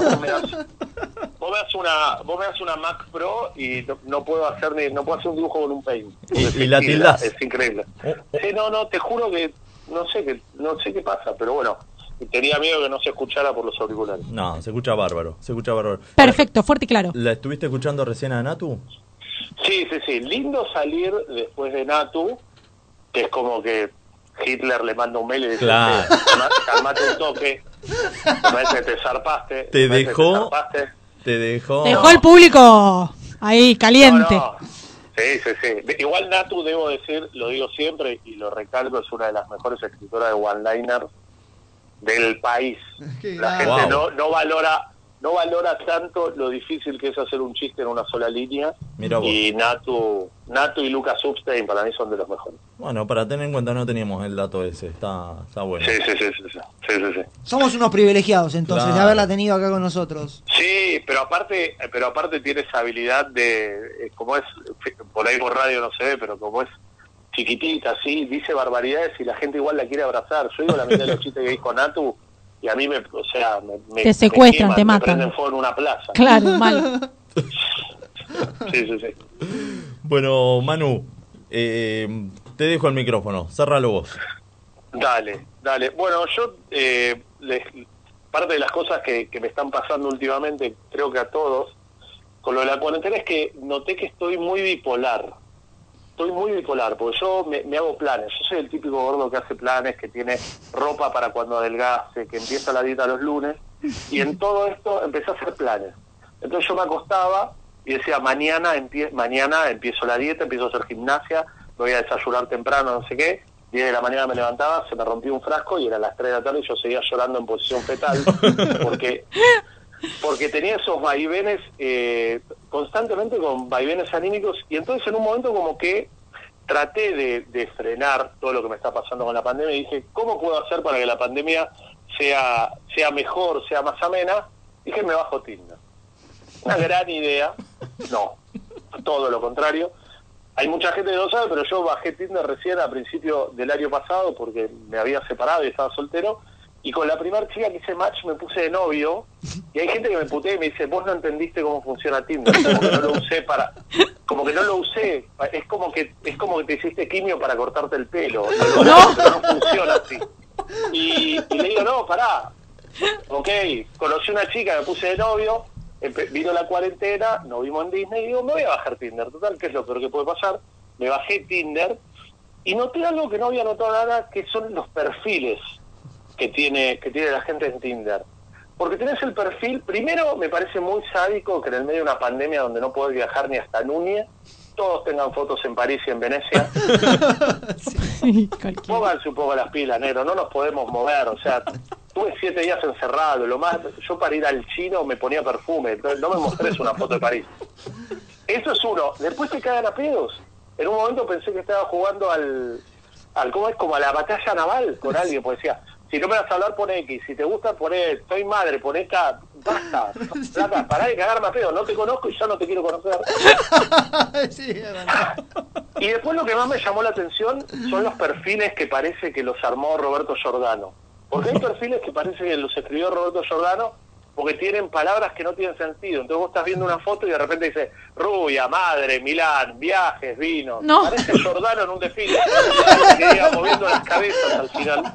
vos me das una Mac Pro y no puedo hacer un dibujo con un Paint. Y la tildás. Es increíble. Sí, no, te juro que no sé qué pasa, pero bueno, tenía miedo que no se escuchara por los auriculares. No, se escucha bárbaro, se escucha bárbaro. Perfecto, fuerte y claro. ¿La estuviste escuchando recién a Natu? Sí. Lindo salir después de Natu, que es como que Hitler le manda un mail y dice, Claro. calmate un toque, me parece que te zarpaste. Te me parece que dejó- zarpaste. Te dejó... Dejó el público ahí, caliente. No. Sí. Igual Natu, debo decir, lo digo siempre y lo recalco, es una de las mejores escritoras de one-liner del país. La gente Wow. no valora tanto lo difícil que es hacer un chiste en una sola línea. Mirá vos. Y Natu y Lucas Substein para mí son de los mejores. Bueno, para tener en cuenta no teníamos el dato ese, está bueno. Sí. Somos unos privilegiados entonces Claro. de haberla tenido acá con nosotros. Sí, pero aparte tiene esa habilidad de, como es, por ahí por radio no se ve, pero como es chiquitita, así, dice barbaridades y la gente igual la quiere abrazar. Yo digo la mitad de los chistes que dijo Natu y a mí me Te secuestran, queman, te me matan. prenden fuego en una plaza. Claro, mal. Sí. Bueno, Manu, te dejo el micrófono, cérralo vos. Dale. Bueno, yo, parte de las cosas que me están pasando últimamente, creo que a todos, con lo de la cuarentena es que noté que estoy muy bipolar. Porque yo me hago planes. Yo soy el típico gordo que hace planes, que tiene ropa para cuando adelgace, que empieza la dieta los lunes, y en todo esto empecé a hacer planes. Entonces yo me acostaba y decía, mañana empiezo la dieta, empiezo a hacer gimnasia, me voy a desayunar temprano, no sé qué. 10 de la mañana me levantaba, se me rompió un frasco y era las 3 de la tarde y yo seguía llorando en posición fetal porque tenía esos vaivenes constantemente, con vaivenes anímicos, y entonces en un momento como que traté de frenar todo lo que me está pasando con la pandemia y dije, ¿cómo puedo hacer para que la pandemia sea mejor, sea más amena? Dije, me bajo Tinder. Una gran idea. No, todo lo contrario. Hay mucha gente que no sabe, pero yo bajé Tinder recién a principio del año pasado porque me había separado y estaba soltero, y con la primera chica que hice match me puse de novio, y hay gente que me putea y me dice, vos no entendiste cómo funciona Tinder, como que no lo usé, es como que te hiciste quimio para cortarte el pelo, pero no funciona así. Y le digo, no, pará, ok, conocí una chica, me puse de novio, vino la cuarentena, nos vimos en Disney y digo, me voy a bajar Tinder, total, ¿qué es lo peor que puede pasar? Me bajé Tinder y noté algo que no había notado nada, que son los perfiles que tiene la gente en Tinder. Porque tenés el perfil, primero me parece muy sádico que en el medio de una pandemia donde no podés viajar ni hasta Núñez, todos tengan fotos en París y en Venecia. Pónganse un poco las pilas, negro, no nos podemos mover, o sea, tuve 7 días encerrado, yo para ir al chino me ponía perfume, entonces no me mostrés una foto de París. Eso es uno. Después te cagan a pedos. En un momento pensé que estaba jugando ¿cómo es? Como a la batalla naval con alguien, pues decía, si no me vas a hablar, pon X, si te gusta, poné, soy madre, pon esta, basta, plata, pará de cagarme a pedo, no te conozco y ya no te quiero conocer. Sí, es verdad. Y después lo que más me llamó la atención son los perfiles que parece que los armó Roberto Giordano. Porque hay perfiles que parece que los escribió Roberto Giordano porque tienen palabras que no tienen sentido. Entonces vos estás viendo una foto y de repente dice rubia, madre, Milán, viajes, vino. No. Parece Giordano en un desfile. Que iba moviendo las cabezas al final.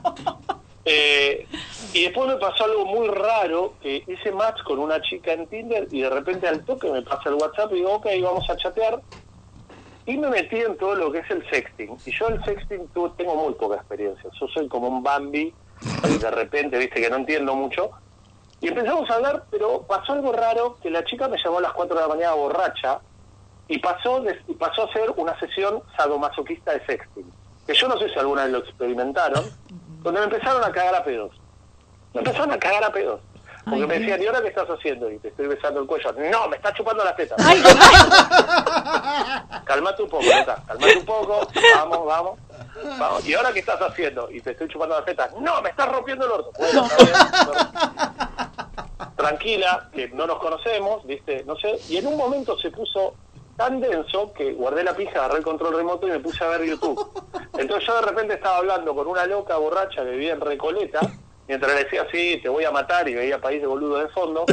Y después me pasó algo muy raro, que hice match con una chica en Tinder y de repente al toque me pasa el WhatsApp y digo, ok, vamos a chatear. Y me metí en todo lo que es el sexting. Y yo el sexting tengo muy poca experiencia. Yo soy como un Bambi, y de repente, viste, que no entiendo mucho. Y empezamos a hablar, pero pasó algo raro, que la chica me llamó a las 4 de la mañana borracha y pasó a ser una sesión sadomasoquista de sexting. Que yo no sé si alguna vez lo experimentaron, donde me empezaron a cagar a pedos. Porque me decían, ¿y ahora qué estás haciendo? Y te estoy besando el cuello. No, me estás chupando las tetas. Calmate un poco, Neta, calmate un poco. Vamos. ¿Y ahora qué estás haciendo? Y te estoy chupando las tetas. No, me estás rompiendo el orto. Bueno, está bien. Tranquila, que no nos conocemos, ¿viste? No sé. Y en un momento se puso tan denso que guardé la pija, agarré el control remoto y me puse a ver YouTube. Entonces yo de repente estaba hablando con una loca borracha que vivía en Recoleta, mientras le decía, sí, te voy a matar, y veía País de Boludo de fondo.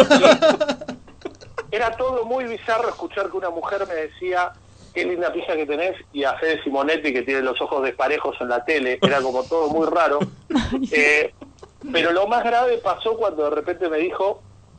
Era todo muy bizarro escuchar que una mujer me decía, qué linda pija que tenés, y a Fede Simonetti, que tiene los ojos desparejos en la tele. Era como todo muy raro. Pero lo más grave pasó cuando de repente me dijo,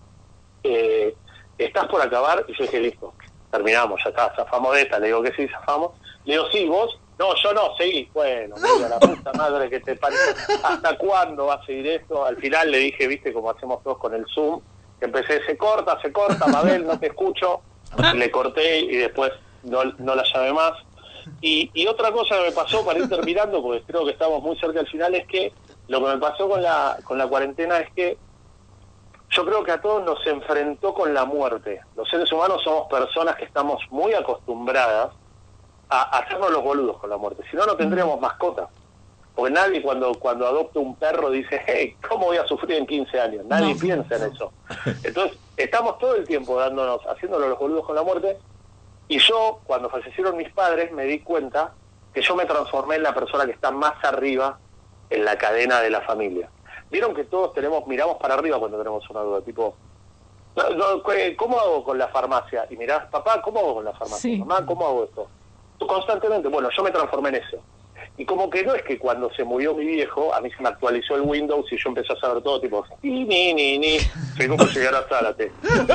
¿estás por acabar? Y yo dije, listo, terminamos, ya está, zafamos de esta. Le digo que sí, zafamos. Le digo, sí, vos. No, yo no, seguí. Bueno, mira, la puta madre que te parió. ¿Hasta cuándo va a seguir esto? Al final le dije, viste, como hacemos todos con el Zoom, que empecé, se corta, Mabel, no te escucho. Le corté y después no la llamé más. Y otra cosa que me pasó, para ir terminando, porque creo que estamos muy cerca del final, es que lo que me pasó con la cuarentena es que yo creo que a todos nos enfrentó con la muerte. Los seres humanos somos personas que estamos muy acostumbradas a hacernos los boludos con la muerte. Si no, no tendríamos mascota. Porque nadie cuando adopta un perro dice, hey, ¿cómo voy a sufrir en 15 años? Nadie piensa en eso. Entonces, estamos todo el tiempo haciéndonos los boludos con la muerte. Y yo, cuando fallecieron mis padres, me di cuenta que yo me transformé en la persona que está más arriba en la cadena de la familia. Vieron que todos miramos para arriba cuando tenemos una duda, tipo, ¿cómo hago con la farmacia? Y mirás, papá, ¿cómo hago con la farmacia? Sí. Mamá, ¿cómo hago esto? Constantemente. Bueno, yo me transformé en eso. Y como que no es que cuando se murió mi viejo, a mí se me actualizó el Windows y yo empecé a saber todo, tipo, ni, soy como llegar a Zárate.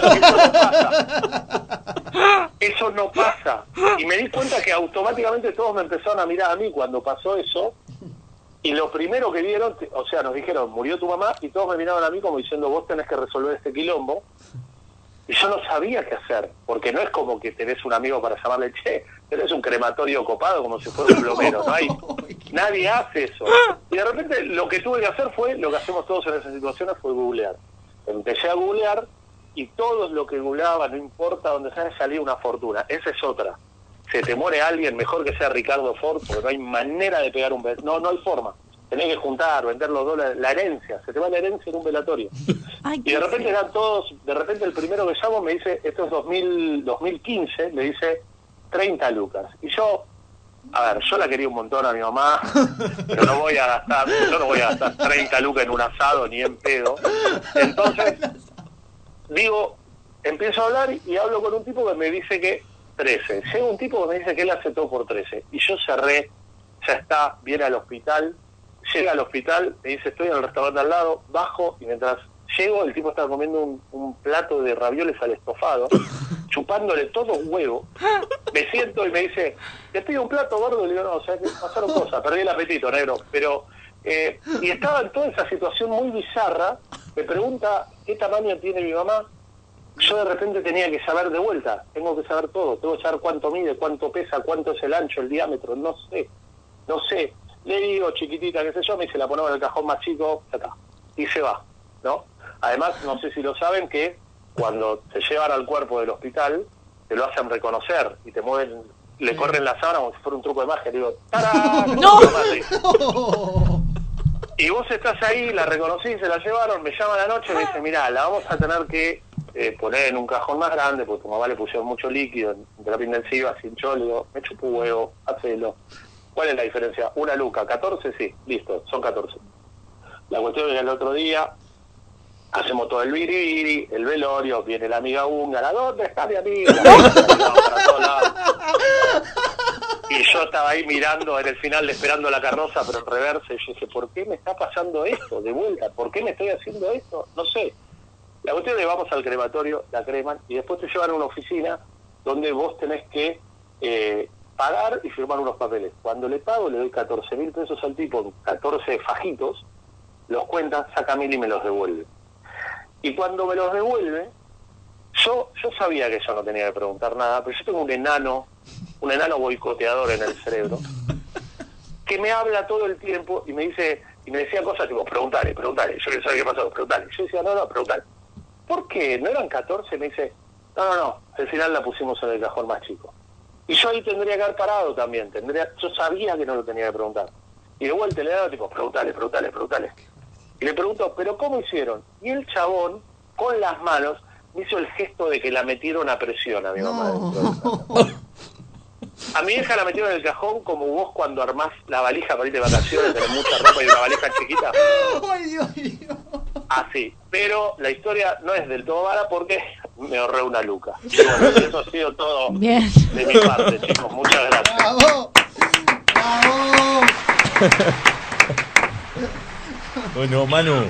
Eso no pasa. Y me di cuenta que automáticamente todos me empezaron a mirar a mí cuando pasó eso. Y lo primero que vieron, o sea, nos dijeron, murió tu mamá, y todos me miraron a mí como diciendo, vos tenés que resolver este quilombo. Y yo no sabía qué hacer, porque no es como que tenés un amigo para llamarle, che, tenés un crematorio copado como si fuera un plomero, no hay, nadie hace eso. Y de repente lo que tuve que hacer fue, lo que hacemos todos en esas situaciones, fue googlear. Empecé a googlear y todo lo que googleaba, no importa dónde sea, salía una fortuna. Esa es otra. Se te muere alguien, mejor que sea Ricardo Ford, porque no hay manera de pegar un velatorio. No hay forma. Tenés que juntar, vender los dólares, la herencia, se te va la herencia en un velatorio. Ay, Y de repente eran todos, de repente el primero que llamo me dice, esto es 2015, me dice 30 lucas. Y yo, a ver, yo la quería un montón a mi mamá, pero yo no voy a gastar 30 lucas en un asado ni en pedo. Entonces, digo, empiezo a hablar y hablo con un tipo que me dice que 13. Llega un tipo que me dice que él hace todo por 13. Y yo cerré, ya está, viene al hospital. Llega al hospital, me dice, estoy en el restaurante al lado, bajo, y mientras llego, el tipo estaba comiendo un plato de ravioles al estofado, chupándole todo huevo. Me siento y me dice, te pido un plato, gordo. Le digo, no, o sea, que pasaron cosas, perdí el apetito, negro. Pero, y estaba en toda esa situación muy bizarra. Me pregunta, ¿qué tamaño tiene mi mamá? Yo de repente tenía que saber de vuelta, tengo que saber todo, tengo que saber cuánto mide, cuánto pesa, cuánto es el ancho, el diámetro, no sé. Le digo, chiquitita, qué sé yo, me dice, la ponemos en el cajón más chico, ya está. Y se va, ¿no? Además, no sé si lo saben, que cuando te llevan al cuerpo del hospital, te lo hacen reconocer y te mueven, le corren la sábana como si fuera un truco de magia. Le digo, ¡tarán! ¡No! Y vos estás ahí, la reconocí, se la llevaron, me llama a la noche y me dice, mirá, la vamos a tener que poner en un cajón más grande, porque tu mamá le pusieron mucho líquido en terapia intensiva, sin yo. Le digo, me chupo un huevo, hacelo. ¿Cuál es la diferencia? 1 luca, 14, sí, listo, son 14. La cuestión es que el otro día hacemos todo el biribiri, el velorio, viene la amiga húngara, ¿dónde está mi amiga? Y yo estaba ahí mirando en el final, esperando la carroza, pero en reversa, y yo dije, ¿por qué me está pasando esto de vuelta? ¿Por qué me estoy haciendo esto? No sé. La cuestión es que vamos al crematorio, la creman, y después te llevan a una oficina donde vos tenés que pagar y firmar unos papeles. Cuando le pago, le doy 14.000 pesos al tipo, 14 fajitos, los cuenta, saca 1.000 y me los devuelve. Y cuando me los devuelve, yo sabía que yo no tenía que preguntar nada, pero yo tengo un enano boicoteador en el cerebro, que me habla todo el tiempo y me decía cosas tipo, preguntale, yo quiero saber qué pasó, preguntale. Yo decía, no, preguntale. ¿Por qué? ¿No eran 14? Me dice, no, al final la pusimos en el cajón más chico. Y yo ahí tendría que haber parado también, yo sabía que no lo tenía que preguntar. Y de vuelta le daba tipo, preguntale. Y le pregunto, ¿pero cómo hicieron? Y el chabón, con las manos, me hizo el gesto de que la metieron a presión a mi mamá. A mi hija la metieron en el cajón como vos cuando armás la valija para ir de vacaciones, tenés mucha ropa y una valija chiquita. ¡Ay, Dios mío! Así, pero la historia no es del todo mala porque me ahorré 1 luca. Y bueno, eso ha sido todo Bien. de mi parte, chicos. Muchas gracias. ¡Bravo! Bueno, Manu,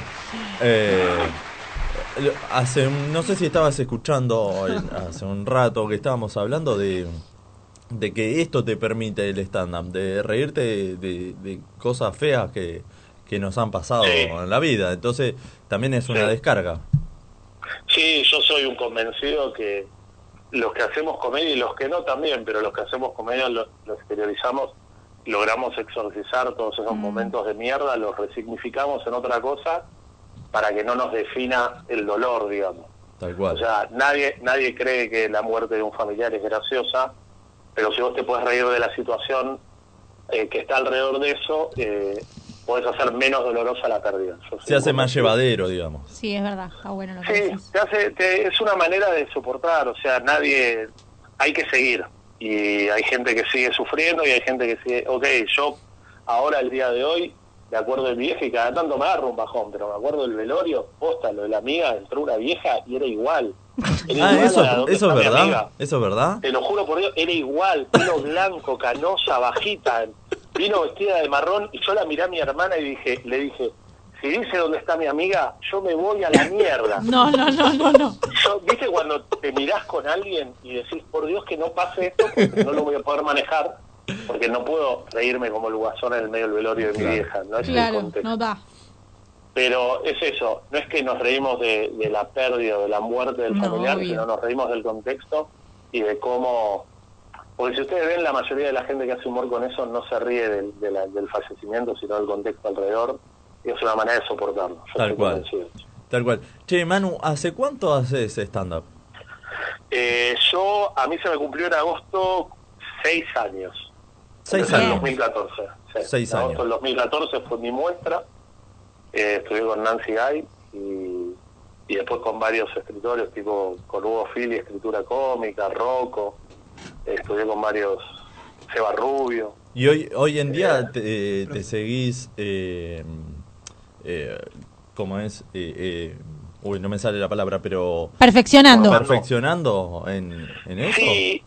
no sé si estabas escuchando hace un rato que estábamos hablando de que esto te permite el stand-up, de reírte de cosas feas que nos han pasado en la vida. Entonces, también es una descarga. Sí, yo soy un convencido que los que hacemos comedia y los que no también, pero los que hacemos comedia lo exteriorizamos, logramos exorcizar todos esos momentos de mierda, los resignificamos en otra cosa para que no nos defina el dolor, digamos. Tal cual. O sea, nadie cree que la muerte de un familiar es graciosa, pero si vos te podés reír de la situación que está alrededor de eso, podés hacer menos dolorosa la pérdida. Se hace más llevadero, digamos. Sí, es verdad, está bueno lo que Sí, dices. es una manera de soportar, o sea, hay que seguir. Y hay gente que sigue sufriendo y hay gente que sigue, yo ahora el día de hoy, me acuerdo del viejo y cada tanto me agarro un bajón, pero me acuerdo del velorio, posta, lo de la amiga, entró una vieja y era igual. Eso es verdad, amiga. eso es verdad. Te lo juro por Dios, era igual, pelo blanco, canosa, bajita, vino vestida de marrón y yo la miré a mi hermana y le dije, si dice dónde está mi amiga, yo me voy a la mierda. No. ¿Viste cuando te mirás con alguien y decís, por Dios que no pase esto, porque no lo voy a poder manejar, porque no puedo reírme como el guasón en el medio del velorio de mi vieja, no es el Claro, contexto. no da. Pero es eso, no es que nos reímos de la pérdida o de la muerte del No, familiar, obvio. sino nos reímos del contexto y de cómo... Porque si ustedes ven, la mayoría de la gente que hace humor con eso no se ríe del fallecimiento, sino del contexto alrededor, y es una manera de soportarlo. Yo Tal estoy cual. convencido. Tal cual. Che, Manu, ¿hace cuánto haces stand-up? A mí se me cumplió en agosto 6 años. 6 Empecé en años. 2014. Sí. 6 En agosto años. del 2014 fue mi muestra. Estudié con Nancy Guy y después con varios escritores, tipo con Hugo Fili, escritura cómica, Rocco. Estudié con varios, Seba Rubio. Y hoy en día te seguís, ¿cómo es? Uy, no me sale la palabra, pero... Perfeccionando en eso.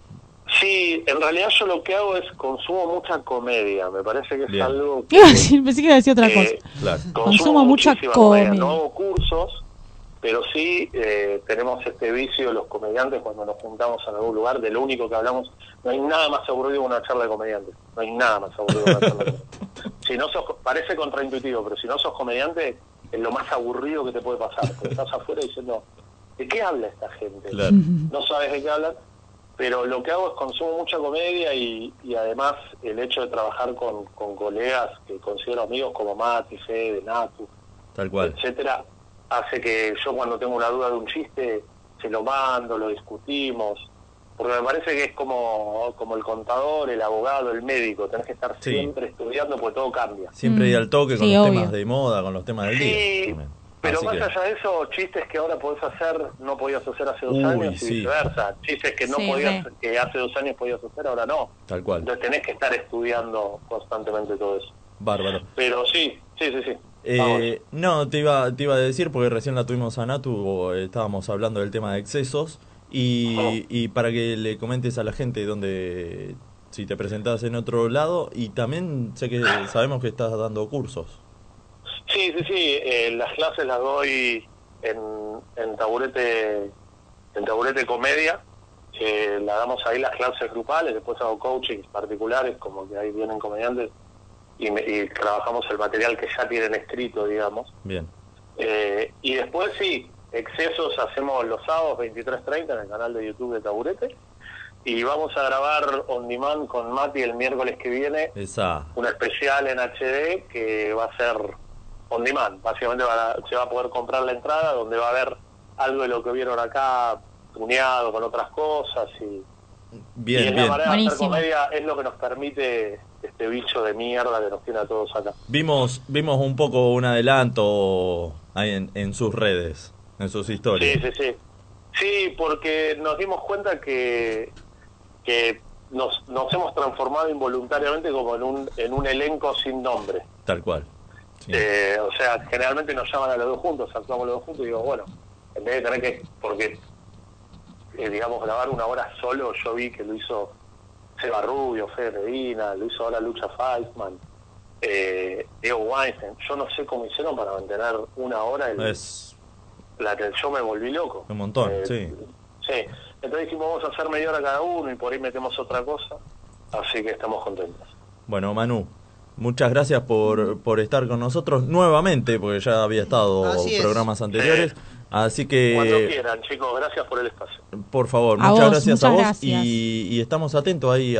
Sí, en realidad yo lo que hago es consumo mucha comedia. Me parece que es Bien. algo que... Iba a decir, pensé que iba a decir otra cosa. Claro. Consumo mucha muchísima comedia. No hago cursos, pero sí tenemos este vicio los comediantes cuando nos juntamos en algún lugar, de lo único que hablamos. No hay nada más aburrido que una charla de comediantes. No hay nada más aburrido que una charla de comediantes. Si no sos, parece contraintuitivo, pero si no sos comediante, es lo más aburrido que te puede pasar. Porque estás afuera diciendo, ¿de qué habla esta gente? Claro. No sabes de qué hablan. Pero lo que hago es consumo mucha comedia y además el hecho de trabajar con colegas que considero amigos como Mati, Fede, Natu, Tal cual. etcétera, hace que yo cuando tengo una duda de un chiste se lo mando, lo discutimos, porque me parece que es como el contador, el abogado, el médico, tenés que estar Sí. siempre estudiando porque todo cambia. Siempre ir al toque con Sí, los obvio. temas de moda, con los temas del Sí, día. También. Pero Así más que- allá de eso, chistes que ahora podés hacer, no podías hacer hace 2 Uy, años y sí. viceversa. Chistes que no Sí, podías, re. que hace 2 años podías hacer, ahora no. Tal cual. Entonces tenés que estar estudiando constantemente todo eso. Bárbaro. Pero sí. Vamos. No, te iba a decir, porque recién la tuvimos a Natu, estábamos hablando del tema de excesos, y para que le comentes a la gente dónde, si te presentás en otro lado, y también sé que sabemos que estás dando cursos. Sí. Las clases las doy en Taburete Comedia. La damos ahí las clases grupales, después hago coachings particulares, como que ahí vienen comediantes, y trabajamos el material que ya tienen escrito, digamos. Bien. Y después sí, excesos hacemos los sábados 23:30 en el canal de YouTube de Taburete, y vamos a grabar on demand con Mati el miércoles que viene Esa. un especial en HD que va a ser on demand. Básicamente se va a poder comprar la entrada, donde va a haber algo de lo que vieron acá, tuneado con otras cosas, y Bien, es bien. la manera de hacer Buenísimo. comedia, es lo que nos permite este bicho de mierda que nos tiene a todos acá. Vimos un poco un adelanto ahí en sus redes, en sus historias. Sí, porque nos dimos cuenta que nos hemos transformado involuntariamente como en un elenco sin nombre. Tal cual. Sí. O sea, generalmente nos llaman a los dos juntos, actuamos los dos juntos y digo, bueno, en vez de tener que, porque digamos, grabar 1 hora solo, yo vi que lo hizo Seba Rubio, Fede Medina, lo hizo ahora Lucha Feisman, Diego Weinstein. Yo no sé cómo hicieron para mantener 1 hora Es la que yo me volví loco. un montón, sí. Sí, entonces dijimos, vamos a hacer media hora cada uno y por ahí metemos otra cosa, así que estamos contentos. Bueno, Manu, muchas gracias por estar con nosotros nuevamente, porque ya había estado Así es. programas anteriores. Así Cuando que, quieran, chicos, gracias por el espacio. por favor, A muchas vos, gracias a muchas vos gracias. y estamos atentos ahí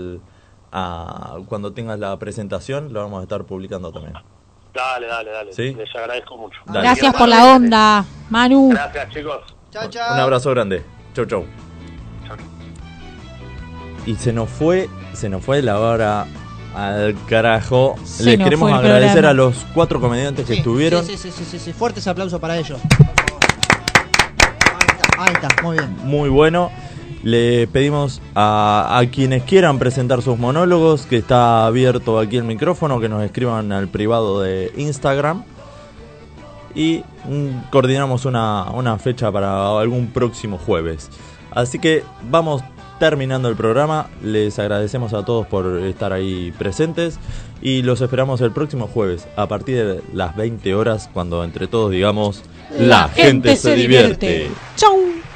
a cuando tengas la presentación, lo vamos a estar publicando también. Dale. ¿Sí? Les agradezco mucho. Dale. Gracias por la onda, Manu. Gracias, chicos. Chao. Un abrazo grande. Chau. Y se nos fue la hora al carajo. Se Les nos queremos fue el agradecer programa. a los 4 comediantes que estuvieron. Sí. Fuertes aplausos para ellos. Ahí está, muy bien. Muy bueno. Le pedimos a quienes quieran presentar sus monólogos, que está abierto aquí el micrófono, que nos escriban al privado de Instagram. Y coordinamos una fecha para algún próximo jueves. Así que vamos terminando el programa. Les agradecemos a todos por estar ahí presentes. Y los esperamos el próximo jueves a partir de las 20 horas, cuando entre todos digamos: la gente se divierte. Chau.